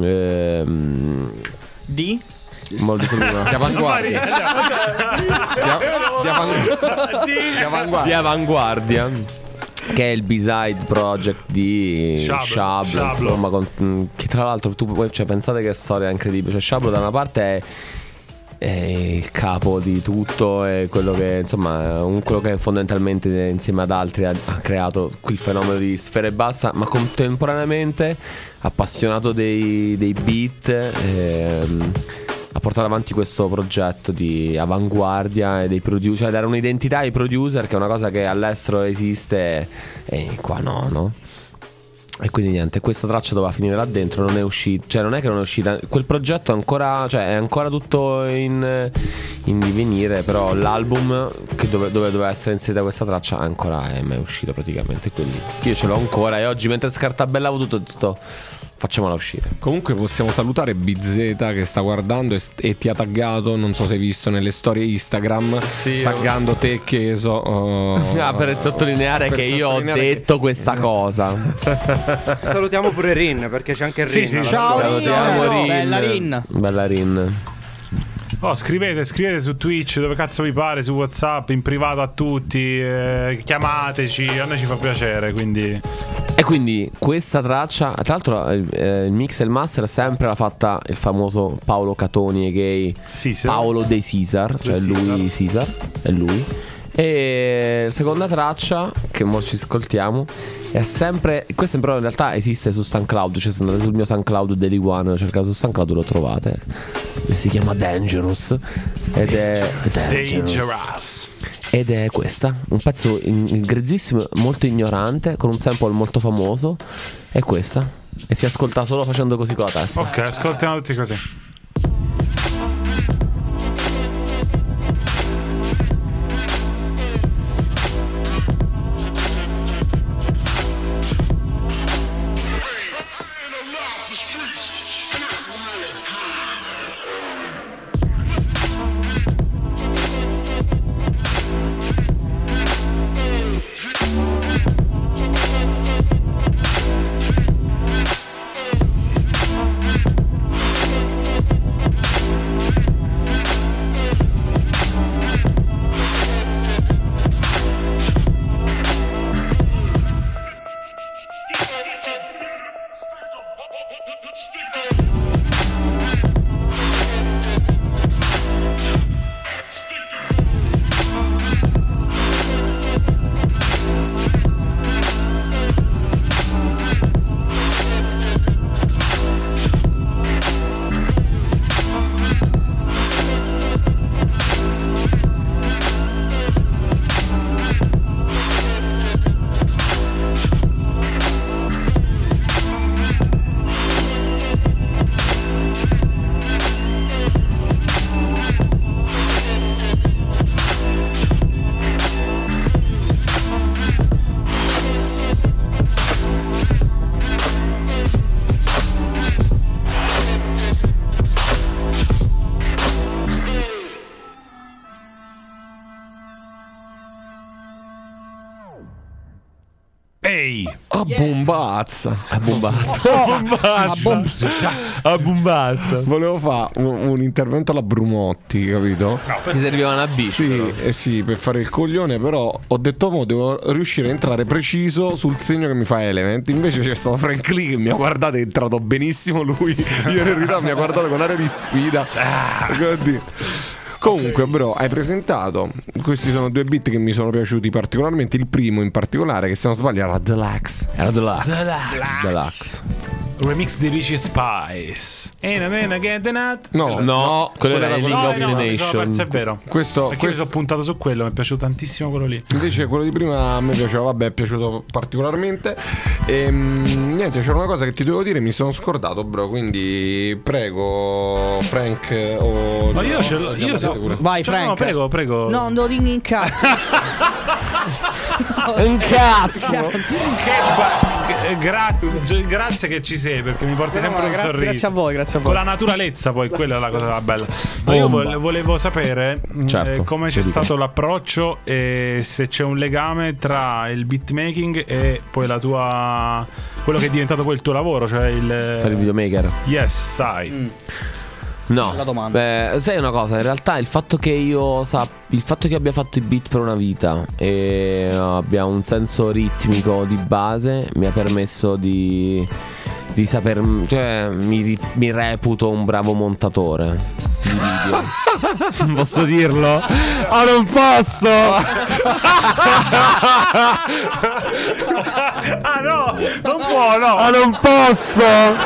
ehm, Di? mo lo dico prima. Di avanguardia. Di, a- di avan- di avanguardia. Di avanguardia, che è il B-side project di Shablo, Shablo, Shablo. insomma, con- che tra l'altro tu poi, cioè, pensate che storia incredibile. Cioè, Shablo da una parte è, è il capo di tutto, è quello che insomma è un- quello che fondamentalmente insieme ad altri ha, ha creato qui il fenomeno di Sfera Ebbasta, ma contemporaneamente appassionato dei, dei beat. Ehm, ha portato avanti questo progetto di avanguardia e dei producer, cioè dare un'identità ai producer, che è una cosa che all'estero esiste e qua no, no? E quindi niente, questa traccia doveva finire là dentro, non è uscita, cioè non è che non è uscita, quel progetto è ancora, cioè è ancora tutto in, in divenire, però l'album che dove, dove doveva essere inserita questa traccia ancora è mai uscito praticamente, quindi io ce l'ho ancora e oggi mentre scartabellavo tutto ho detto facciamola uscire. Comunque possiamo salutare Bizzeta che sta guardando e, e ti ha taggato, non so se hai visto nelle storie Instagram, Sì, taggando te Cheso. Oh, Ah, per sottolineare per che io ho sottolineare detto che- questa cosa. Salutiamo pure Rin, perché c'è anche Rin. Sì, sì, alla ciao, scuola. Rin. Salutiamo Rin. Bella Rin. Bella Rin. Oh, scrivete, scrivete su Twitch, dove cazzo vi pare, su WhatsApp, in privato a tutti, eh, chiamateci, a noi ci fa piacere, quindi... E quindi questa traccia, tra l'altro eh, il mix e il master sempre l'ha fatta il famoso Paolo Catoni e gay Sì, sì. Paolo De Caesar, cioè De lui Caesar, è lui. E la seconda traccia che ora ci ascoltiamo è sempre, questa però in realtà esiste su SoundCloud, cioè se andate sul mio SoundCloud Daily One, cercate su SoundCloud lo trovate, e si chiama Dangerous ed è Dangerous. Dangerous. Ed è questa, un pezzo in- in- grezzissimo, molto ignorante, con un sample molto famoso. È questa. E si ascolta solo facendo così con la testa. Ok, ascoltiamo tutti così. Ehi, a bombazza, a bombazza, a bombazza, a bombazza. Volevo fare un, un intervento alla Brumotti, capito? No, ti serviva una bici. Sì, eh sì, per fare il coglione, però ho detto mo devo riuscire a entrare preciso sul segno che mi fa Element. Invece c'è stato Frank Lee che mi ha guardato, è entrato benissimo lui. Io in realtà mi ha guardato con aria di sfida. Oddio. Comunque, bro, hai presentato. Questi sono due beat che mi sono piaciuti particolarmente. Il primo in particolare, che se non sbaglio era Deluxe. Era Deluxe. Deluxe. Deluxe. Remix di Richie Spice. And then again the night. No, no, quello era il League no, of the no, Nation. Perso, è vero. Questo, Perché questo... mi sono puntato su quello, mi è piaciuto tantissimo quello lì. Invece quello di prima a me piaceva, vabbè, è piaciuto particolarmente. E niente, c'era una cosa che ti dovevo dire, mi sono scordato, bro. Quindi prego, Frank. O Ma io no, ce l'ho. Io so... Vai, cioè, Frank. No, prego, prego. No, non lo ringhi in cazzo. Un cazzo. Che ba- grazie, grazie che ci sei, perché mi porti No, sempre no, un grazie, sorriso. grazie a voi, grazie a voi. Con la naturalezza, poi quella è la cosa bella. Ma io Bomba. volevo sapere Certo, eh, come c'è ci dico. stato l'approccio e se c'è un legame tra il beatmaking e poi la tua, quello che è diventato poi il tuo lavoro, cioè il Fare il videomaker. Yes, sai. Mm. No, La domanda. beh, sai una cosa, in realtà il fatto che io sappia, il fatto che abbia fatto i beat per una vita e abbia un senso ritmico di base mi ha permesso di, di saper, cioè mi, mi reputo un bravo montatore di video. Posso dirlo? Oh, non posso! Ah no, non può, no. Oh, non posso!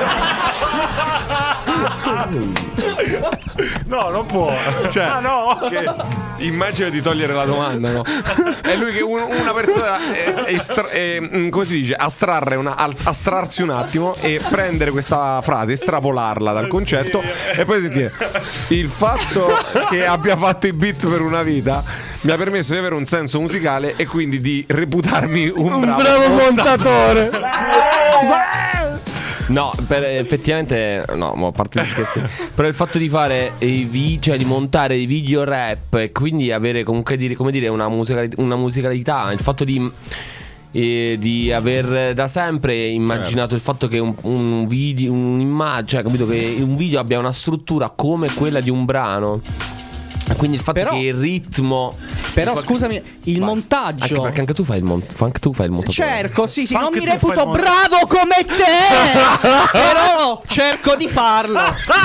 No, non può. Cioè, ah no. Che immagina di togliere la domanda, no? È lui che un- una persona è, estra- è, mm, come si dice, astrarre una, al- astrarsi un attimo e prendere questa frase, estrapolarla dal concetto e poi dire il fatto che abbia fatto i beat per una vita mi ha permesso di avere un senso musicale e quindi di reputarmi un, Un bravo, bravo montatore. No, per, effettivamente no, ma a parte gli scherzi. Però il fatto di fare i vi- cioè di montare i video rap e quindi avere comunque dire, come dire una, musicalità, una musicalità, il fatto di eh, di aver da sempre immaginato il fatto che un, un video, un'immagine, cioè, capito, che un video abbia una struttura come quella di un brano. Quindi il fatto Però- che il ritmo. Però scusami, il Vai. montaggio. Anche perché anche tu fai il mont- anche tu fai il montatore. Cerco, sì, sì, Fa non anche mi tu fai reputo il mon- bravo come te. Però cerco di farlo.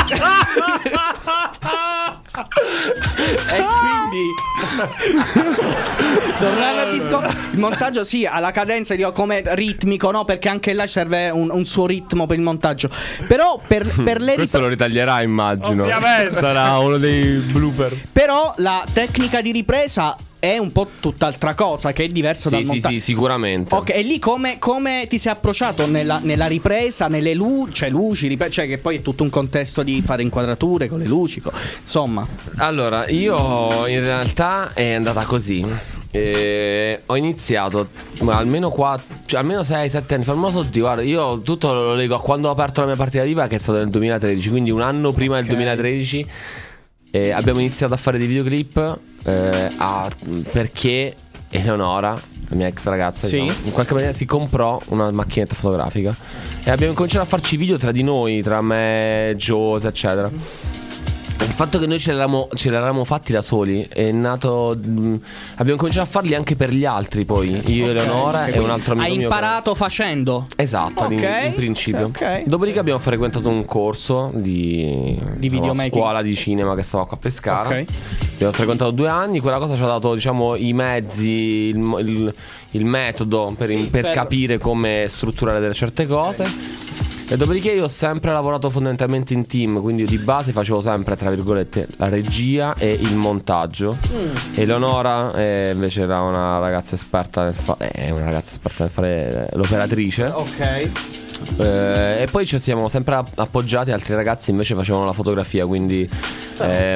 E quindi tornando al disco, il montaggio sì, alla cadenza dico come ritmico, no? Perché anche là serve un, un suo ritmo per il montaggio. Però per, per le Questo rip- lo ritaglierà, immagino. Ovviamente. Sarà uno dei blooper. Però la tecnica di ripresa è un po' tutt'altra cosa, che è diversa Sì, dal sì, montaggio. sì, sicuramente. Ok, e lì come, come ti sei approcciato nella, nella ripresa, nelle luci, cioè luci, ripre- cioè che poi è tutto un contesto di fare inquadrature con le luci, co- insomma. Allora, io in realtà è andata così. Eh, ho iniziato ma almeno qua, cioè, almeno sei sette anni fa. Non lo so, di, guarda, io tutto lo leggo a quando ho aperto la mia partita IVA, che è stato nel duemilatredici, quindi un anno prima del duemilatredici. Eh, abbiamo iniziato a fare dei videoclip eh, a- perché Eleonora, la mia ex ragazza, Sì. diciamo, in qualche maniera si comprò una macchinetta fotografica e abbiamo cominciato a farci video tra di noi, tra me, Giose, eccetera. Il fatto che noi ce l'eravamo, ce l'eravamo fatti da soli è nato. mh, abbiamo cominciato a farli anche per gli altri, poi io, Ok, Eleonora ok, e un altro amico hai mio. imparato facendo. Esatto, in, Ok, in principio. ok. Dopodiché abbiamo frequentato un corso di, Di videomaking. una scuola di cinema che stava qua a Pescara. Ok. Abbiamo frequentato due anni. Quella cosa ci ha dato, diciamo, i mezzi, il, il- il metodo per, Sì, per per- capire come strutturare delle certe cose. E dopodiché io ho sempre lavorato fondamentalmente in team, quindi io di base facevo sempre, tra virgolette, la regia e il montaggio. Mm. Eleonora eh, invece era una ragazza esperta nel fare, è una ragazza esperta nel fare eh, l'operatrice. Ok. Eh, e poi ci siamo sempre app- appoggiati. Altri ragazzi invece facevano la fotografia, quindi eh,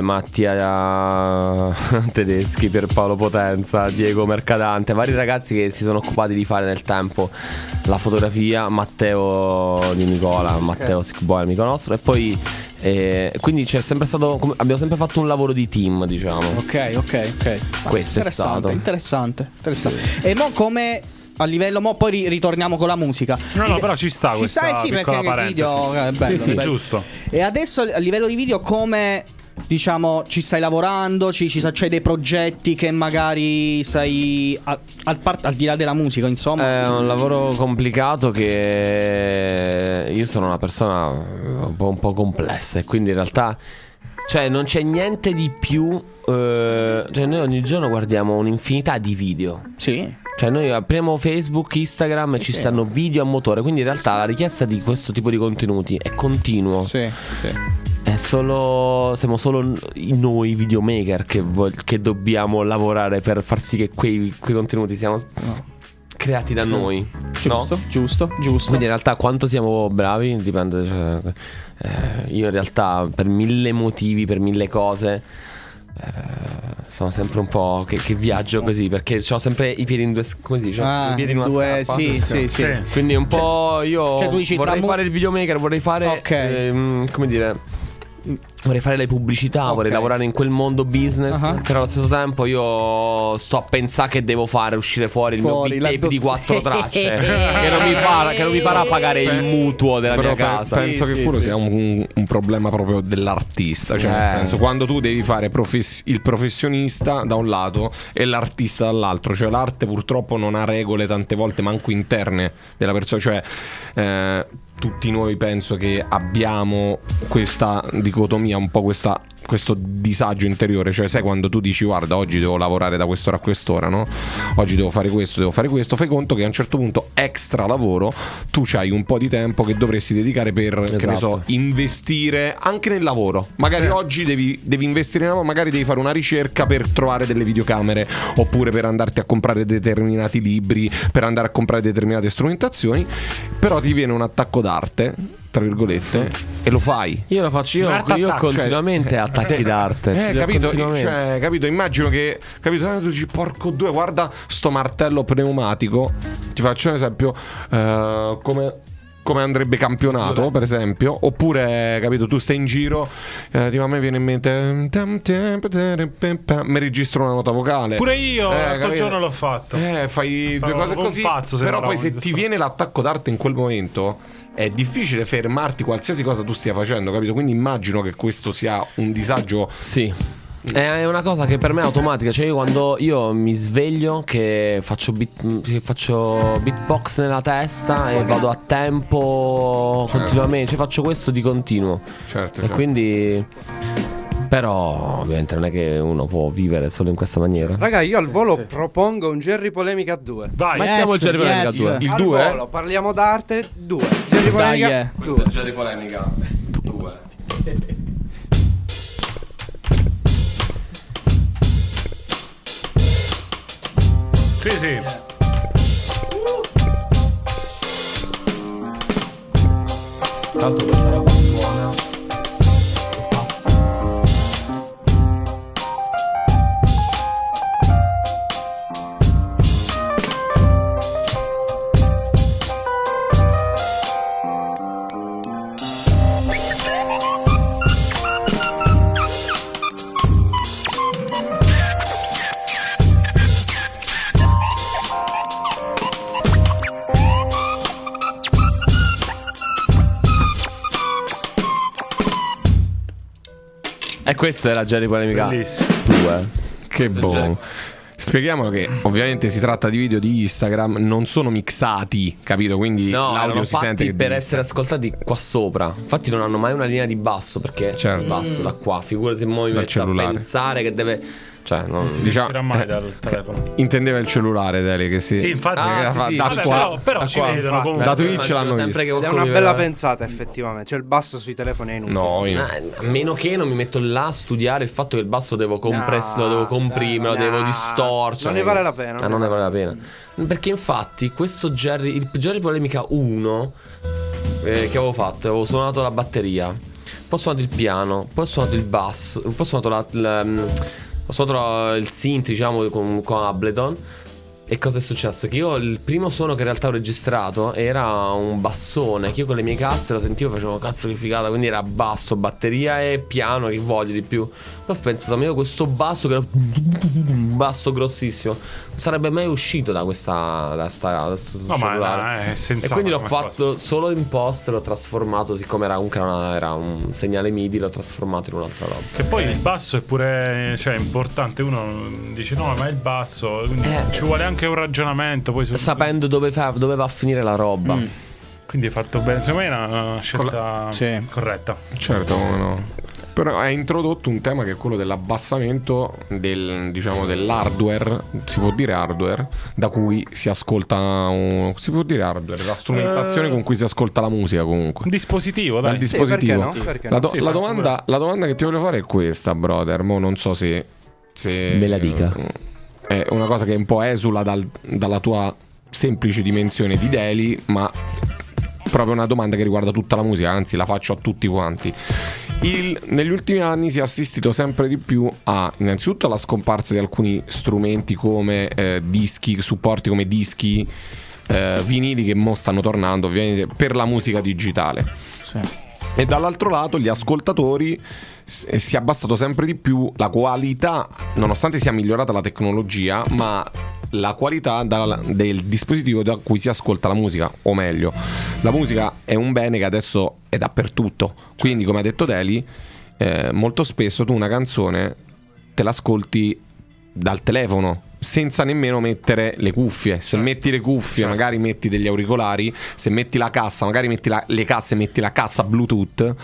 Mattia Tedeschi, Pierpaolo Potenza, Diego Mercadante, vari ragazzi che si sono occupati di fare nel tempo la fotografia. Matteo Di Nicola, Matteo Sick Boy, amico nostro. E poi eh, quindi c'è sempre stato come- abbiamo sempre fatto un lavoro di team, diciamo. Ok, ok, ok. Questo è interessante, stato. interessante, interessante. E mo come a livello mo poi ri- ritorniamo con la musica. No, no, però ci sta ci questa sta, eh sì, piccola perché il video parentesi. è bello, Sì, sì, bello. giusto. E adesso a livello di video come, diciamo, ci stai lavorando, ci, ci c'hai dei progetti che magari stai a- al, part- al di là della musica, insomma. È un lavoro complicato che io sono una persona un po', un po' complessa e quindi in realtà, cioè, non c'è niente di più. eh, cioè, noi ogni giorno guardiamo un'infinità di video. Sì. Cioè, noi apriamo Facebook, Instagram e ci sì. stanno video a motore. Quindi in realtà la richiesta di questo tipo di contenuti è continuo. Sì, sì. È solo. Siamo solo noi videomaker che, vo- che dobbiamo lavorare per far sì che quei, quei contenuti siano creati da noi. Giusto, no? giusto, giusto. Quindi in realtà quanto siamo bravi dipende. Cioè, eh, io in realtà per mille motivi, per mille cose, eh, sono sempre un po' che, che viaggio così, perché ho sempre i piedi in due, come si dice? Ah, I piedi in una due, scarpa. sì, sì, sì. Quindi un po' io cioè tu dici vorrei tra mu- fare il videomaker, vorrei fare Ok. ehm, come dire, vorrei fare le pubblicità, Ok. vorrei lavorare in quel mondo business. Uh-huh. Però allo stesso tempo io sto a pensare che devo fare uscire fuori il Fuori, mio la big tape do- di quattro tracce che, non mi farà, che non mi farà pagare il mutuo della Però mia pe- casa. penso Sì, che sì, quello sì. sia un, un problema proprio dell'artista. Cioè, nel Eh. senso, quando tu devi fare profes- il professionista da un lato e l'artista dall'altro, cioè l'arte purtroppo non ha regole tante volte manco interne della persona. Cioè, eh, tutti noi penso che abbiamo questa dicotomia, un po' questa, questo disagio interiore. Cioè, sai, quando tu dici guarda, oggi devo lavorare da quest'ora a quest'ora, no? Oggi devo fare questo, devo fare questo. Fai conto che a un certo punto, extra lavoro, tu c'hai un po' di tempo che dovresti dedicare per, che ne so, Esatto. investire anche nel lavoro. Magari oggi devi, devi investire nel lavoro, magari devi fare una ricerca per trovare delle videocamere, oppure per andarti a comprare determinati libri, per andare a comprare determinate strumentazioni. Però ti viene un attacco d'arte, tra virgolette, e lo fai. Io lo faccio io, Art io attack, continuamente cioè- attacchi d'arte. Eh, Ce li ho capito? continuamente. Cioè, capito? Immagino che, capito? Tu dici, porco due, guarda sto martello pneumatico. Ti faccio un esempio, eh, come, come andrebbe campionato, per esempio. Oppure, capito, tu stai in giro, eh, tipo, a me viene in mente, mi registro una nota vocale. Pure io Eh, l'altro capito? giorno l'ho fatto. Eh, fai Sono due cose un così. pazzo, se però no, poi no, se giusto. ti viene l'attacco d'arte in quel momento, è difficile fermarti qualsiasi cosa tu stia facendo, capito? Quindi immagino che questo sia un disagio. Sì. È una cosa che per me è automatica. Cioè io quando io mi sveglio che faccio, beat, che faccio beatbox nella testa e vado a tempo continuamente. Cioè faccio questo di continuo. Certo, E certo. quindi. Però ovviamente non è che uno può vivere solo in questa maniera. Raga, io al volo propongo un Jerry Polemica due. Vai. Mettiamo il Jerry Polemica yes. due. Il Al due? volo, parliamo d'arte due. Jerry Dai, Polemica eh. due. Jerry Polemica due. Sì, sì. Tanto questa roba suona. E questo era Jerry Polemica Bellissimo. due. Che buono. Spieghiamolo che ovviamente si tratta di video di Instagram, non sono mixati, capito? Quindi No, l'audio erano si sente fatti che per devi- essere ascoltati qua sopra. Infatti non hanno mai una linea di basso, perché Certo. il basso da qua. Figurati se mo mi Dal metto a cellulare. pensare che deve. Cioè, non Si Diciamo- sentirà mai eh, dal telefono. Intendeva il cellulare, Dele, che si... Sì, infatti. Ah, sì, fa- sì. da Vabbè, qua, però, però da ci qua. vedono Infatti. comunque. Da Twitch Immagino l'hanno sempre visto. che Ed è qualcuno una mi bella verrà- pensata, effettivamente. Cioè, il basso sui telefoni è inutile. No, io- Eh, a meno che non mi metto là a studiare il fatto che il basso devo compress- No, lo devo comprimere, lo no, devo distorcere. non ne vale la pena, Ah, non ne vale la pena. Perché infatti questo Jerry, il Jerry Polemica uno eh, che avevo fatto, avevo suonato la batteria, poi ho suonato il piano, poi ho suonato il basso, poi ho suonato la, la- ho suonato il synth, diciamo, con, con Ableton. E cosa è successo? Che io il primo suono che in realtà ho registrato era un bassone, che io con le mie casse lo sentivo e facevo cazzo che figata, quindi era basso, batteria e piano, che voglio di più. Poi ho pensato, io questo basso che era un basso grossissimo, non sarebbe mai uscito da questa da sta, da sto No, ma cellulare. no, è senza E quindi l'ho come fatto cosa. solo in post, l'ho trasformato, siccome era comunque una, era un segnale MIDI, l'ho trasformato in un'altra roba. Che poi il basso è pure, cioè, importante. Uno dice no, ma è il basso, quindi Eh. ci vuole anche un ragionamento poi su... Sapendo dove, fa, dove va a finire la roba. Mm. Quindi hai fatto bene, secondo me è una scelta Sì. corretta. Certo, come no. Però hai introdotto un tema che è quello dell'abbassamento del, diciamo, dell'hardware, si può dire hardware, da cui si ascolta un, si può dire hardware, la strumentazione Eh. con cui si ascolta la musica comunque. Un dispositivo, dai. Dal dispositivo. perché no? Perché la, no? do- Sì, la penso domanda, la domanda che ti voglio fare è questa, brother. Mo non so se, se Me la dica. È una cosa che un po' esula dal- dalla tua semplice dimensione di daily, ma proprio una domanda che riguarda tutta la musica, anzi la faccio a tutti quanti. Il- negli ultimi anni si è assistito sempre di più a, innanzitutto, alla scomparsa di alcuni strumenti come eh, dischi, supporti come dischi, eh, vinili, che mo stanno tornando ovviamente per la musica digitale. Sì. E dall'altro lato gli ascoltatori s- si è abbassato sempre di più la qualità, nonostante sia migliorata la tecnologia, ma la qualità dal- del dispositivo da cui si ascolta la musica, o meglio, la musica è un bene che adesso è dappertutto. Quindi, come ha detto Deli, eh, molto spesso tu una canzone te l'ascolti dal telefono senza nemmeno mettere le cuffie. Se metti le cuffie, magari metti degli auricolari. Se metti la cassa, magari metti la- le casse, metti la cassa Bluetooth.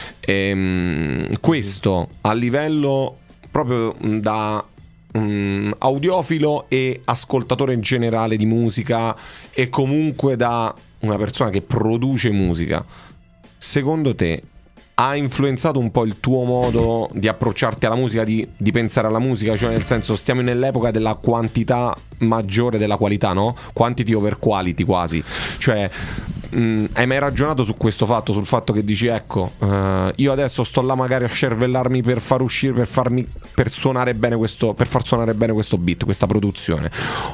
Ehm, questo a livello proprio da mm, audiofilo e ascoltatore in generale di musica, e comunque da una persona che produce musica, secondo te ha influenzato un po' il tuo modo di approcciarti alla musica, di, di pensare alla musica? Cioè, nel senso, stiamo nell'epoca della quantità maggiore della qualità, no? Quantity over quality quasi. Cioè, mh, hai mai ragionato su questo fatto? Sul fatto che dici, ecco, eh, io adesso sto là magari a scervellarmi per far uscire, per farmi, per suonare bene questo, per far suonare bene questo beat, questa produzione.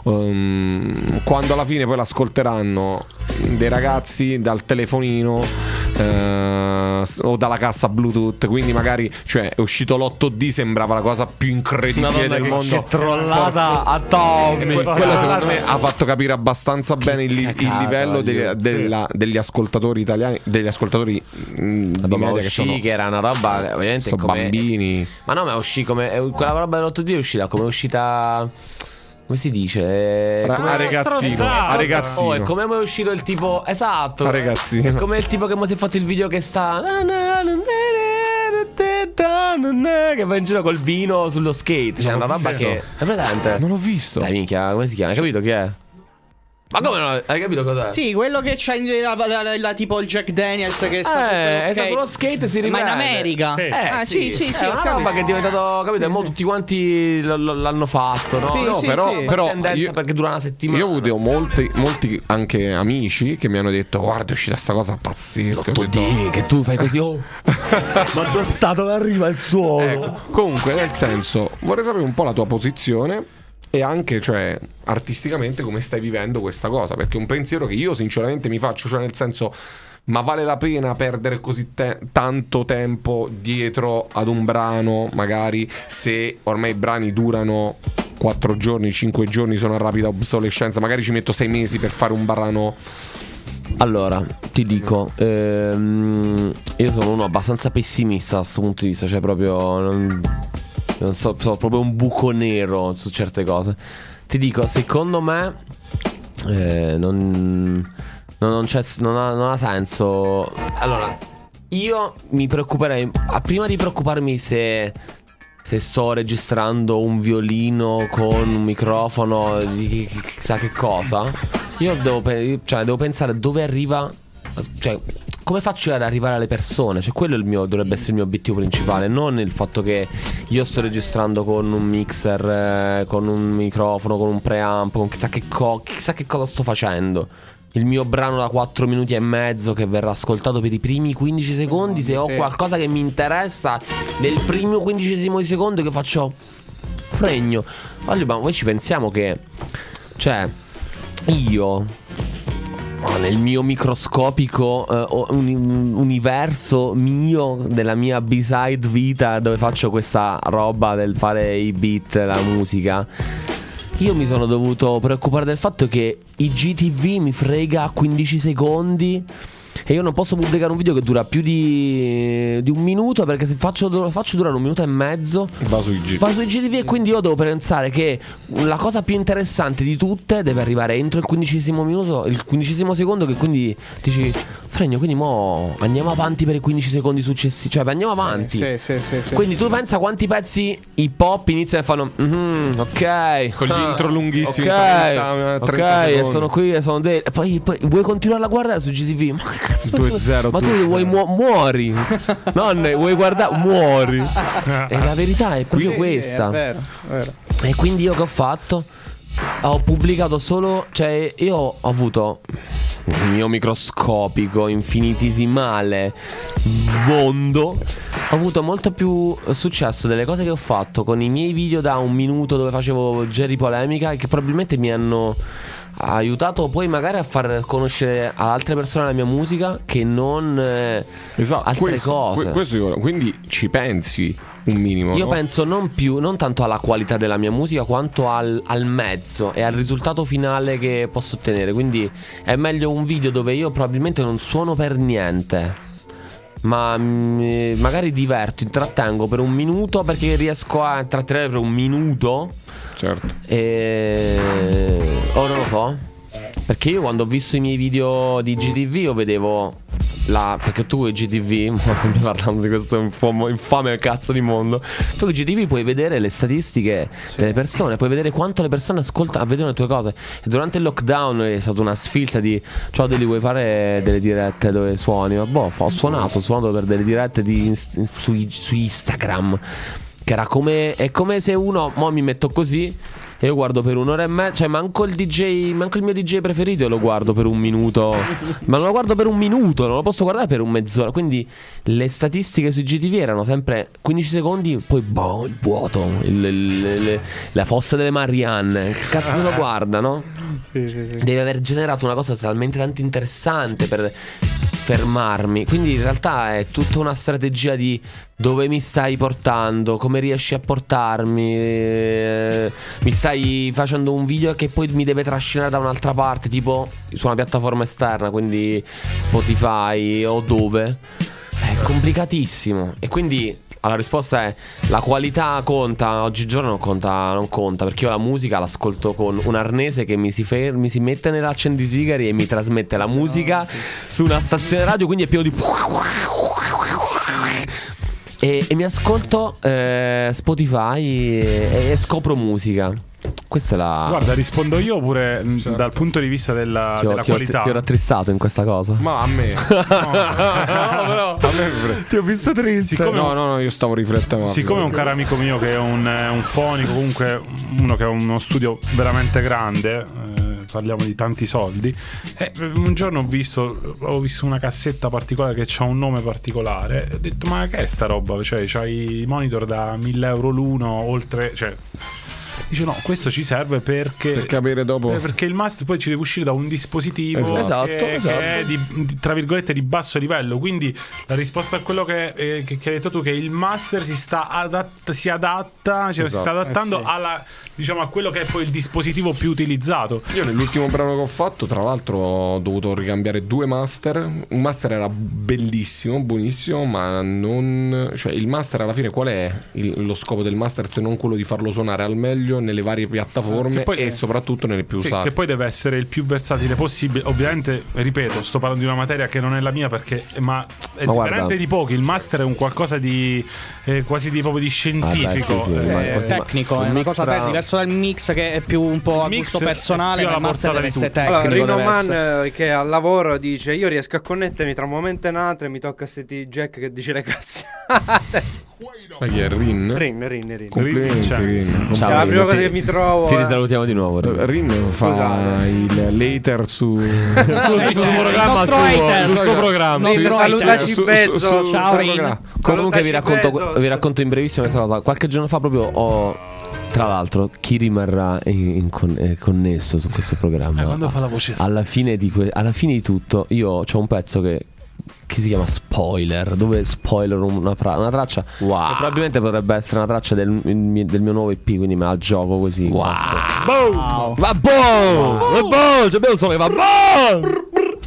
Um, quando alla fine poi l'ascolteranno dei ragazzi dal telefonino, eh, o dalla cassa Bluetooth, quindi magari, cioè, è uscito l'otto D, sembrava la cosa più incredibile Madonna, del che- mondo. che trollata Porco- atomica. Que- quello secondo me ha fatto capire abbastanza bene il, il cacata, livello degli, voglio- della- degli ascoltatori italiani, degli ascoltatori mh, di Vabbè, ma media, che uscì sono, che era una roba ovviamente sono come... bambini. Ma no, ma uscì come eh, quella roba dell'otto D è uscita come è uscita, come si dice? Eh, A- come- a ragazzino, stronzata. a ragazzino. Oh, è come è uscito il tipo, esatto, A ragazzino. è come il tipo che mo si è fatto il video che sta che va in giro col vino sullo skate. Cioè, Non una l'ho roba visto. che è presente. Non l'ho visto. Dai, minchia, come si chiama? Hai capito chi è? Ma come no? Hai capito cos'è? Sì, quello che c'ha in- la, la- la- la- tipo il Jack Daniels che sta Eh, sullo è stato lo skate, si Ma in riprende. America? Sì. Eh, Ah, sì, sì, sì, è ho una capito. roba che è diventato, capito? E mo tutti quanti l- l- l'hanno fatto, no? Sì, no, sì, però, sì. Però tendenza io- perché dura una settimana. Io ho avuto molti, molti anche amici che mi hanno detto, guarda, è uscita sta cosa pazzesca. Ho detto, Oddio, che tu fai così, oh. Ma dove sta? Dove arriva il suono? ecco, comunque, nel senso, vorrei sapere un po' la tua posizione e anche, cioè, artisticamente come stai vivendo questa cosa, perché è un pensiero che io sinceramente mi faccio, cioè, nel senso, ma vale la pena perdere così te- tanto tempo dietro ad un brano, magari, se ormai i brani durano quattro giorni, cinque giorni, sono a rapida obsolescenza, magari ci metto sei mesi per fare un brano. Allora, ti dico, ehm, io sono uno abbastanza pessimista da questo punto di vista, cioè proprio non, non so, sono proprio un buco nero su certe cose. Ti dico, secondo me eh, non, non, non c'è, non ha, non ha senso. Allora, io mi preoccuperei, ah, prima di preoccuparmi se se sto registrando un violino con un microfono di chi- chi- chissà che cosa, io devo, pe- cioè, devo pensare dove arriva, cioè come faccio ad arrivare alle persone, cioè quello è il mio, dovrebbe essere il mio obiettivo principale, non il fatto che io sto registrando con un mixer, eh, con un microfono, con un preamp, con chissà che, co- chissà che cosa sto facendo. Il mio brano da quattro minuti e mezzo che verrà ascoltato per i primi quindici secondi. Se ho Sì. qualcosa che mi interessa nel primo quindicesimo di secondo, che faccio fregno. Voglio, ma voi ci pensiamo che, cioè, io nel mio microscopico uh, un, universo mio, della mia B-side vita, dove faccio questa roba del fare i beat, la musica, io mi sono dovuto preoccupare del fatto che I G T V mi frega quindici secondi e io non posso pubblicare un video che dura più di, di un minuto, perché se faccio, lo faccio durare un minuto e mezzo va sui G T V. Va sui G T V e quindi io devo pensare che la cosa più interessante di tutte deve arrivare entro il quindicesimo minuto, il quindicesimo secondo, che quindi dici Fregno, quindi mo andiamo avanti per i quindici secondi successivi, cioè andiamo avanti. Sì, sì, sì, sì. Quindi tu pensa quanti pezzi hip hop iniziano e fanno mm, ok, con gli intro lunghissimi, ok, ok, sono qui e sono de- e poi, poi vuoi continuare a guardare su G T V? Ma che cazzo, due zero, ma tu vuoi mu- muori. Non vuoi guardare, muori. E la verità è proprio sì, questa. Sì, è vero, è vero. E quindi io che ho fatto? Ho pubblicato solo, cioè io ho avuto il mio microscopico, infinitesimale mondo. Ho avuto molto più successo delle cose che ho fatto con i miei video da un minuto dove facevo Jerry polemica, che probabilmente mi hanno aiutato poi magari a far conoscere ad altre persone la mia musica, che non eh, esatto, altre questo, cose. Questo, quindi ci pensi un minimo? Io no? penso non più, non tanto alla qualità della mia musica, quanto al, al mezzo e al risultato finale che posso ottenere. Quindi è meglio un video dove io probabilmente non suono per niente, ma mh, magari diverto, intrattengo per un minuto, perché riesco a intrattenere per un minuto. Certo. E... oh, non lo so. Perché io quando ho visto i miei video di G T V io vedevo la... perché tu i G T V, ma sempre parlando di questo infame, infame cazzo di mondo, tu i G T V puoi vedere le statistiche sì. delle persone, puoi vedere quanto le persone ascoltano, vedono le tue cose. E durante il lockdown è stata una sfilza di ciao, Deli, vuoi fare delle dirette dove suoni? Ma boh, ho suonato, ho suonato per delle dirette di, su, su Instagram, che era come, è come se uno, mo mi metto così e io guardo per un'ora e mezza, cioè manco il D J, manco il mio D J preferito io lo guardo per un minuto, ma non lo guardo per un minuto, non lo posso guardare per un mezz'ora. Quindi le statistiche sui G T V erano sempre quindici secondi, poi boh, il vuoto, il, il, il, la fossa delle Marianne. Che cazzo se lo guarda, no? Sì, sì, sì. Deve aver generato una cosa talmente tanto interessante per fermarmi. Quindi in realtà è tutta una strategia di dove mi stai portando, come riesci a portarmi, eh, mi stai facendo un video che poi mi deve trascinare da un'altra parte, tipo su una piattaforma esterna, quindi Spotify o dove. È complicatissimo. E quindi la risposta è: la qualità conta, oggigiorno non conta, non conta, perché io la musica l'ascolto con un arnese che mi si, fer- mi si mette nell'accendisigari e mi trasmette la musica su una stazione radio, quindi è pieno di e, e mi ascolto eh, Spotify e, e scopro musica. Questa è la... Guarda, rispondo io pure certo. dal punto di vista della, ti ho, della ti ho, qualità. Ti ho rattristato in questa cosa. Ma a me No, no, però a me pure. Ti ho visto triste. Siccome No, no, no, io stavo riflettendo. Siccome un caro amico mio che è un, un fonico, comunque uno che ha uno studio veramente grande, eh, parliamo di tanti soldi, e un giorno ho visto ho visto una cassetta particolare che ha un nome particolare, e ho detto: ma che è sta roba? Cioè c'hai i monitor da mille euro l'uno, oltre, cioè dice no, questo ci serve perché per capire dopo, perché il master poi ci deve uscire da un dispositivo esatto, che, esatto. che è di, di, tra virgolette di basso livello. Quindi la risposta a quello che, eh, che, che hai detto tu, che il master si sta adatta, si adatta, cioè esatto. si sta adattando eh sì. alla, diciamo, a quello che è poi il dispositivo più utilizzato. Io nell'ultimo brano che ho fatto, tra l'altro, ho dovuto ricambiare due master. Un master era bellissimo, buonissimo, ma non, cioè il master alla fine qual è il, lo scopo del master se non quello di farlo suonare al meglio nelle varie piattaforme poi, e soprattutto nelle più sì, usate. che poi deve essere il più versatile possibile. Ovviamente, ripeto, sto parlando di una materia che non è la mia, perché ma è Ma veramente guarda. di pochi. Il master è un qualcosa di eh, quasi di proprio di scientifico. Ah, beh, sì, sì, eh, ma È quasi- tecnico, un è una mix cosa tra- te- diverso dal mix, che è più un po' a Il mix gusto personale, è più ma alla il master portata deve di essere tutti. Allora, tecnico. Rino deve Man essere- eh, che al lavoro dice: io riesco a connettermi tra un momento e un altro e mi tocca sentire Jack che dice le cazzate. Ma chi è Rin? Rin, Rin, Rin. Complimenti Rin. Rin. Ciao, È la Rin, prima cosa ti- che mi trovo. Ti eh. risalutiamo di nuovo. Rin. Rin fa Scusate. il later su Sul suo programma, nostro suo- hater. sul suo programma. Rin, Nostro salutaci su- su- Bezos. su- Ciao, sul Rin. programma. Comunque vi Salutaci racconto, Bezos. vi racconto in brevissimo questa cosa. Qualche giorno fa proprio ho Tra l'altro, chi rimarrà in, in con, eh, connesso su questo programma? Eh, quando fa la voce alla fine di, que- alla fine di tutto, io c'ho un pezzo che, che si chiama Spoiler, dove spoiler una, pra- una traccia Wow. che probabilmente potrebbe essere una traccia del, il mio- del mio nuovo E P, quindi me la gioco così. Wow. Boom! Va boom! Va boom! C'è un suono che va boom!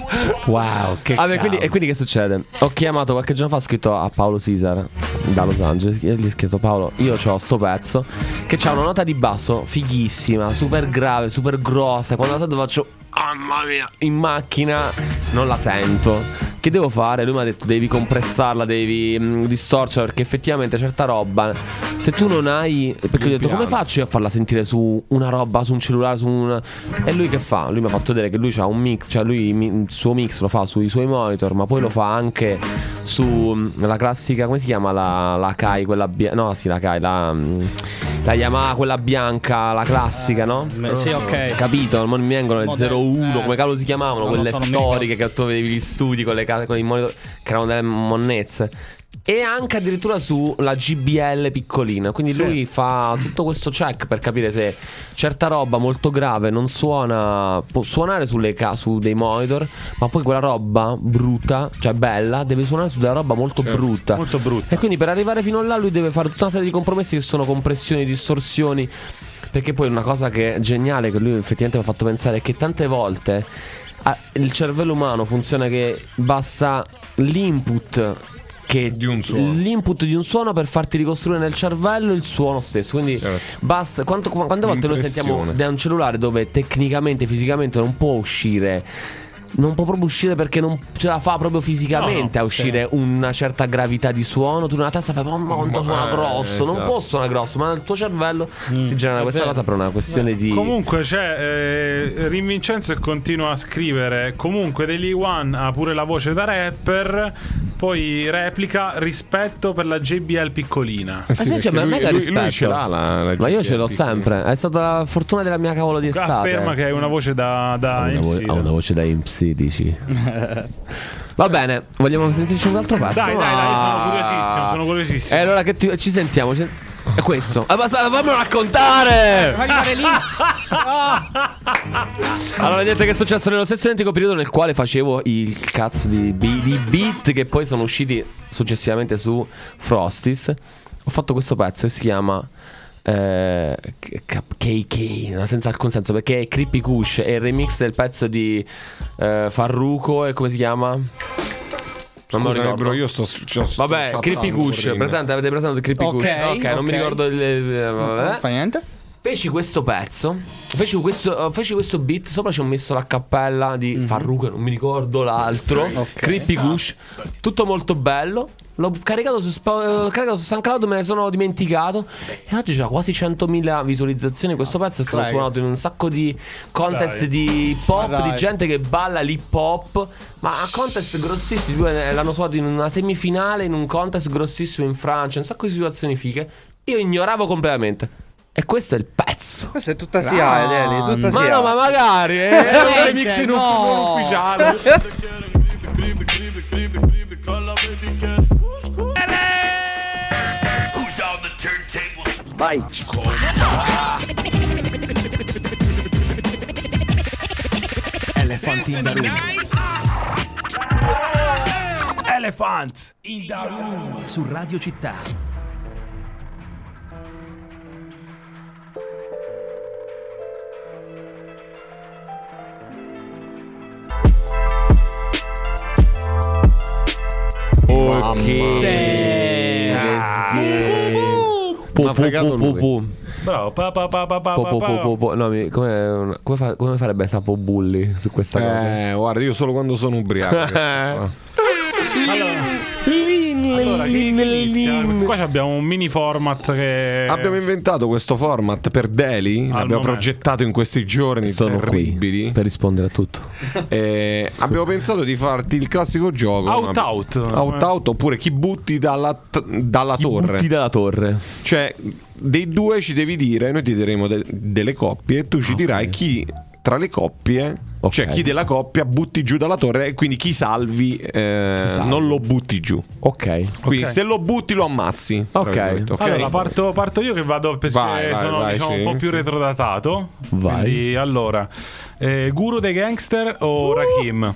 Wow, che Vabbè, quindi, e quindi che succede? Ho chiamato qualche giorno fa, ho scritto a Paolo Caesar da Los Angeles e gli ho scritto: Paolo, io ho sto pezzo che c'ha una nota di basso fighissima, super grave, super grossa. Quando la sento faccio mamma mia, in macchina non la sento. Che devo fare? Lui mi ha detto: devi compressarla, devi mh, distorcerla, perché effettivamente certa roba, se tu non hai, perché gli ho detto come faccio io a farla sentire su una roba, su un cellulare, su un... E lui che fa? Lui mi ha fatto vedere che lui ha un mix, cioè lui mi, il suo mix lo fa sui suoi monitor, ma poi lo fa anche su mh, la classica, come si chiama, la, la Kai, quella bianca, no sì la Kai, la, mh, la Yamaha, quella bianca, la classica, no? Beh, sì, ok. Capito? Non mi vengono le Model- zero uno, eh. come cavolo si chiamavano, Non lo quelle so, non mi storiche che tu vedevi gli studi con le case, con i monitor, che erano delle monnezze. E anche addirittura sulla G B L piccolina. Quindi Sì. lui fa tutto questo check per capire se certa roba molto grave non suona, può suonare sulle ca- su dei monitor, ma poi quella roba brutta, cioè bella, deve suonare su della roba molto brutta. molto brutta. E quindi per arrivare fino là lui deve fare tutta una serie di compromessi che sono compressioni, distorsioni. Perché poi una cosa che è geniale, che lui effettivamente mi ha fatto pensare, è che tante volte ah, il cervello umano funziona che basta l'input che Di un suono. l'input di un suono per farti ricostruire nel cervello il suono stesso. Quindi Certo. basta. Quanto, quante volte noi sentiamo L'impressione. da un cellulare dove tecnicamente, fisicamente non può uscire, non può proprio uscire perché non ce la fa proprio fisicamente No, a uscire una certa gravità di suono. Tu nella testa fai mamma quanto suona Eh, grosso. Non esatto. può suonare grosso, ma nel tuo cervello Mm, si genera questa cosa per una questione di Comunque c'è eh, Rin Vincenzo che continua a scrivere. Comunque Deli One ha pure la voce da rapper. Poi replica rispetto per la J B L piccolina. Eh sì, Ma cioè, perché ma lui, mega lui- rispetto. lui ce l'ha la, la Ma io G B L ce l'ho piccola. sempre. È stata la fortuna della mia cavolo di estate. Afferma che hai una voce da, da Ha una, vo- M C. ha una voce da M C, dici. Va bene, vogliamo sentirci un altro pezzo? Dai, dai, dai, io sono Ah. curiosissimo, sono curiosissimo. E allora che ti- ci sentiamo? Ci- È questo. Ah, ma aspetta, fammelo raccontare! Fai fare lì. Allora, niente, che è successo nello stesso identico periodo nel quale facevo il cazzo di, bi- di beat che poi sono usciti successivamente su Frosties. Ho fatto questo pezzo che si chiama eh, K K, senza alcun senso, perché è Creepy Kush, è il remix del pezzo di eh, Farruko e come si chiama? Non me lo Scusami, ricordo. bro, io sto, sto sto Vabbè, Creepy scattando Kush, un ring. presente? Avete presente il Creepy Ok, Kush? Ok, non mi ok. ricordo il... eh, vabbè. Non fa niente. Feci questo pezzo, feci questo, uh, feci questo beat, sopra ci ho messo la cappella di Mhm. Farruko, non mi ricordo l'altro, Creepy Kush, tutto molto bello. L'ho caricato su, Sp- caricato su SoundCloud, me ne sono dimenticato e oggi c'ha quasi centomila visualizzazioni. Questo pezzo è stato Dai. suonato in un sacco di contest Dai. di hip hop, Ma dai. di gente che balla l'hip hop, ma a contest grossissimi. Due l'hanno suonato in una semifinale, in un contest grossissimo in Francia, un sacco di situazioni fighe. Io ignoravo completamente. E questo è il pezzo. Questa è tutta S I A, Deli, tutta Ma S I A. no, ma magari eh, è un remix in un no. non ufficiale. Elephant in the room. Elephant in the room. Su Radio Città. Pu, M'ha pu, fregato pu, lui. pu, pu. Bravo, pa pa pa pa pa Po, pa po, pa. po, po, po. No, mi- come, come, fa- come farebbe Sapo Bulli su questa cosa? Eh, guarda, io solo quando sono ubriaco. che sto fa. Allora, chi chi inizia? Perché qua abbiamo un mini format che Abbiamo inventato questo format per Deli. Al L'abbiamo momento. progettato in questi giorni Sono terribili. qui per rispondere a tutto. Eh, abbiamo pensato di farti il classico gioco Out ma- out. out out, oppure chi butti dalla, t- dalla torre. Butti dalla torre. Cioè, dei due ci devi dire, noi ti diremo de- delle coppie e tu ci dirai chi tra le coppie Ok. Cioè chi della coppia butti giù dalla torre e quindi chi salvi, eh, salvi. non lo butti giù. Ok. Quindi Ok. se lo butti lo ammazzi. tra Ok. virgolette, ok? Allora parto, parto io che vado perché Vai, vai, sono vai, diciamo, sì, un po' più sì. retrodatato. Vai. Quindi allora, eh, Guru dei Gangster o Rakim?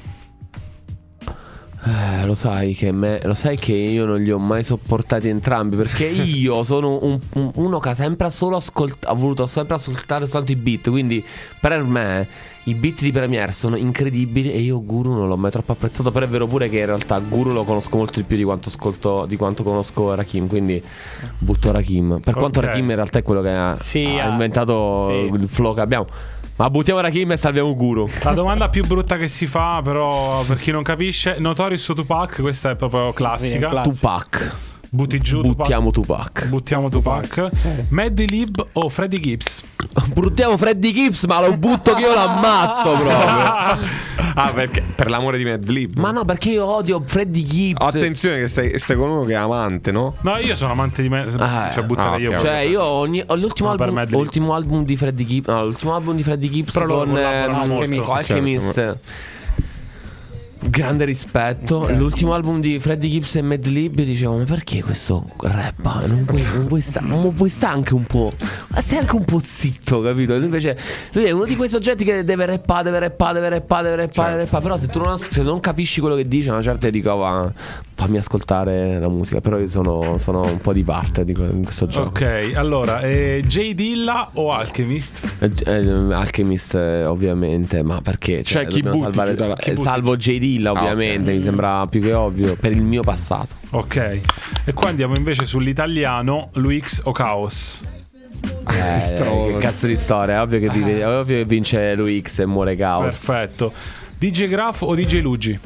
Eh, lo sai che me, lo sai che io non li ho mai sopportati entrambi, perché io sono un- un- uno che ha sempre solo ascolt- ha voluto sempre ascoltare soltanto i beat, quindi per me i beat di Premier sono incredibili e io Guru non l'ho mai troppo apprezzato, però è vero pure che in realtà Guru lo conosco molto di più di quanto ascolto, di quanto conosco Rakim, quindi butto Rakim. Per quanto Ok. Rakim in realtà è quello che ha, Sì, ha ah, inventato sì. il flow che abbiamo. Ma buttiamo Rakim e salviamo Guru. La domanda più brutta che si fa, però, per chi non capisce, Notorious o Tupac? Questa è proprio classica. Classica. Tupac. Butti giù Buttiamo Tupac. Tupac. Buttiamo Tupac. Maddie Lib o Freddie Gibbs? Buttiamo Freddy Gibbs, ma lo butto che io l'ammazzo proprio. Ah, perché per l'amore di Mad Lib. Ma no, perché io odio Freddy Gibbs. Attenzione che stai, stai con uno che è amante, no? No, io sono amante di me. Ah, Cioè, buttare ah, io. ok, Cioè, pure. io ogni, ho l'ultimo, No, per album, Mad Lib. ultimo album di Freddy Gibbs. No, l'ultimo album di Freddy Gibbs Però loro con collaborano ehm, molto. Alchemist. Alchemist. Grande rispetto. L'ultimo album di Freddy Gibbs e Mad Lib, io dicevo, ma perché questo rappa? Non puoi, non puoi stare non puoi sta anche un po'. Ma stai anche un po' zitto, capito? Invece lui è uno di quei soggetti che deve rappare, deve rappare, deve rappare, deve rappare, deve rappare. Però se tu non, as- se non capisci quello che dice, a una certa dico, va, fammi ascoltare la musica. Però io sono, sono un po' di parte di que- in questo gioco. Ok, allora, eh, J Dilla o Alchemist? Eh, eh, Alchemist, eh, ovviamente, ma perché? Cioè, chi dobbiamo butti salvare- giù dalla- eh, chi butti- salvo J Dilla, ovviamente, mi sembra più che ovvio per il mio passato. Ok. E qua andiamo invece sull'italiano, Luix o Chaos? Eh, che cazzo di storia? È ovvio che, vive- è ovvio che vince Luix e muore Chaos. Perfetto. D J Graf o D J Luigi?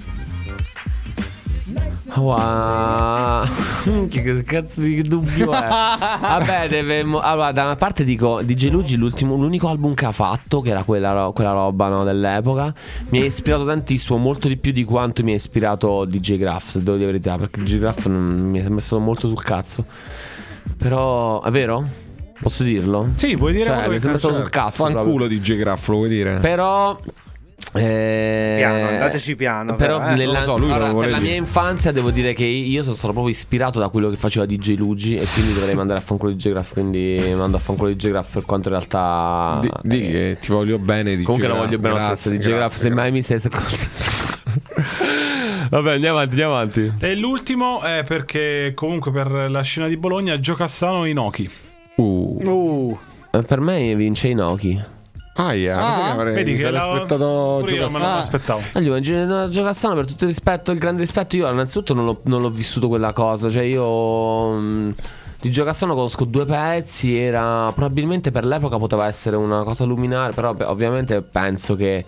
Wow. Che cazzo di dubbio è? Vabbè, deve, allora, da una parte dico D J Luigi, l'ultimo, l'unico album che ha fatto, che era quella, ro- quella roba, no, dell'epoca, mi ha ispirato tantissimo, molto di più di quanto mi ha ispirato D J Graf, se devo dire la verità, perché D J Graf non, mi è sempre stato molto sul cazzo. Però, è vero? Posso dirlo? Sì, puoi dire Cioè, quello mi è che sempre stato cazzo. sul cazzo. Fanculo proprio. di J Graff, lo vuoi dire? Però eh, Piano, andateci piano, Però però, eh. nella, Non lo so, lui allora, lo vuole per la dire. mia infanzia devo dire che io sono stato proprio ispirato da quello che faceva D J Luigi e quindi dovrei mandare a fanculo D J Graff, quindi mando a fanculo D J Graff per quanto in realtà Di- digli che ti voglio bene di comunque J lo Graff. voglio bene lo Grazie, stesso D J Graff, grazie, se mai mi sei secondo. Vabbè, andiamo avanti, andiamo avanti. E l'ultimo è perché comunque per la scena di Bologna, Gio Cassano o Inoki? Uh. Uh. Eh, Per me vince Inoki. Ah, yeah, Ah, avrei, Vedi mi che sarei la... aspettato pure io Gio me non Ah. l'aspettavo. Allora, Gio Cassano, per tutto il rispetto, il grande rispetto, io innanzitutto non l'ho, non l'ho vissuto quella cosa. Cioè io mh, di Gio Cassano conosco due pezzi. Era probabilmente per l'epoca poteva essere una cosa luminare. Però beh, ovviamente penso che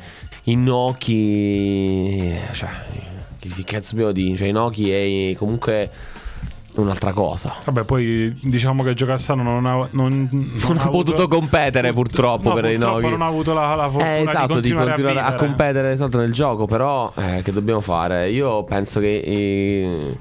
Inoki, cioè, che cazzo dobbiamo dire? Cioè Inoki è comunque un'altra cosa. Vabbè, poi diciamo che Gio Cassano non ha, non, non Non ha potuto competere purtroppo no, per purtroppo Inoki. non ha avuto la, la fortuna Eh, esatto, di continuare, continuare a, a, vivere. competere esatto, nel gioco. Però eh, che dobbiamo fare? Io penso che eh,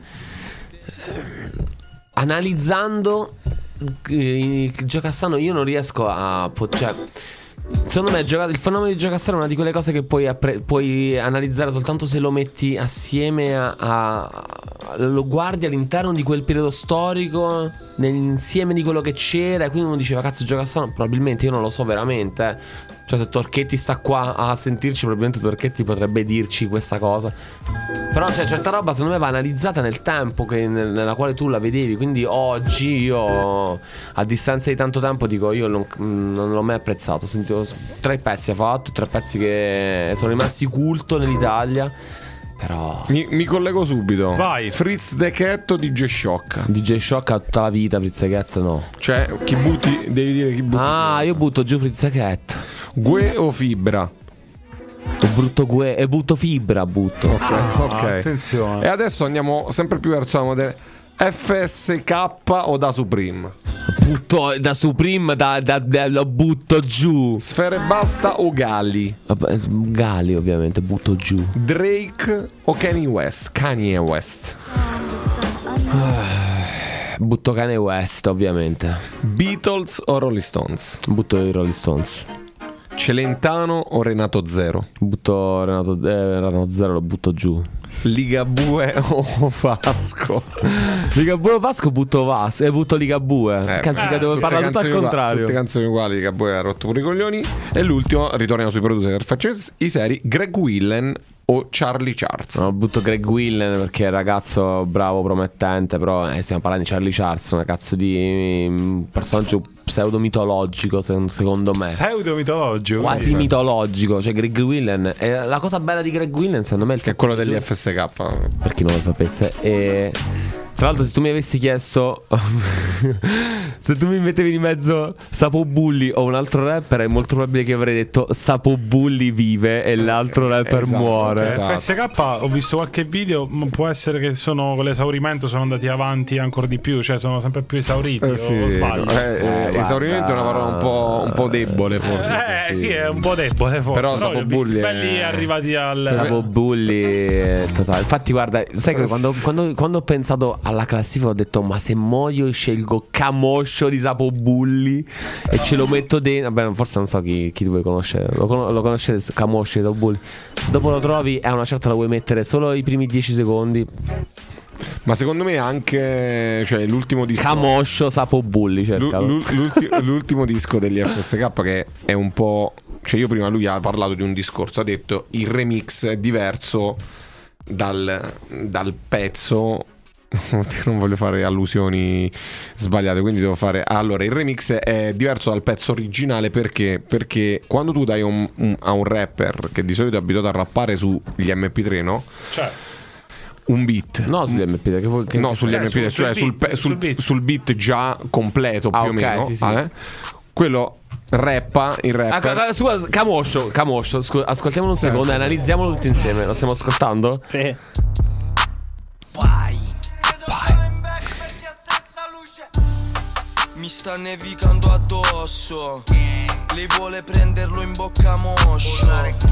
analizzando eh, Gio Cassano io non riesco a po- cioè, secondo me Gio- il fenomeno di Gio Cassano è una di quelle cose che puoi, appre- puoi analizzare soltanto se lo metti assieme a, a lo guardi all'interno di quel periodo storico, nell'insieme di quello che c'era, e quindi uno diceva cazzo Gio Cassano probabilmente, io non lo so veramente, eh. Cioè se Torchetti sta qua a sentirci, probabilmente Torchetti potrebbe dirci questa cosa. Però cioè, certa roba secondo me va analizzata nel tempo che, nel- nella quale tu la vedevi. Quindi oggi io, a distanza di tanto tempo, dico io non, non l'ho mai apprezzato. Ho sentito tre pezzi ha fatto, tre pezzi che sono rimasti culto nell'Italia. Però Mi, mi collego subito. Vai. Fritz De Chetto di G Shock. D J Shock ha tutta la vita, Frizzechet no. Cioè, chi butti, devi dire chi butti. Ah, io butto giù Frizzechet. Gue o Fibra? E brutto gue e butto fibra, butto. Ok, ok. Attenzione. E adesso andiamo sempre più verso la modello F S K o da Supreme? Butto da Supreme, da, da, da- lo butto giù. Sfere Basta o Galli? Vabbè, Gali ovviamente, butto giù. Drake o Kanye West? Kanye West. Butto Kanye West ovviamente. Beatles o Rolling Stones? Butto i Rolling Stones. Celentano o Renato Zero? Butto Renato, eh, Renato Zero, lo butto giù. Ligabue o Vasco? Ligabue o Vasco, butto Vasco. E butto Ligabue. Eh, Canzone, devo tutte parlare tutto al canzoni uguali, contrario. Tutte canzoni uguali. Ligabue ha rotto pure i coglioni. E l'ultimo, ritorniamo sui producer, facciamo i seri. Greg Willen o Charlie Charles? No, butto Greg Willen perché è un ragazzo bravo, promettente. Però eh, stiamo parlando di Charlie Charles, una cazzo di um, personaggio pseudo-mitologico, se- secondo me. Pseudo-mitologico. Quasi quindi. mitologico. Cioè Greg Willen, e la cosa bella di Greg Willen secondo me è il Che è quello degli F S K. per chi non lo sapesse. E tra l'altro, se tu mi avessi chiesto se tu mi mettevi di mezzo Sapo Bulli o un altro rapper, è molto probabile che avrei detto Sapo Bulli vive e l'altro rapper Esatto, muore. esatto. F S K ho visto qualche video, ma può essere che sono con l'esaurimento sono andati avanti ancora di più, cioè sono sempre più esauriti. Eh, sì, o sbaglio? eh, eh, guarda. esaurimento è una parola un po', un po' debole forse. Eh sì, è un po' debole forse. Però li Sapo ho visti Bulli è- belli arrivati al Sapo Bulli è totale. Infatti guarda, sai che quando, quando, quando ho pensato alla classifica ho detto ma se muoio scelgo Camoscio di Sapo Bulli e ce lo metto dentro. Vabbè, forse non so chi, chi voi conosce. Lo, con- lo conoscete Camoscio di Sapo Bulli? Se dopo lo trovi a una certa la vuoi mettere solo i primi dieci secondi. Ma secondo me anche, cioè, l'ultimo disco Camoscio Sapo Bulli, l'u- cercalo. l'u- l'ulti- l'ultimo disco degli F S K, che è un po', cioè, io prima lui ha parlato di un discorso, ha detto il remix è diverso dal, dal pezzo. Non voglio fare allusioni sbagliate, quindi devo fare. Allora, il remix è diverso dal pezzo originale perché? Perché quando tu dai un, un- a un rapper che di solito è abituato a rappare sugli M P tre, no? certo. Un beat. No, sugli M P tre, che vuoi- che- No, che- sugli eh, M P tre, sul- cioè sul sul, beat, pe- sul- sul beat. sul beat già completo più Ah, o ok, meno. sì, sì. eh? Quello rappa, il Ah, rapper. ah, scusa, Camoscio, Camoscio, scusa, ascoltiamolo un Certo. secondo e analizziamolo tutti insieme. Lo stiamo ascoltando? Sì. Mi sta nevicando addosso. Lei vuole prenderlo in bocca moscio.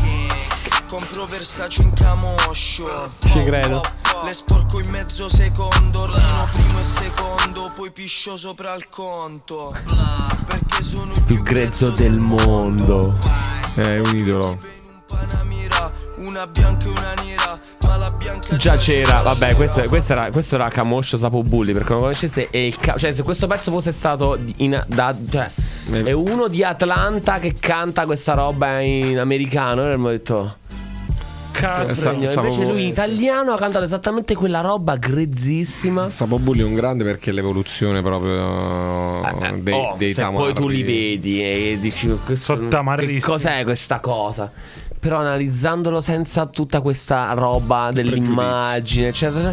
Compro Versace in camoscio. Ci credo. Le sporco in mezzo secondo. Ordino primo e secondo. Poi piscio sopra il conto. Perché sono il Più grezzo del mondo. È un idolo. Panamera, una bianca e una nera. Ma la bianca Già c'era, vabbè, questo, questo era, questo era Camoscio Sapo Bulli. Per chi non lo conoscesse, è il ca- cioè, se questo pezzo fosse stato in, da, cioè, è uno di Atlanta che canta questa roba in americano. E avremmo detto, Cazzo. Sa- invece Sapo lui in Bulli. italiano ha cantato esattamente quella roba grezzissima. Sapo Bulli è un grande perché è l'evoluzione proprio Eh, dei, oh, dei se tamarri. poi tu li vedi e dici questo, Sono tamarrissimi. che cos'è questa cosa? Però analizzandolo senza tutta questa roba dell'immagine eccetera,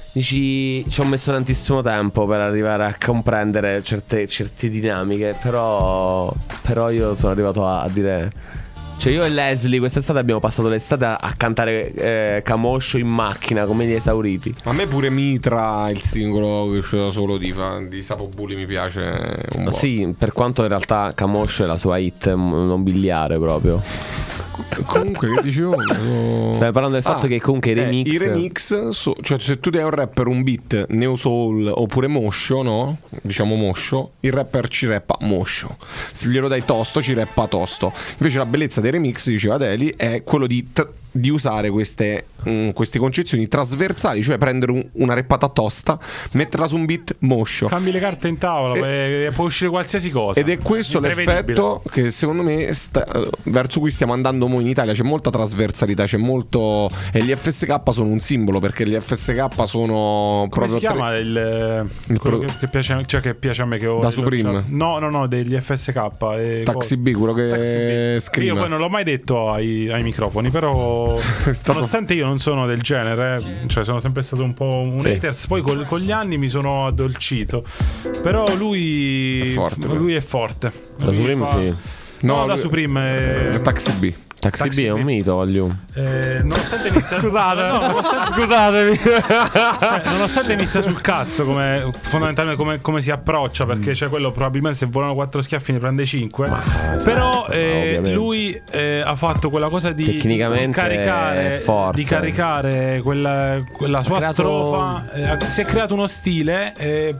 dici ci ho messo tantissimo tempo per arrivare a comprendere certe, certe dinamiche. Però Però io sono arrivato a, a dire, cioè io e Leslie quest'estate abbiamo passato l'estate a, a cantare eh, Camoscio in macchina come gli esauriti. A me pure Mitra, il singolo che è uscito da solo di, fa- di Sapo Bulli, mi piace un po'. Sì, per quanto in realtà Camoscio è la sua hit m- nobiliare proprio. Comunque, che dicevo? No. Stai parlando del fatto Ah, che comunque i eh, remix, I remix, so- cioè se tu dai a un rapper un beat neo soul oppure moscio, no? Diciamo moscio, il rapper ci rappa moscio. Se glielo dai tosto, ci rappa tosto. Invece la bellezza dei remix, diceva Deli, è quello di, t- di usare queste, mh, queste concezioni trasversali, cioè prendere un- una reppata tosta, metterla su un beat moscio. Cambi le carte in tavola, e, può uscire qualsiasi cosa. Ed è questo l'effetto che secondo me sta, verso cui stiamo andando mo in Italia. C'è molta trasversalità, c'è molto. E gli F S K sono un simbolo, perché gli F S K sono Come proprio. si chiama tre- il, Il quello pro- che, che piace, cioè che piace a me che ho Da dello- Supreme? cioè- no, no, no, degli F S K e Taxi B, quello che Taxi B. scrive. Io poi non l'ho mai detto ai, ai microfoni, però stato- nonostante io non sono del genere, eh, cioè sono sempre stato un po' un Sì. haters, poi col- con gli anni mi sono addolcito. Però lui È forte, lui è forte. Da Lui Supreme fa- sì. No, No, da lui- Supreme è- Taxi B. Taxi, Taxi B è un B. mito, voglio. eh, nonostante mi sta, Scusate, no, nonostante, scusatemi. eh, nonostante mi sta sul cazzo come fondamentalmente come, come si approccia, perché c'è quello probabilmente se volano quattro schiaffi ne prende cinque. Però ma eh, ovviamente. lui eh, ha fatto quella cosa di Tecnicamente caricare è forte. di caricare quella, quella sua creato- strofa, eh, si è creato uno stile, eh,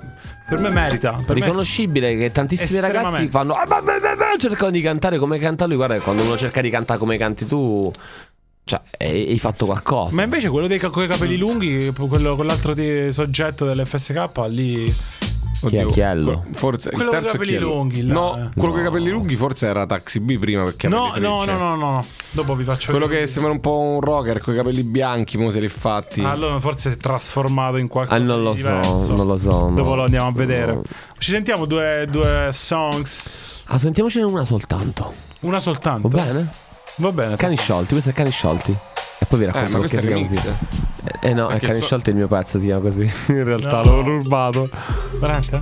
Per me merita. Per riconoscibile me che tantissimi ragazzi fanno ah, beh, beh, beh, cercano di cantare come canta lui. Guarda, quando uno cerca di cantare come canti tu, cioè hai, hai fatto qualcosa. Ma invece quello dei con i capelli lunghi, quello con l'altro di soggetto dell'F S K lì. Chi è Chiello? Forse quello il terzo con i capelli è lunghi là, no, eh. quello no. con i capelli lunghi forse era Taxi B prima perché no no, no no no no dopo vi faccio quello vedere. che sembra un po' un rocker con i capelli bianchi, mo se li fatti. Ah, allora forse si è trasformato in qualcosa ah, non lo di so, diverso. non lo so. Dopo no. lo andiamo a vedere. No. Ci sentiamo due, due songs. Ah, sentiamocene una soltanto. Una soltanto. Va bene? Va bene. Cani sciolti, questo è Cani sciolti. E poi vi racconto eh, perché si chiama remix. così. Eh, eh no, Perché è Cani so- sciolti il mio pezzo, si chiama così. In realtà No. l'ho rubato. Veramente?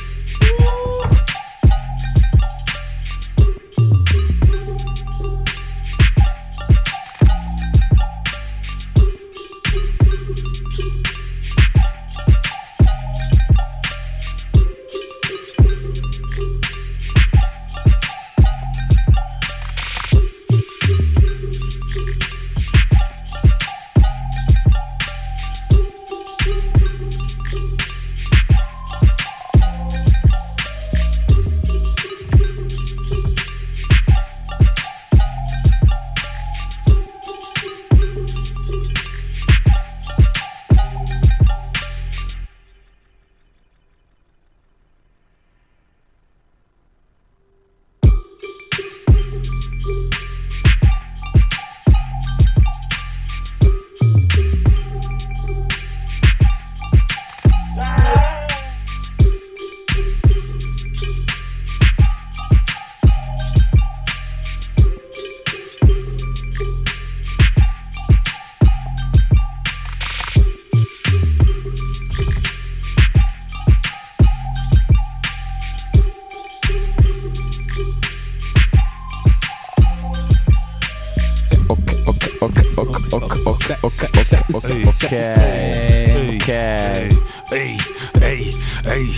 Ok, ok. Ehi, ehi, ehi.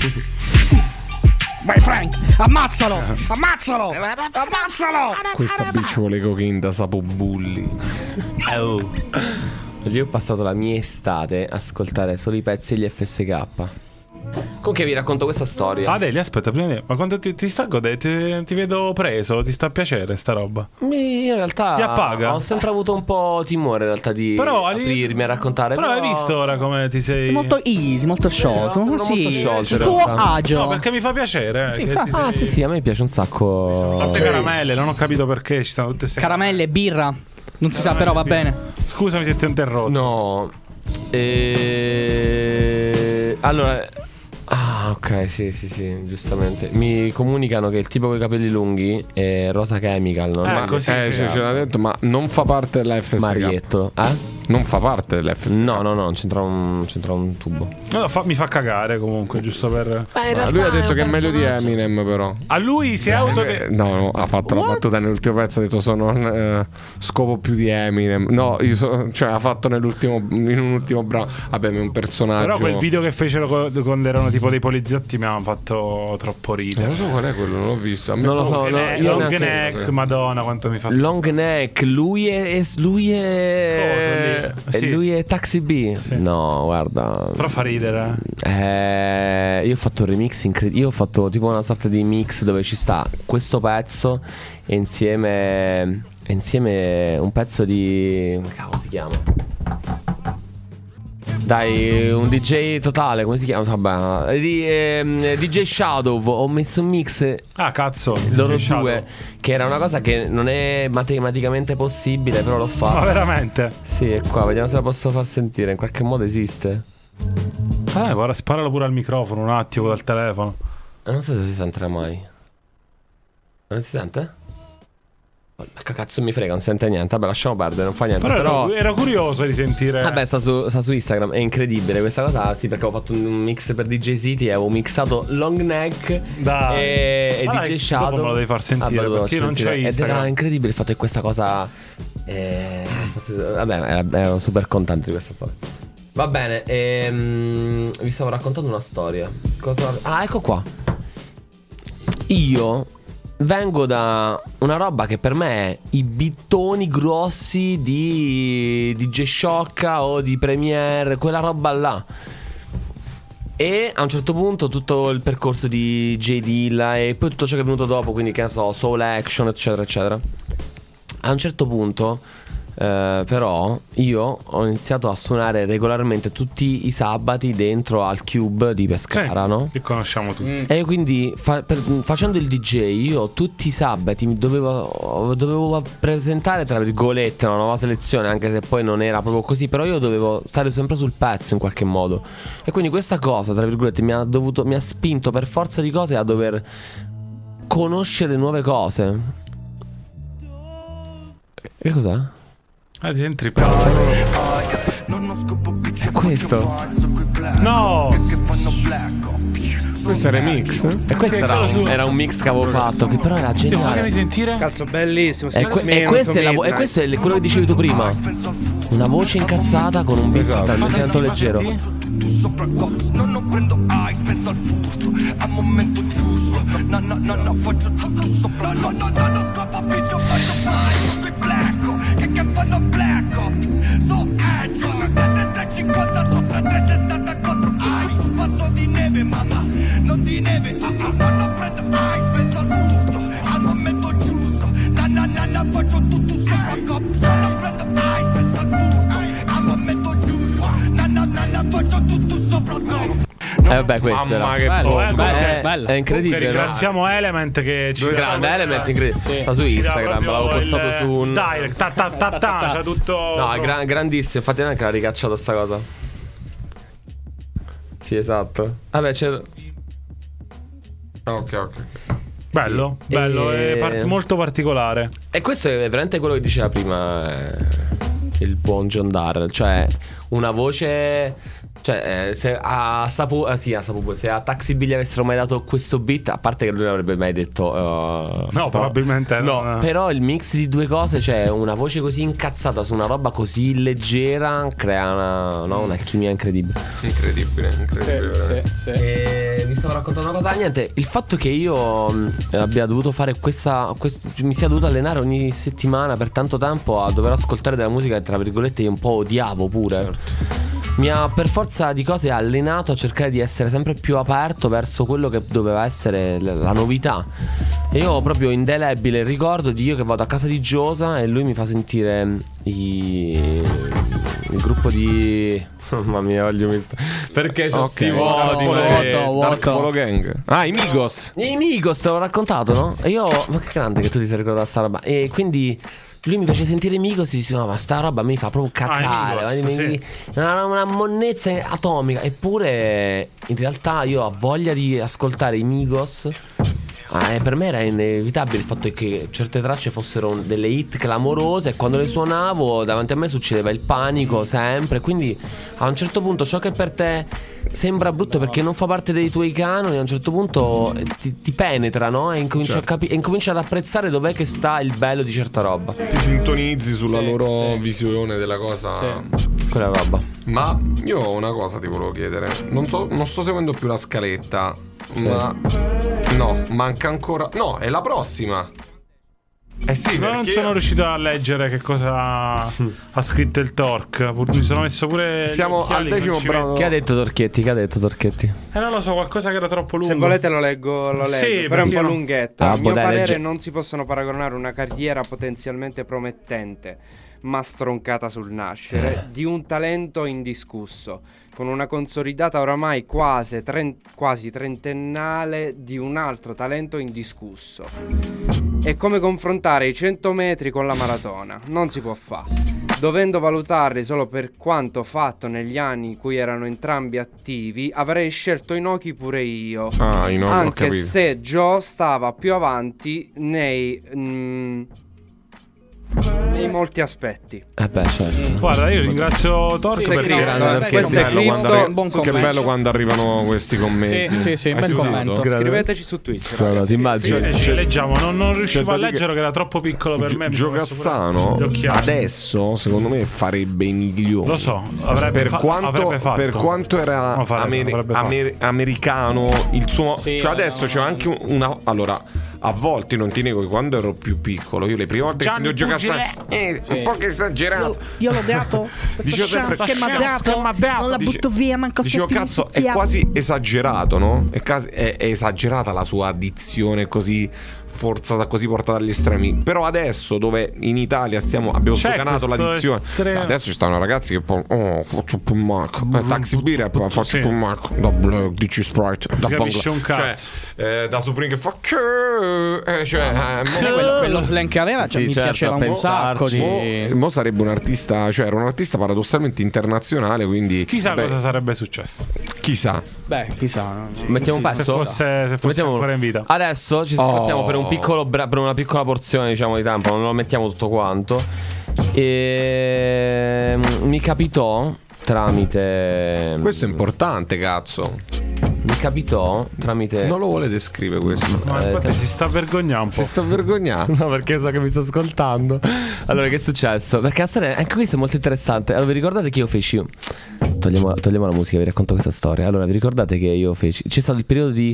Vai Frank, ammazzalo, ammazzalo, ammazzalo. Questa bitch vuole cocaine da Sapo Bulli. Oh. Io ho passato la mia estate a ascoltare solo i pezzi degli F S K. Comunque vi racconto questa storia. Adeli, aspetta, prima di... ma quando ti, ti sta godendo, ti, ti vedo preso, ti sta a piacere sta roba? Mi- in realtà Ti appaga? ho sempre avuto un po' timore in realtà di Però, Ali- aprirmi a raccontare. Però hai visto ora come ti sei... Sei molto easy, molto sciolto. sembra sì, molto sciolto, in tuo realtà. agio. No, perché mi fa piacere. eh, Sì, che fa- ti Ah sei- sì sì, a me piace un sacco. Tante caramelle, non ho capito perché ci stanno tutte queste Caramelle, birra. Non si sa, però va bene. Scusami se ti ho interrotto. No. E... Allora. Ah, ok, sì, sì, sì, giustamente. Mi comunicano che il tipo con i capelli lunghi è Rosa Chemical, no? Eh, Ma così eh, si ce, chiama. ce l'ha detto, ma non fa parte dell'F S K. Mariettolo. Eh? Non fa parte dell'F S K. No, no, no, non c'entra un, c'entra un tubo. No, fa- mi fa cagare comunque, giusto per... Beh, in Ma realtà lui ha detto un che è meglio di personaggio. Eminem, però. A lui si è auto... Eh, no, no, ha fatto la battuta nell'ultimo pezzo. Ha detto sono eh, scopo più di Eminem. No, io so, cioè ha fatto nell'ultimo in un ultimo brano. Vabbè, ma è un personaggio. Però quel video che fecero co- quando erano tipo dei poliziotti mi aveva fatto troppo ridere. Non lo so qual è quello, non l'ho visto. A me Non lo so, Long no, neck, io long neanche- neck, madonna quanto mi fa Long neck, lui è. è- Lui è. Cosa lì? e Sì. lui è Taxi B. Sì. No, guarda. Però fa ridere. Eh, io ho fatto un remix incredibile. Io ho fatto tipo una sorta di mix dove ci sta questo pezzo e insieme. e insieme un pezzo di. Come cavolo si chiama? Dai, un D J totale, come si chiama? Vabbè, di, ehm, D J Shadow. Ho messo un mix. Ah, cazzo. Loro D J Shadow. due, che era una cosa che non è matematicamente possibile, però l'ho fatto. Ma veramente? Sì, è qua, vediamo se la posso far sentire. In qualche modo esiste. Eh, ora sparalo pure al microfono un attimo dal telefono. Eh, non so se si sentirà mai. Non si sente? Che cazzo mi frega, non sente niente. Vabbè, lasciamo perdere, non fa niente. Però, Però, ero, ero curioso di sentire. vabbè, sta su, sta su Instagram. È incredibile questa cosa. Sì, perché ho fatto un mix per D J City e avevo mixato Long Neck Dai. e, e Ma dai, D J Shadow. dopo me lo devi far sentire, Vabbè, lo perché io non sentire. c'ho Ed Instagram. era incredibile il fatto che questa cosa eh, fosse- vabbè, era- ero super contento di questa storia. Va bene, ehm, vi stavo raccontando una storia. Cosa... Ah, ecco qua. Io vengo da una roba che per me è i bittoni grossi di di G-Shock o di Premiere, quella roba là. E a un certo punto tutto il percorso di J Dilla e poi tutto ciò che è venuto dopo, quindi che ne so, Soul Action, eccetera, eccetera. A un certo punto eh, però io ho iniziato a suonare regolarmente tutti i sabati dentro al Cube di Pescara, sì, no? Li conosciamo tutti. Mm. E quindi fa, per, facendo il D J io tutti i sabati mi dovevo, dovevo presentare tra virgolette una nuova selezione, anche se poi non era proprio così, però io dovevo stare sempre sul pezzo in qualche modo. E quindi questa cosa tra virgolette mi ha dovuto, mi ha spinto per forza di cose a dover conoscere nuove cose. Che cos'è? Ah, ti senti È questo? No! Questo è remix? E questo era un, era un mix che avevo fatto, che però era geniale. Fammi sentire. Cazzo, bellissimo. E, que- e questo è, la vo- e questo è il- quello che dicevi tu prima. Una voce incazzata con un beat Esatto. talmente tanto leggero. Non prendo ice, penso al futuro, al momento giusto. No, no, no, no, faccio tutto sopra. No, no, no, no, scopo, piccio, faccio fare sotto i black ops, che che fanno black ops. So edge, trecentocinquanta sopra, trecentosessanta contro ice. Fazzo di neve, mamma, non di neve. Ah, ah, no, no, prendo ice, penso al futuro, al momento giusto. No, no, no, no, faccio tutto sopra cops. Non prendo ice, penso al futuro, al momento giusto. No, no, no, no, faccio tutto sopra cops. Eh vabbè, questo Mamma era che Bello, bomba. eh, È, bello. è incredibile, no? Ringraziamo Element che ci Grande dà- Element, incredibile. Sta su ci dà Instagram, proprio l'avevo postato il su un... direct, ta ta ta ta, c'è tutto. No, è gra- grandissimo, infatti neanche l'ha ricacciato sta cosa. Sì, esatto. Vabbè, c'è... Ok, ok. Bello, bello, E- è part- molto particolare. E questo è veramente quello che diceva prima eh, il buon John Darrell. Cioè, una voce... Cioè, eh, se a Sapu, eh, sì, a Sapu, se a Taxi Billy avessero mai dato questo beat, a parte che lui non avrebbe mai detto uh, No, probabilmente no. no. Però il mix di due cose, cioè una voce così incazzata su una roba così leggera, crea una, no, un'alchimia incredibile. Incredibile, incredibile. Sì, veramente. sì. E vi stavo raccontando una cosa. Niente, il fatto che io mh, abbia dovuto fare questa, quest- mi sia dovuto allenare ogni settimana per tanto tempo a dover ascoltare della musica che tra virgolette io un po' odiavo pure, Certo. mi ha per forza di cose allenato a cercare di essere sempre più aperto verso quello che doveva essere l- la novità. E io ho proprio indelebile il ricordo di io che vado a casa di Giosa e lui mi fa sentire mh, i... il gruppo di... Mamma mia, voglio mi sta... Perché c'ho Ok. sti vuoti, Dark ma- Polo- Dark Polo Gang. Ah, i Migos. I Migos, te l'ho raccontato, no? E io, ma che grande che tu ti sei ricordato sta roba. E quindi lui mi fece sentire Migos e dice: no, ma sta roba mi fa proprio cacare. Ah, i Migos, ma mi- una, una monnezza atomica. Eppure, in realtà, io ho voglia di ascoltare i Migos. Ah, e per me era inevitabile il fatto che certe tracce fossero delle hit clamorose e quando le suonavo davanti a me succedeva il panico sempre. Quindi a un certo punto ciò che per te sembra brutto perché non fa parte dei tuoi canoni, a un certo punto ti, ti penetra, no? E incominci, Certo. a capi- e incominci ad apprezzare dov'è che sta il bello di certa roba. Ti sintonizzi sulla Sì, loro sì. visione della cosa. Sì. Quella roba. Ma io una cosa ti volevo chiedere. Non, so, non sto seguendo più la scaletta. Ma no, manca ancora. No, è la prossima. Eh sì, No, non perché sono riuscito a leggere che cosa ha scritto il Torque. Pur- Mi sono messo pure. gli Siamo occhiali al che decimo non ci brano. Che ha detto Torchetti? Che ha detto Torchetti? Eh, non lo so, qualcosa che era troppo lungo. Se volete lo leggo, lo leggo, Sì, però è un perché po' no? lunghetto. Ah, A boh, mio dai, parere legge. non si possono paragonare una carriera potenzialmente promettente, ma stroncata sul nascere, di un talento indiscusso, con una consolidata oramai quasi, tren- quasi trentennale di un altro talento indiscusso. È come confrontare i cento metri con la maratona, non si può fare. Dovendo valutarli solo per quanto fatto negli anni in cui erano entrambi attivi, avrei scelto Inoki pure io. Ah, Inoki, ho Anche capito. se Joe stava più avanti nei, mm, nei molti aspetti. Eh beh, certo. Guarda, io ringrazio Torque Sì, perché sì, no, grande beh, perché questo Che è bello, cripto, quando arri- buon che commento. bello quando arrivano questi commenti. Sì, sì, sì, Hai bel sentito? commento. Grande. Scriveteci su Twitch. Guarda, ragazzi. ti immagini? Eh, ci leggiamo. Non, non riuscivo C'è a da dire leggere che era troppo piccolo per me. mi sono messo pure Giocassano gli occhiali. adesso secondo me farebbe i milioni. Lo so, avrebbe, per, fa- quanto, avrebbe fatto. per quanto era No, farebbe, ameri- avrebbe fatto. amer- americano il suo Sì, cioè adesso no, c'è no, anche un- una allora a volte non ti nego che quando ero più piccolo, io le prime volte che sentivo giocare eh, sì. un po' che esagerato. Io, io l'ho dato questa chance che mi ha dato, dato, non la butto Dice, via manco dicevo, se cazzo, è quasi esagerato, no? È, quasi, è, è esagerata la sua addizione così forzata, così portata agli estremi. Però adesso, dove in Italia stiamo abbiamo sdoganato l'addizione, estremo. Adesso ci stanno ragazzi che poi oh, faccio un pomacco, eh, taxi birra, faccio sì. un pomacco da Black, D C Sprite, da capisce un cazzo, cioè, eh, da Supreme che fa che eh, cioè, no, eh, quello, quello slang che aveva, cioè, sì, mi certo, piaceva un sacco di... mo, mo sarebbe un artista, cioè era un artista paradossalmente internazionale, quindi chissà beh, cosa sarebbe successo. Chissà. Beh, chissà. No? Mettiamo sì, un pezzo. Se fosse, se fosse mettiamo... ancora in vita. Adesso ci ascoltiamo oh. per un piccolo bra- per una piccola porzione, diciamo, di tempo, non lo mettiamo tutto quanto. E mi capitò tramite questo è importante, cazzo. Mi capitò tramite non lo vuole descrivere questo. Ma infatti eh, si sta vergognando un po'. Si sta vergognando. No, perché so che mi sto ascoltando. Allora, che è successo? Perché la storia, anche questa è molto interessante. Allora, vi ricordate che io feci Togliamo, togliamo la musica, vi racconto questa storia. Allora, vi ricordate che io feci c'è stato il periodo di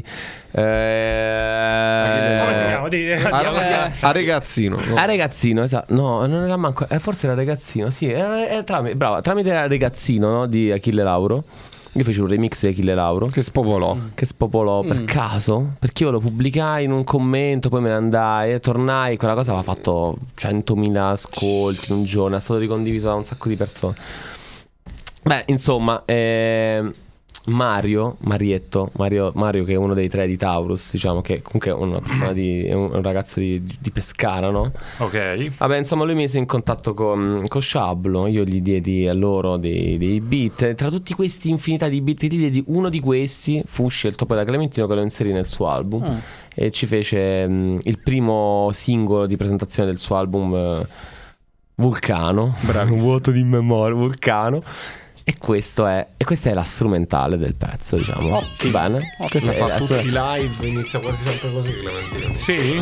eh... come si chiama? Di... A, a ragazzino no? A ragazzino, esatto. No, non era manco eh, forse era ragazzino, sì, era, era tramite, brava, tramite il ragazzino, no? Di Achille Lauro. Io feci un remix di Achille Lauro che spopolò mm. Che spopolò mm. per caso, perché io lo pubblicai in un commento, poi me ne andai e tornai. Quella cosa aveva fatto centomila ascolti in un giorno, è stato ricondiviso da un sacco di persone. Beh, insomma, eh, Mario, Marietto, Mario, Mario che è uno dei tre di Taurus, diciamo, che comunque è una persona di, è un, un ragazzo di, di Pescara, no? Ok. Vabbè, insomma, lui mi mise in contatto con, con Sciablo, io gli diedi a loro dei, dei beat. Tra tutti questi infinità di beat, gli diedi uno di questi, fu scelto poi da Clementino, che lo inserì nel suo album mm. e ci fece mh, il primo singolo di presentazione del suo album, eh, Vulcano. Bravissimo. Vuoto di memoria, Vulcano. E questo è e questa è la strumentale del pezzo, diciamo. Ottimo. Bene. Questa fa è tutti i live, inizia quasi sempre così, Clementino. Sì.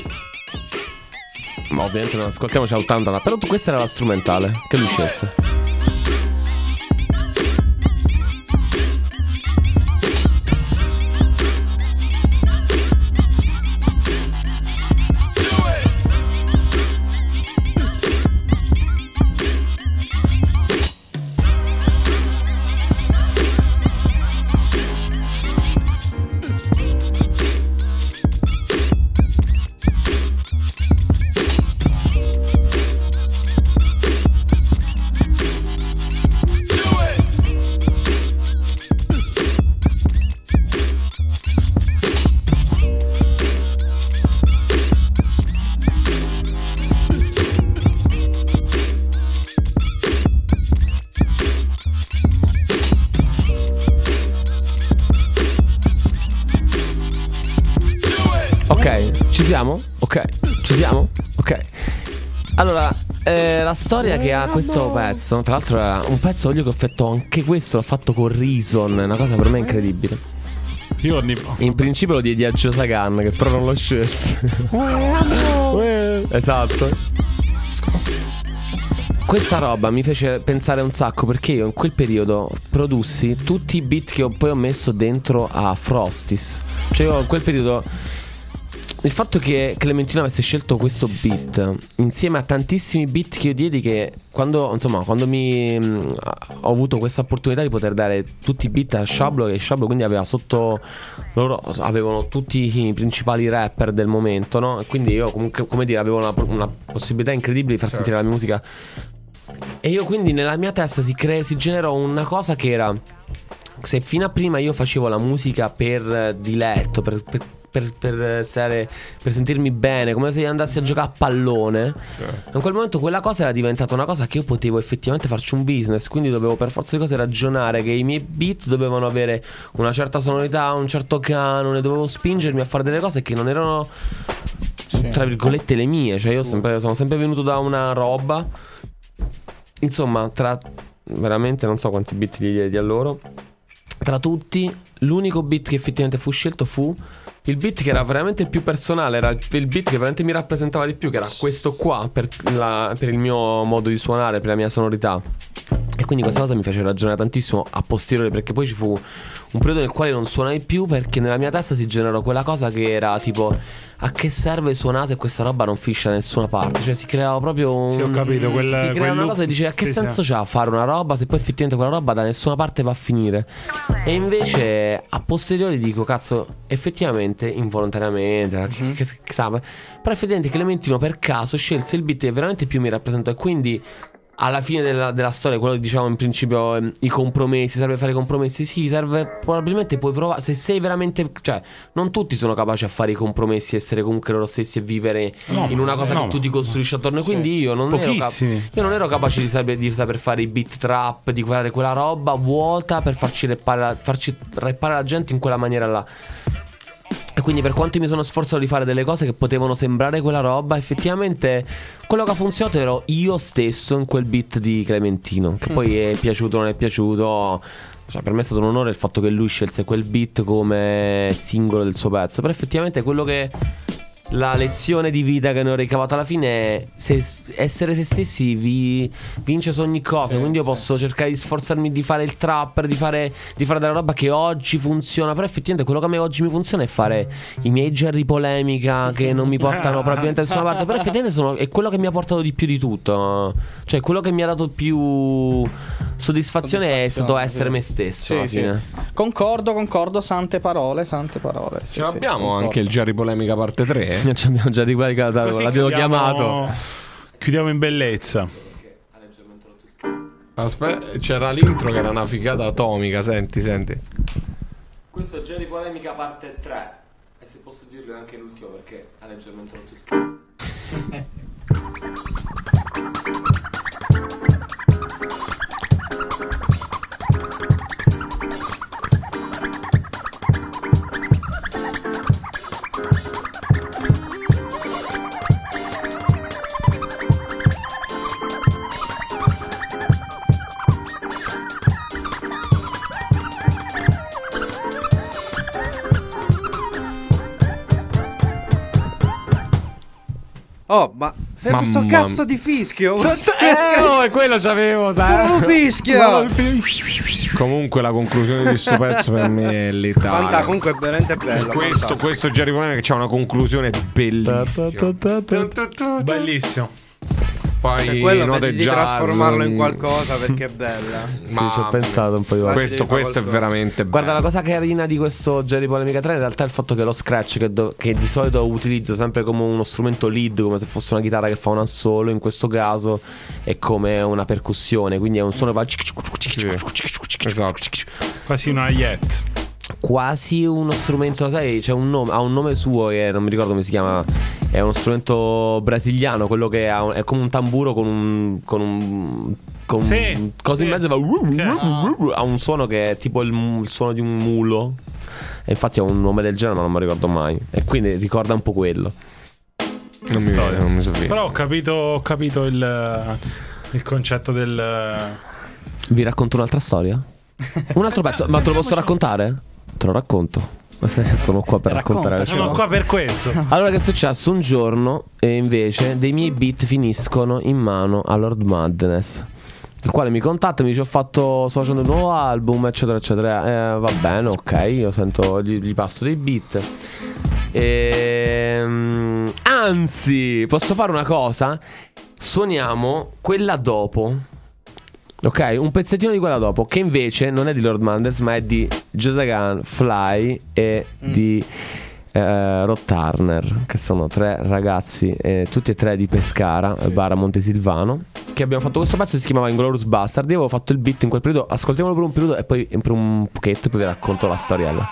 Ma ovviamente non ascoltiamoci a ottanta, però questa era la strumentale che lui scelse. Ok, ci siamo? Ok. Allora, eh, la storia che ha questo pezzo, tra l'altro era un pezzo che ho fatto anche questo, l'ho fatto con Reason, è una cosa per me incredibile. Io in principio lo diedi a Joe Sagan, che però non lo scelse. Esatto. Questa roba mi fece pensare un sacco, perché io in quel periodo produssi tutti i beat che ho, poi ho messo dentro a Frosties. Cioè io in quel periodo, il fatto che Clementino avesse scelto questo beat insieme a tantissimi beat che io diedi, che quando, insomma, quando mi mh, ho avuto questa opportunità di poter dare tutti i beat a Sciablo, che Sciablo quindi aveva sotto, loro avevano tutti i principali rapper del momento, no? E quindi io comunque, come dire, avevo una, una possibilità incredibile di far sentire la mia musica. E io quindi nella mia testa si, cre- si generò una cosa che era: se fino a prima io facevo la musica per diletto, per, per Per, per stare, per sentirmi bene, come se andassi a giocare a pallone, yeah. In quel momento quella cosa era diventata una cosa che io potevo effettivamente farci un business. Quindi dovevo per forza di cose ragionare che i miei beat dovevano avere una certa sonorità, un certo canone. Dovevo spingermi a fare delle cose che non erano, sì, tra virgolette, le mie. Cioè io sempre, sono sempre venuto da una roba, insomma, tra veramente non so quanti beat gli diedi a loro. Tra tutti, l'unico beat che effettivamente fu scelto fu il beat che era veramente il più personale, era il beat che veramente mi rappresentava di più, che era questo qua, per, la, per il mio modo di suonare, per la mia sonorità. E quindi questa cosa mi fece ragionare tantissimo a posteriori, perché poi ci fu un periodo nel quale non suonai più, perché nella mia testa si generò quella cosa che era tipo: a che serve suonare se questa roba non finisce da nessuna parte? Cioè si creava proprio un... Sì, ho capito, quel, si creava una loop... cosa e dice: a che sì, senso sì. c'ha fare una roba se poi effettivamente quella roba da nessuna parte va a finire? E invece a posteriori dico: cazzo, effettivamente involontariamente, mm-hmm. che, che, che sa, però effettivamente Clementino per caso scelse il beat che veramente più mi rappresenta, e quindi alla fine della, della storia, quello che diciamo in principio, eh, i compromessi, serve fare i compromessi. Sì, serve, probabilmente puoi provare, se sei veramente, cioè non tutti sono capaci a fare i compromessi, essere comunque loro stessi e vivere no, in una cosa no, che tu ti costruisci attorno. Sì. Quindi io non ero cap- io non ero capace di saper, di saper fare i beat trap, di fare quella roba vuota per farci rappare, farci rappare la gente in quella maniera là. E quindi per quanto mi sono sforzato di fare delle cose che potevano sembrare quella roba, effettivamente quello che ha funzionato ero io stesso in quel beat di Clementino, che poi è piaciuto o non è piaciuto. Cioè, per me è stato un onore il fatto che lui scelse quel beat come singolo del suo pezzo. Però effettivamente quello che... la lezione di vita che ne ho ricavato alla fine è se essere se stessi vi vince su ogni cosa. Sì, quindi io posso sì. cercare di sforzarmi di fare il trapper, di fare, di fare della roba che oggi funziona. Però effettivamente quello che a me oggi mi funziona è fare i miei Jerry polemica che non mi portano probabilmente da nessuna parte. Però effettivamente sono, è quello che mi ha portato di più di tutto. Cioè quello che mi ha dato più soddisfazione, è stato essere sì. me stesso. Sì, sì. Concordo, concordo. Sante parole, sante parole. Sì, Ce l'abbiamo sì, anche il Jerry polemica parte tre. Ci abbiamo già riguardato, l'abbiamo chiamato. Chiudiamo in bellezza. Aspetta, c'era l'intro che era una figata atomica. Senti, senti. Questo è Jerry polemica parte tre. E se posso dirlo è anche l'ultimo, perché ha leggermente rotto il c***o. Oh, ma sei Mamma questo cazzo di fischio? Eh, oh, è quello c'avevo, sai. Sono un fischio. Comunque la conclusione di sto pezzo per me è letale. Fanta, comunque è veramente bello. Cioè, questo, questo Jerry Polemica che c'ha una conclusione bellissima. Bellissimo. Poi cioè, quello note di jazz, trasformarlo in qualcosa perché è bella. Ma sì, ci ho pensato un po' di volte. Questo, questo è veramente bello. Guarda, la cosa carina di questo Jerry Polemica tre in realtà è il fatto che lo scratch, che, do- che di solito utilizzo sempre come uno strumento lead, come se fosse una chitarra che fa un assolo, in questo caso è come una percussione, quindi è un suono che va esatto. Quasi una yet. Quasi uno strumento, sai, c'è un nome, ha un nome suo che non mi ricordo come si chiama. È uno strumento brasiliano, quello che ha un, è come un tamburo con un con un con sì, cosa sì. in mezzo, va, okay. Ha un suono che è tipo il, il suono di un mulo. E infatti ha un nome del genere, ma non mi ricordo mai. E quindi ricorda un po' quello. Non mi, non mi so via. Però ho capito, ho capito il, il concetto del. Vi racconto un'altra storia? Un altro pezzo, ma te lo posso raccontare? Te lo racconto. Sono qua per raccontare. Sono qua per questo. Allora, che è successo? Un giorno, e invece, dei miei beat finiscono in mano a Lord Madness, il quale mi contatta e mi dice: ho fatto, sto facendo un nuovo album, eccetera eccetera. Eh, va bene, ok, io sento, gli, gli passo dei beat. E, anzi, posso fare una cosa? Suoniamo quella dopo. Ok, un pezzettino di quella dopo, che invece non è di Lord Manders, ma è di Josagan, Fly e mm. di eh, Rod Turner, che sono tre ragazzi, eh, tutti e tre di Pescara, sì. Bara Montesilvano, che abbiamo fatto questo pezzo che si chiamava Inglourious Bastard. Io avevo fatto il beat in quel periodo, ascoltiamolo per un periodo e poi per un pochetto, poi vi racconto la storiella.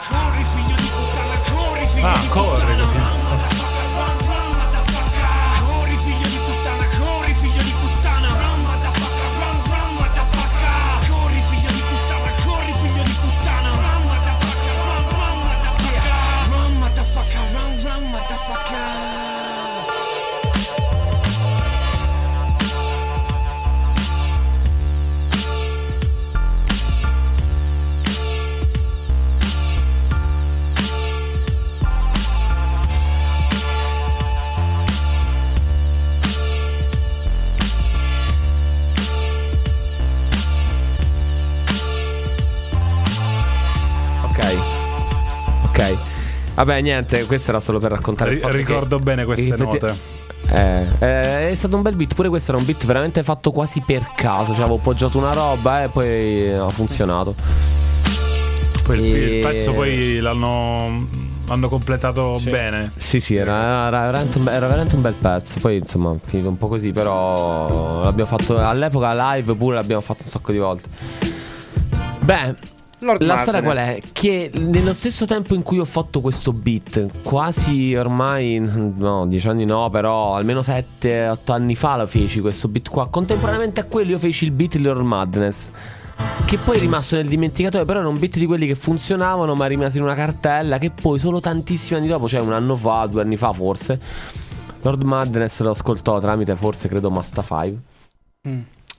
Ah, corri, Vabbè, niente, questo era solo per raccontare R- il fatto ricordo che bene queste effetti- note. Eh, eh, è stato un bel beat. Pure questo era un beat veramente fatto quasi per caso. Cioè avevo appoggiato una roba e poi ha funzionato. Poi il- E- il pezzo poi l'hanno, l'hanno completato Sì. bene. Sì, sì, era, era veramente un, be- era veramente un bel pezzo. Poi insomma è finito un po' così. Però l'abbiamo fatto all'epoca live pure, l'abbiamo fatto un sacco di volte. Beh, Lord la storia qual Madness. è? Che nello stesso tempo in cui ho fatto questo beat, quasi ormai, no, dieci anni no, però almeno sette otto anni fa lo feci questo beat qua. Contemporaneamente a quello io feci il beat di Lord Madness, che poi è rimasto nel dimenticatoio. Però era un beat di quelli che funzionavano, ma rimase in una cartella. Che poi solo tantissimi anni dopo, cioè un anno fa, due anni fa forse, Lord Madness lo ascoltò tramite forse credo Masta cinque. Mm.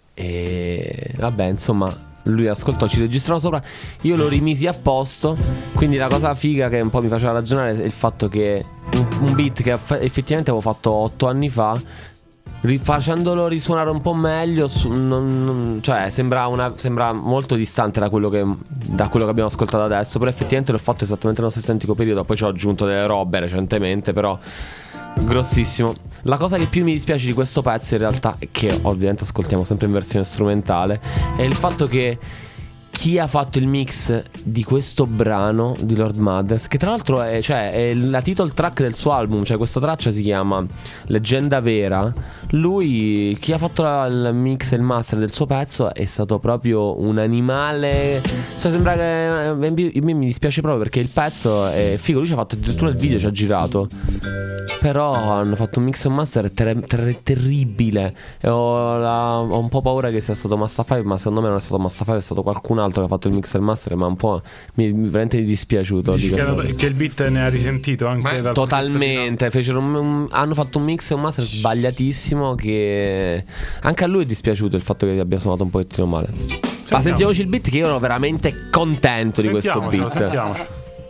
E vabbè, insomma, lui ascoltò, ci registrò sopra. Io lo rimisi a posto. Quindi la cosa figa che un po' mi faceva ragionare è il fatto che un, un beat che aff- effettivamente avevo fatto otto anni fa, rifacendolo risuonare un po' meglio, su- non- non- cioè sembra, una, sembra molto distante da quello, che, da quello che abbiamo ascoltato adesso. Però effettivamente l'ho fatto esattamente nello stesso identico periodo. Poi ci ho aggiunto delle robe recentemente, però grossissimo. La cosa che più mi dispiace di questo pezzo in realtà, che ovviamente ascoltiamo sempre in versione strumentale, è il fatto che chi ha fatto il mix di questo brano di Lord Madness, che tra l'altro è, cioè, è la title track del suo album, cioè questa traccia si chiama Leggenda Vera. Lui, chi ha fatto la, il mix e il master del suo pezzo, è stato proprio un animale. Cioè sembra che a me mi dispiace proprio perché il pezzo è figo. Lui ci ha fatto addirittura il video, ci ha girato. Però hanno fatto un mix e un master ter- ter- terribile. E ho, la- ho un po' paura che sia stato Masta cinque, ma secondo me non è stato Masta cinque, è stato qualcun altro che ha fatto il mix e il master. Ma un po' mi mi- veramente dispiaciuto di Dici che, questa cosa. che il beat ne ha risentito anche dal Totalmente, fecero un- un- hanno fatto un mix e un master sbagliatissimo. Che anche a lui è dispiaciuto il fatto che abbia suonato un pochettino male. Ma sentiamoci il beat, che io ero veramente contento di questo Sentiamocelo, beat. sentiamocelo.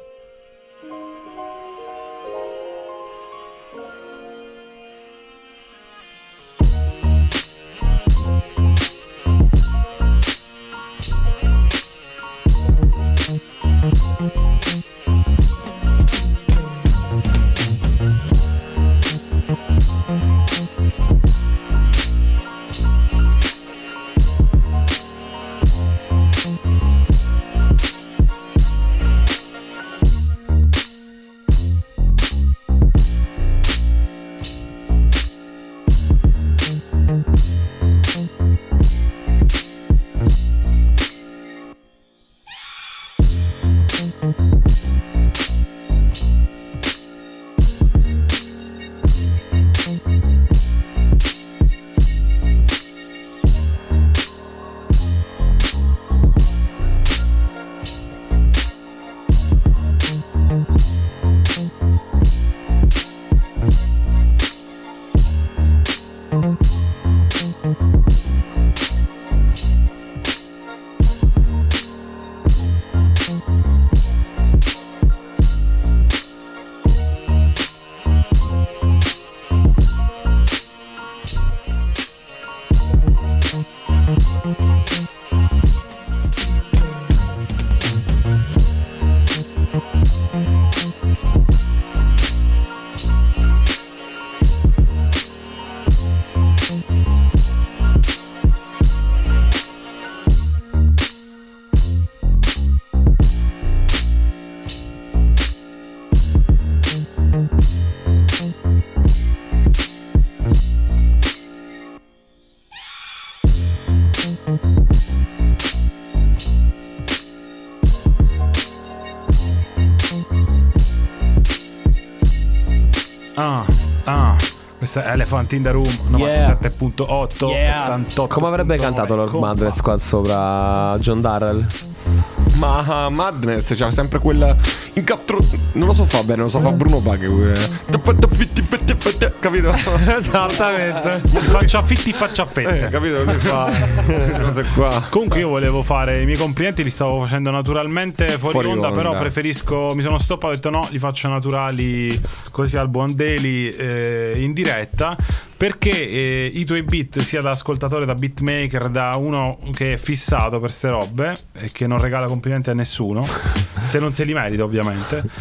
Ah, ah, questa è Elephant in the Room novantasette virgola otto. Yeah. ottantotto Come avrebbe virgola nove. cantato Lord Compa. Madness qua sopra John Darrell? Ma Madness c'ha sempre quella incattro. Non lo so fa bene, lo so fa Bruno Paghe. Capito? Esattamente. Faccia fitti, faccia fette. Eh, capito? Lui fa cose qua. Comunque io volevo fare i miei complimenti, li stavo facendo naturalmente fuori, Fuori onda, onda. però preferisco, mi sono stoppato e ho detto no, li faccio naturali così al buon daily eh, in diretta, perché eh, i tuoi beat, sia da ascoltatore, da beatmaker, da uno che è fissato per ste robe e che non regala complimenti a nessuno, se non se li merita ovviamente, che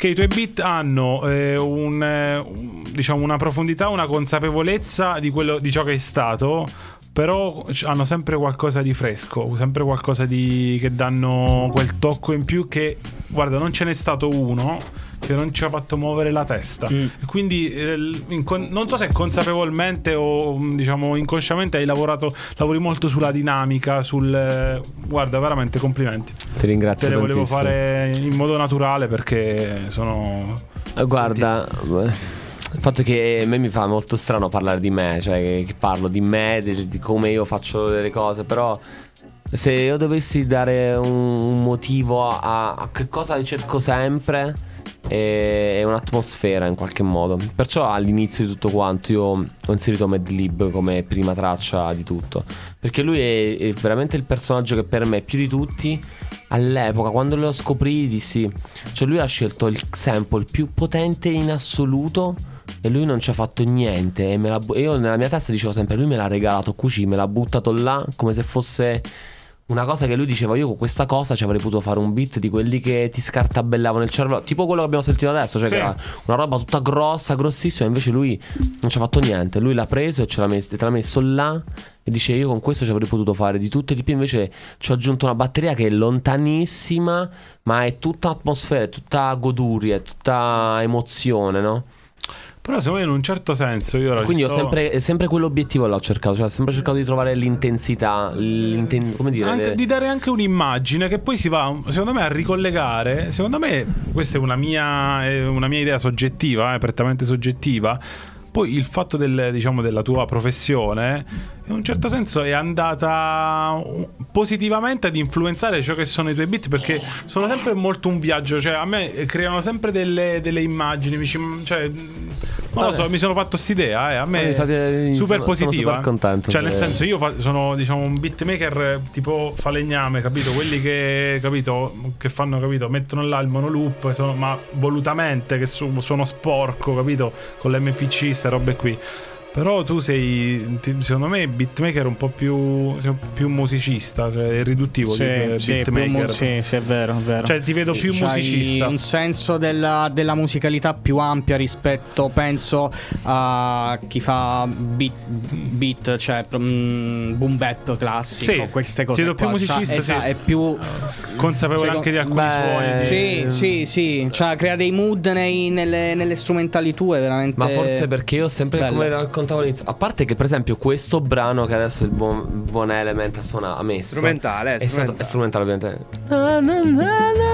perché i tuoi beat hanno eh, un, eh, un- diciamo una profondità, una consapevolezza di quello, di ciò che è stato, però hanno sempre qualcosa di fresco, sempre qualcosa di che danno quel tocco in più che, guarda, non ce n'è stato uno che non ci ha fatto muovere la testa. Mm. E quindi eh, incon- non so se consapevolmente o diciamo inconsciamente hai lavorato, lavori molto sulla dinamica, sul eh, guarda, veramente complimenti. Ti ringrazio Te le volevo tantissimo. fare in modo naturale perché sono Eh, Guarda, beh, il fatto che a me mi fa molto strano parlare di me, cioè che, che parlo di me, di, di come io faccio delle cose, però se io dovessi dare un, un motivo a, a che cosa cerco sempre è, è un'atmosfera in qualche modo. Perciò all'inizio di tutto quanto io ho inserito Madlib come prima traccia di tutto, perché lui è, è veramente il personaggio che per me più di tutti all'epoca, quando lo scoprì, dissi, cioè lui ha scelto il sample più potente in assoluto e lui non ci ha fatto niente e me l'ha bu- io nella mia testa dicevo sempre, lui me l'ha regalato così, me l'ha buttato là come se fosse una cosa che lui diceva, io con questa cosa ci avrei potuto fare un beat di quelli che ti scartabellavano il cervello, tipo quello che abbiamo sentito adesso, cioè Sì. che era una roba tutta grossa, grossissima, invece lui non ci ha fatto niente, lui l'ha preso e ce l'ha messo, te l'ha messo là e dice, io con questo ci avrei potuto fare di tutto e di più, invece ci ho aggiunto una batteria che è lontanissima, ma è tutta atmosfera, è tutta goduria, è tutta emozione, no? però secondo me in un certo senso io ora Quindi ci ho sto- sempre, sempre quell'obiettivo là ho cercato, cioè ho sempre cercato di trovare l'intensità, l'inten- come dire, anche, le- di dare anche un'immagine che poi si va secondo me a ricollegare. Secondo me questa è una mia, è una mia idea soggettiva, eh, prettamente soggettiva. Poi il fatto del, diciamo, della tua professione in un certo senso è andata positivamente ad influenzare ciò che sono i tuoi beat, perché sono sempre molto un viaggio, cioè a me creano sempre delle, delle immagini, mi ci- cioè, non lo so, mi sono fatto st'idea, eh, a me Mi fa piacere, super sono- positiva, sono super contento, cioè nel eh. senso io fa- sono diciamo un beatmaker tipo falegname, capito? Quelli che, capito, che fanno, capito, mettono là il monoloop, sono, ma volutamente, che su- sono sporco, capito, con l'M P C, ste robe qui. Però tu sei, ti- secondo me, beatmaker un po' più, sei più musicista, cioè è riduttivo Sì, dire sì, più beatmaker. mu- sì, sì, è vero, è vero. Cioè ti vedo più C'hai musicista. un senso della, della musicalità più ampia rispetto, penso, a chi fa beat, beat cioè mm, boom bap classico, Sì, queste cose ti vedo più qua. C'ha- musicista, esatto, sì. è più Consapevole cioè, anche di alcuni beh, suoni. Sì, Eh, sì, sì, cioè crea dei mood nei- nelle, nelle strumentali tue, veramente. Ma forse perché io ho sempre, bello. come raccontavo all'inizio, a parte che per esempio questo brano che adesso il buon, buon Element ha suonato, ha messo Strumentale, eh, è stato, è strumentale. strumentale ovviamente.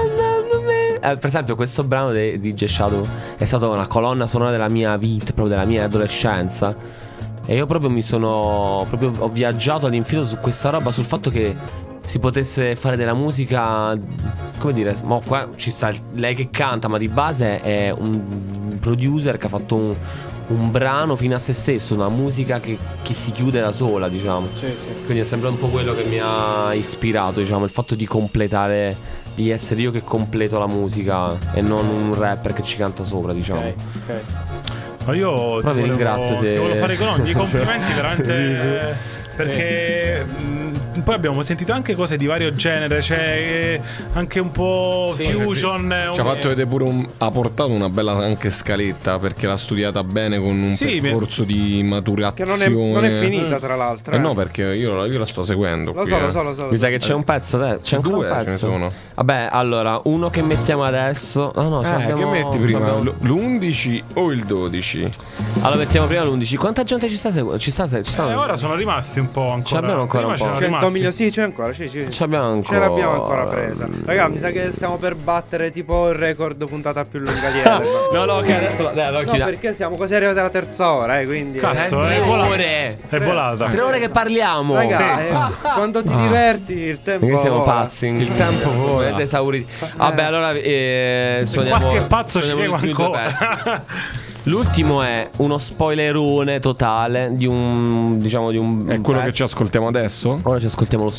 Eh, per esempio questo brano de- di D J Shadow è stata una colonna sonora della mia vita, proprio della mia adolescenza, e io proprio mi sono proprio ho viaggiato all'infinito su questa roba, sul fatto che si potesse fare della musica, come dire, mo qua ci sta lei che canta, ma di base è un producer che ha fatto un, un brano fino a se stesso, una musica che, che si chiude da sola, diciamo. Sì, sì. Quindi è sempre un po' quello che mi ha ispirato, diciamo, il fatto di completare, di essere io che completo la musica e non un rapper che ci canta sopra, diciamo. Ok, ok. Ma io ti Però vi volevo, ringrazio ti se- volevo fare con i complimenti veramente, perché mh, poi abbiamo sentito anche cose di vario genere, cioè anche un po' fusion. Ci ha un- fatto vedere pure un, ha portato una bella anche scaletta, perché l'ha studiata bene con un Sì, percorso di Che maturazione. non è, non è finita, tra l'altro. Eh eh. no, perché io, la- io la sto seguendo. Lo qui, so, eh. lo so, lo so. lo Mi so. sa che c'è un pezzo adesso. C'è ancora Due un ce ne pezzo. sono. Vabbè, allora, uno che mettiamo adesso. No, no, Eh, abbiamo, che metti prima? abbiamo- L- l'undici o il dodici? Allora mettiamo prima l'undici. Quanta gente ci sta seguendo? Ci sta, ci sta Eh, ora sono rimasti un po' ancora. Ce l'abbiamo ancora Prima un po'. c'erano cento rimasti. milioni, sì, c'è ancora, sì, sì. Ce l'abbiamo ancora. Ce l'abbiamo ancora presa. Raga, mi sa che stiamo per battere tipo il record puntata più lunga di Elephant. No, no, ok, adesso dai, allora No, chiudiamo. perché siamo quasi arrivati alla terza ora, eh, quindi Cazzo, Tre è volata. ore. È volata. Tre ore che parliamo. Raga, Sì. eh, quando ti diverti il tempo Perché siamo vola. pazzi. Il tempo vola. Veramente esauriti. Vabbè, allora eh, suoniamo. Qualche pazzo ci suoniamo segue gli ultimi due ancora. pezzi. L'ultimo è uno spoilerone totale di un, diciamo, di un È quello pezzo. che ci ascoltiamo adesso? Ora ci ascoltiamo lo, sp-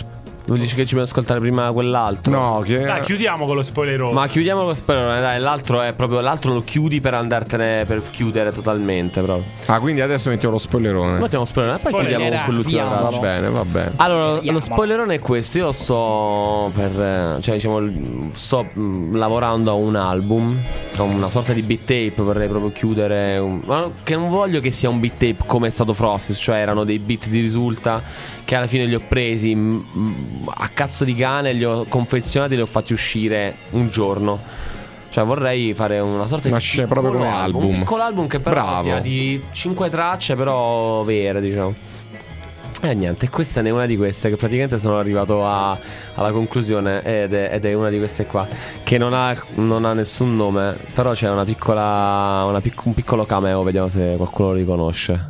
Tu dici che ci dobbiamo ascoltare prima quell'altro? No, che Dai, chiudiamo con lo spoilerone. Ma chiudiamo con lo spoilerone, dai, l'altro è proprio l'altro lo chiudi per andartene per chiudere totalmente proprio. Ah, quindi adesso mettiamo lo spoilerone. Mettiamo spoilerone e poi chiudiamo con quell'ultima Va traccia. bene, va bene. Allora, lo spoilerone è questo. Io sto per eh, cioè diciamo sto mh, lavorando a un album, a una sorta di beat tape, vorrei proprio chiudere un, ma che non voglio che sia un beat tape come è stato Frosty, cioè erano dei beat di risulta che alla fine li ho presi mh, mh, a cazzo di cane, li ho confezionati e li ho fatti uscire un giorno. Cioè vorrei fare una sorta Nasce di proprio piccolo come album, album. un piccolo album che però Bravo. sia di cinque tracce però vere, diciamo. E eh, niente, questa è una di queste che praticamente sono arrivato a, alla conclusione ed è, ed è una di queste qua che non ha, non ha nessun nome, però c'è una piccola una pic- un piccolo cameo, vediamo se qualcuno lo riconosce.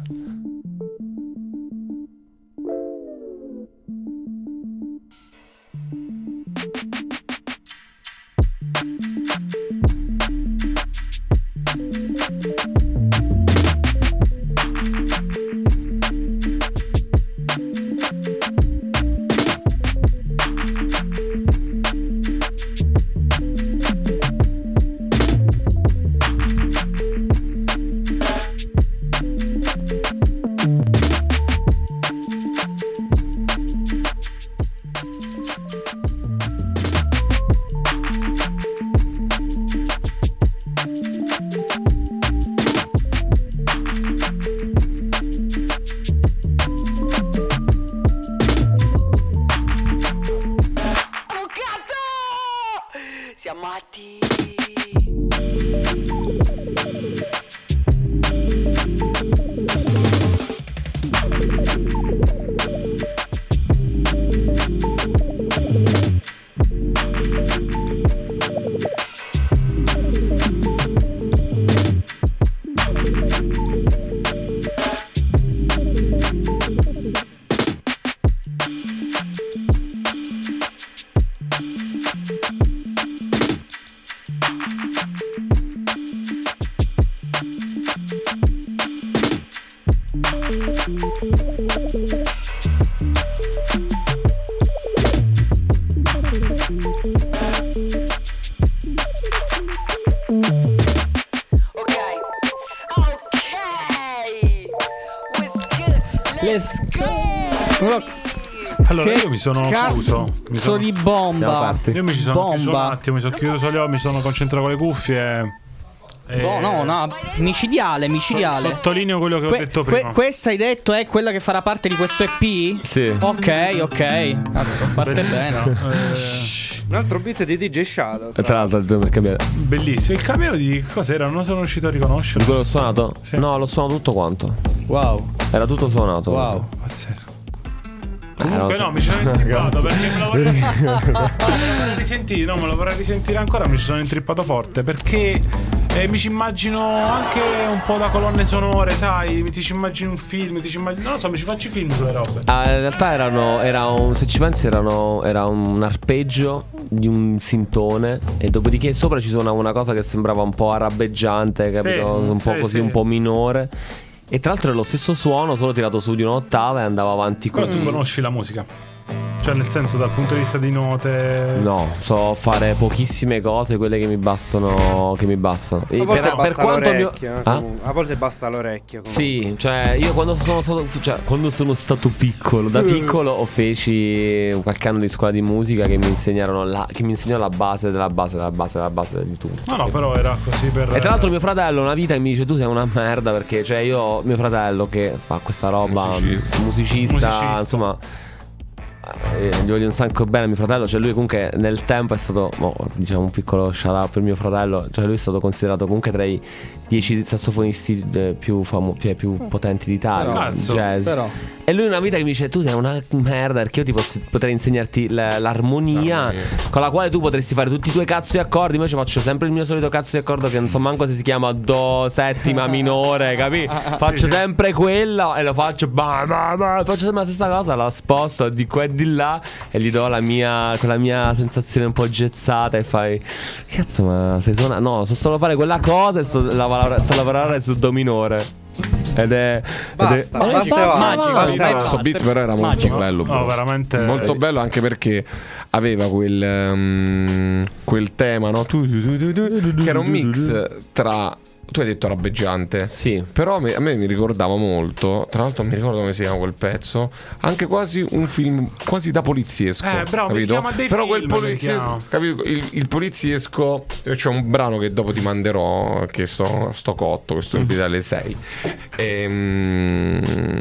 Let's go. Allora Che io mi sono cazzo chiuso mi sono... di bomba. Io mi ci sono bomba. chiuso un attimo, mi sono chiuso gli occhi, mi sono concentrato con le cuffie e... No, no, no, micidiale, micidiale. Sottolineo quello che ho Que- detto que- prima. questa hai detto è quella che farà parte di questo E P? Sì. Ok, ok. Cazzo, parte Bellissimo. bene. Un altro beat di D J Shadow. E tra l'altro per cambiare. Bellissimo. Il cameo di cos'era? Non sono riuscito a Di riconoscere. quello suonato? Sì. No, l'ho suonato tutto quanto. Wow. Era tutto suonato. Wow. Pazzesco. Eh, Comunque no, no, mi ci sono intrippato perché me lo vorrei me lo vorrei risentire, no, me lo vorrei risentire ancora, mi ci sono intrippato forte perché eh, mi ci immagino anche un po' da colonne sonore, sai, mi ti ci immagini un film, ti ci immagini, non lo so, mi ci faccio i film sulle robe. Ah, in realtà erano, era un, se ci pensi erano, era un arpeggio di un sintone e dopodiché sopra ci suonava una cosa che sembrava un po' arabeggiante, capito? Sì, un po' sì, così, sì. un po' minore. E tra l'altro è lo stesso suono, solo tirato su di un'ottava e andava avanti Però così. tu conosci la musica? Cioè nel senso dal punto di vista di note. No, so fare pochissime cose, quelle che mi bastano. Che mi bastano. E A volte per, basta per quanto mio... l'orecchio, eh, Ah? comunque. A volte basta l'orecchio. comunque. Sì, cioè io quando sono stato cioè, quando sono stato piccolo, da piccolo ho feci qualche anno di scuola di musica che mi insegnarono la, che mi insegnò la base della base della base della base di tutto. No, no, però era così per. E tra l'altro mio fratello una vita che mi dice tu sei una merda perché cioè io mio fratello che fa questa roba Musicista. musicista, Musicista. insomma eh, gli voglio un sacco bene a mio fratello, cioè lui comunque nel tempo è stato mo, diciamo un piccolo shout out per mio fratello, cioè lui è stato considerato comunque tra i dieci sassofonisti eh, più, famo- cioè, più potenti d'Italia, Però- Cazzo. jazz. Però. E lui una vita che mi dice tu sei una merda perché io ti posso- potrei insegnarti l- l'armonia L'armonia. con la quale tu potresti fare tutti i tuoi cazzo di accordi. Invece faccio sempre il mio solito cazzo di accordo che non so manco se si chiama do settima minore, capi? Faccio sempre quello e lo faccio bah, bah, bah, faccio sempre la stessa cosa, la sposto di qua e di là e gli do la mia quella mia sensazione un po' gezzata e fai cazzo ma sei suona no, so solo fare quella cosa e so lavorare, so lavorare sul do minore. Ed è Basta, ed è, basta, basta, magico, basta. basta. Questo beat però era molto Magico. bello, bro. No, veramente. Molto bello anche perché aveva quel um, quel tema, no? Tu, tu, tu, tu, tu, che era un mix tra. Tu hai detto arabeggiante. Sì. Però a me, a me mi ricordava molto. Tra l'altro mi ricordo come si chiama quel pezzo. Anche quasi un film quasi da poliziesco. Eh, bravo, mi capito? chiama dei Però quel film, mi poliziesco, chiama. capito? Il, il poliziesco. C'è un brano che dopo ti manderò. Che sto, sto cotto. Questo è alle sei. Ehm,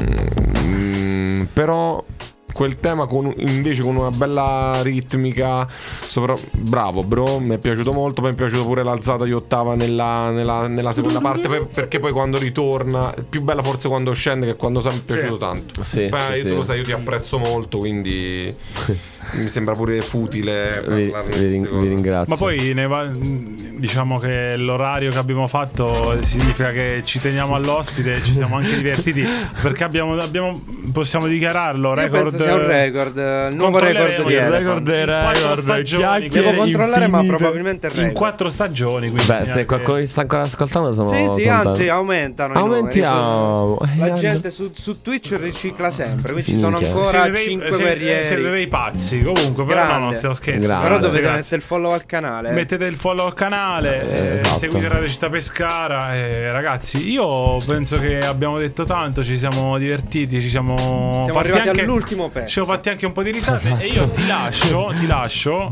mm, però. Quel tema con, invece con una bella ritmica sopra... Bravo bro, mi è piaciuto molto. Poi mi è piaciuto pure l'alzata di ottava nella, nella, nella seconda parte, per- perché poi quando ritorna è più bella forse quando scende che quando mi è piaciuto tanto. Sì, Beh, sì, tu sì. lo sai, io ti apprezzo molto, quindi mi sembra pure futile Vi, parlarne vi di ring- queste vi cose. ringrazio. Ma poi ne va- diciamo che l'orario che abbiamo fatto significa che ci teniamo all'ospite e ci siamo anche divertiti, perché abbiamo, abbiamo possiamo dichiararlo Io record. penso sia un record, eh, il nuovo record di il Elephant. record dei record, stagioni. Devo controllare, ma infinite. probabilmente è il In record. quattro stagioni, quindi Beh, se neanche- qualcuno mi sta ancora ascoltando sono Sì, sì, contento. anzi aumentano i Aumentiamo. numeri. Eh, La gente su, su Twitch ricicla sempre, quindi ci Minchia. sono ancora Siete dei- cinque siete- guerrieri. siete dei pazzi. Comunque, però Grande. no, non stiamo scherzando. Grande. Però Grazie, dovete grazie. mettere il follow al canale. Mettete il follow al canale, Eh, eh, esatto. seguite Radio Città Pescara. E ragazzi, io penso che abbiamo detto tanto, ci siamo divertiti, ci siamo, Siamo fatti arrivati anche, all'ultimo pezzo. ci siamo fatti anche un po' di risate. Esatto. E io ti lascio, ti lascio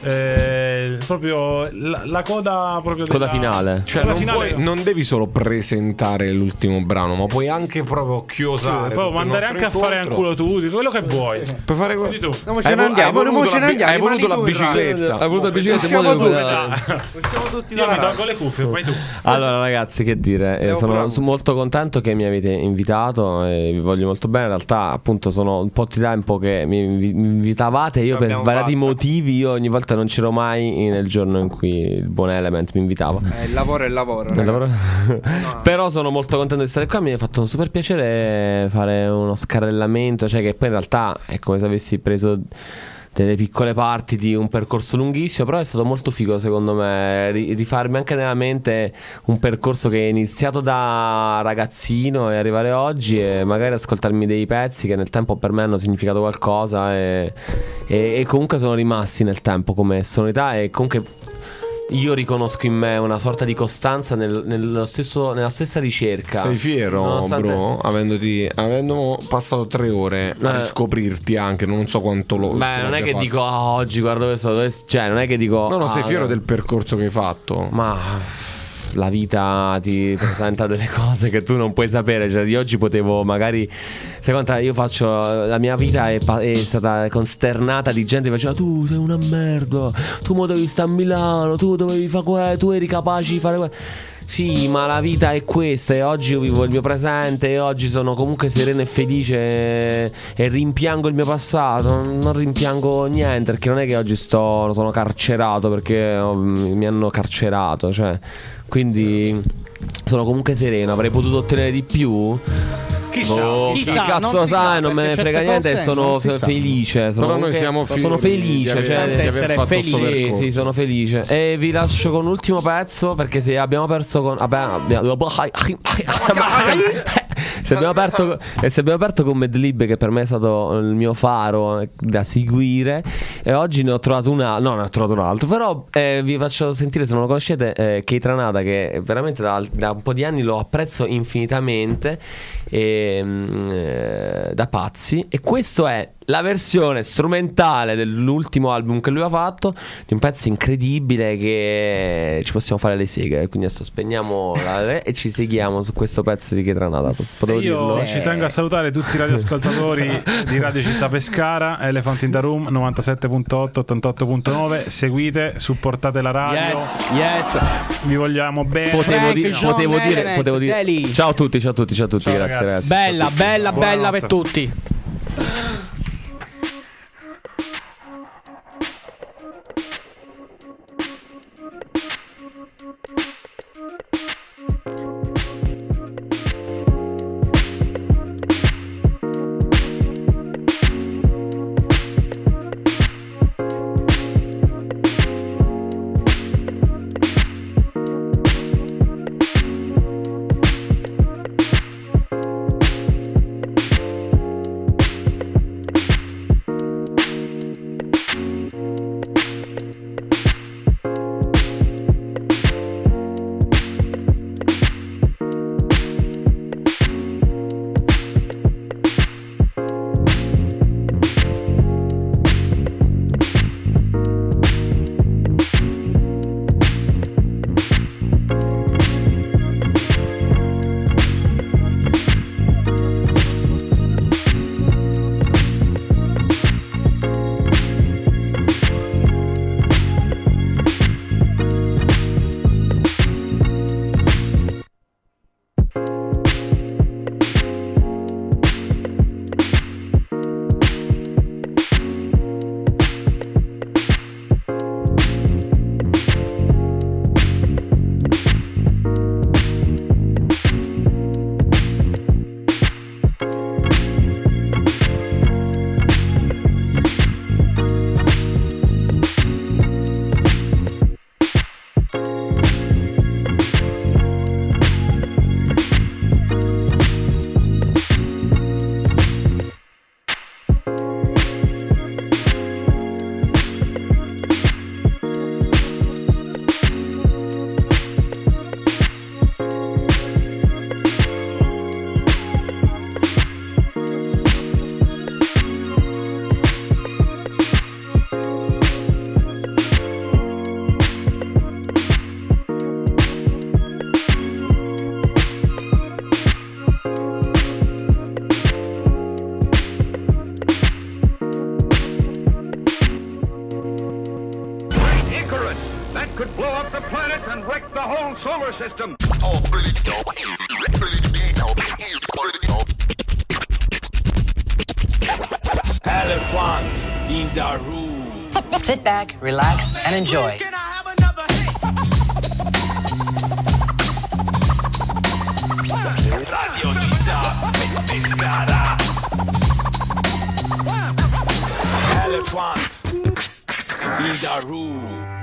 eh, proprio la, la coda proprio Coda della- finale. Cioè coda non, finale. puoi- non devi solo presentare l'ultimo brano, ma puoi anche proprio chiosare. Poi tutto il mandare nostro anche a fare incontro. anculo tutti, quello che vuoi. Puoi fare Quindi tu. No, ma Hai ce ne vo- andiamo, hai mo voluto ce ne la bi- andiamo, hai voluto la rimani tu, Irra. bicicletta. Hai voluto la bicicletta, Usciamo mo devo tutti. dare- Usciamo tutti Io dalla mi radio. tolgo le cuffie, fai tu. Allora ragazzi, che dire, eh, Devo sono, pure la sono molto contento che mi avete invitato e vi voglio molto bene. In realtà appunto sono un po' di tempo che mi, mi- mi invitavate. Io Ce per l'abbiamo svariati fatta. motivi io ogni volta non c'ero mai nel giorno in cui il buon Element mi invitava. Eh, il lavoro è il lavoro. Nel raga. lavoro- Però sono molto contento di stare qua. Mi ha fatto super piacere fare uno scarrellamento. Cioè che poi in realtà è come se avessi preso delle piccole parti di un percorso lunghissimo. Però è stato molto figo secondo me ri- rifarmi anche nella mente un percorso che è iniziato da ragazzino e arrivare oggi, e magari ascoltarmi dei pezzi che nel tempo per me hanno significato qualcosa e, e- e comunque sono rimasti nel tempo come sonorità. E comunque io riconosco in me una sorta di costanza nel- nello stesso, nella stessa ricerca. Sei fiero, Nonostante- bro, avendoti, avendo passato tre ore a Eh. riscoprirti anche, non so quanto lo. Beh, non è l'abbia che fatto. dico "Ah, oggi guarda questo", dove- cioè non è che dico No, no, sei "Ah, fiero no". del percorso che hai fatto. Ma la vita ti presenta delle cose che tu non puoi sapere. Cioè, io oggi potevo magari. Sai quanta io faccio. La mia vita è, pa- è stata consternata di gente che faceva "Tu sei una merda. Tu mo devi stare a Milano. Tu dovevi fare que- tu eri capace di fare que-". Sì, ma la vita è questa e oggi io vivo il mio presente e oggi sono comunque sereno e felice e, e rimpiango il mio passato. Non rimpiango niente, perché non è che oggi sto sono carcerato perché oh, mi hanno carcerato, cioè. Quindi sono comunque sereno, avrei potuto ottenere di più. Chissà, Oh, chissà, chi cazzo non lo si sa, sa, non me ne perché frega certe niente. cose Sono non si fe- sa. felice. Sono Però noi comunque- siamo sono fieri di felice. aver- Cioè, di aver essere fatto sto felici. sì, percorso. sì, sono felice. E vi lascio con l'ultimo pezzo perché se abbiamo perso con. Vabbè, abbiamo- se abbiamo aperto e se abbiamo aperto con Medlib, che per me è stato il mio faro da seguire, e oggi ne ho trovato una. No, ne ho trovato un altro. Però eh, vi faccio sentire, se non lo conoscete, eh, Keitranada, che veramente da, da un po' di anni lo apprezzo infinitamente. E, mm, eh, da pazzi. E questo è la versione strumentale dell'ultimo album che lui ha fatto, di un pezzo incredibile che ci possiamo fare le seghe. Quindi adesso spegniamo la re e ci seghiamo su questo pezzo di Keitranada. Potevo Io dirlo? ci tengo a salutare tutti i radioascoltatori di Radio Città Pescara, Elephant in the Room novantasette virgola otto, ottantotto virgola nove. Seguite, supportate la radio. Yes, yes. Vi vogliamo bene. Potevo, Frank, di- John potevo dire, Element, potevo dire. Deli. Ciao a tutti, ciao a tutti, ciao a tutti. Ciao, Grazie, ragazzi. ragazzi. Bella, bella, bella per Buonanotte. tutti. Icarus, that could blow up the planet and wreck the whole solar system. Elephant in the room. Sit back, relax, and enjoy. Radio Città Pescara. Elephant in the room.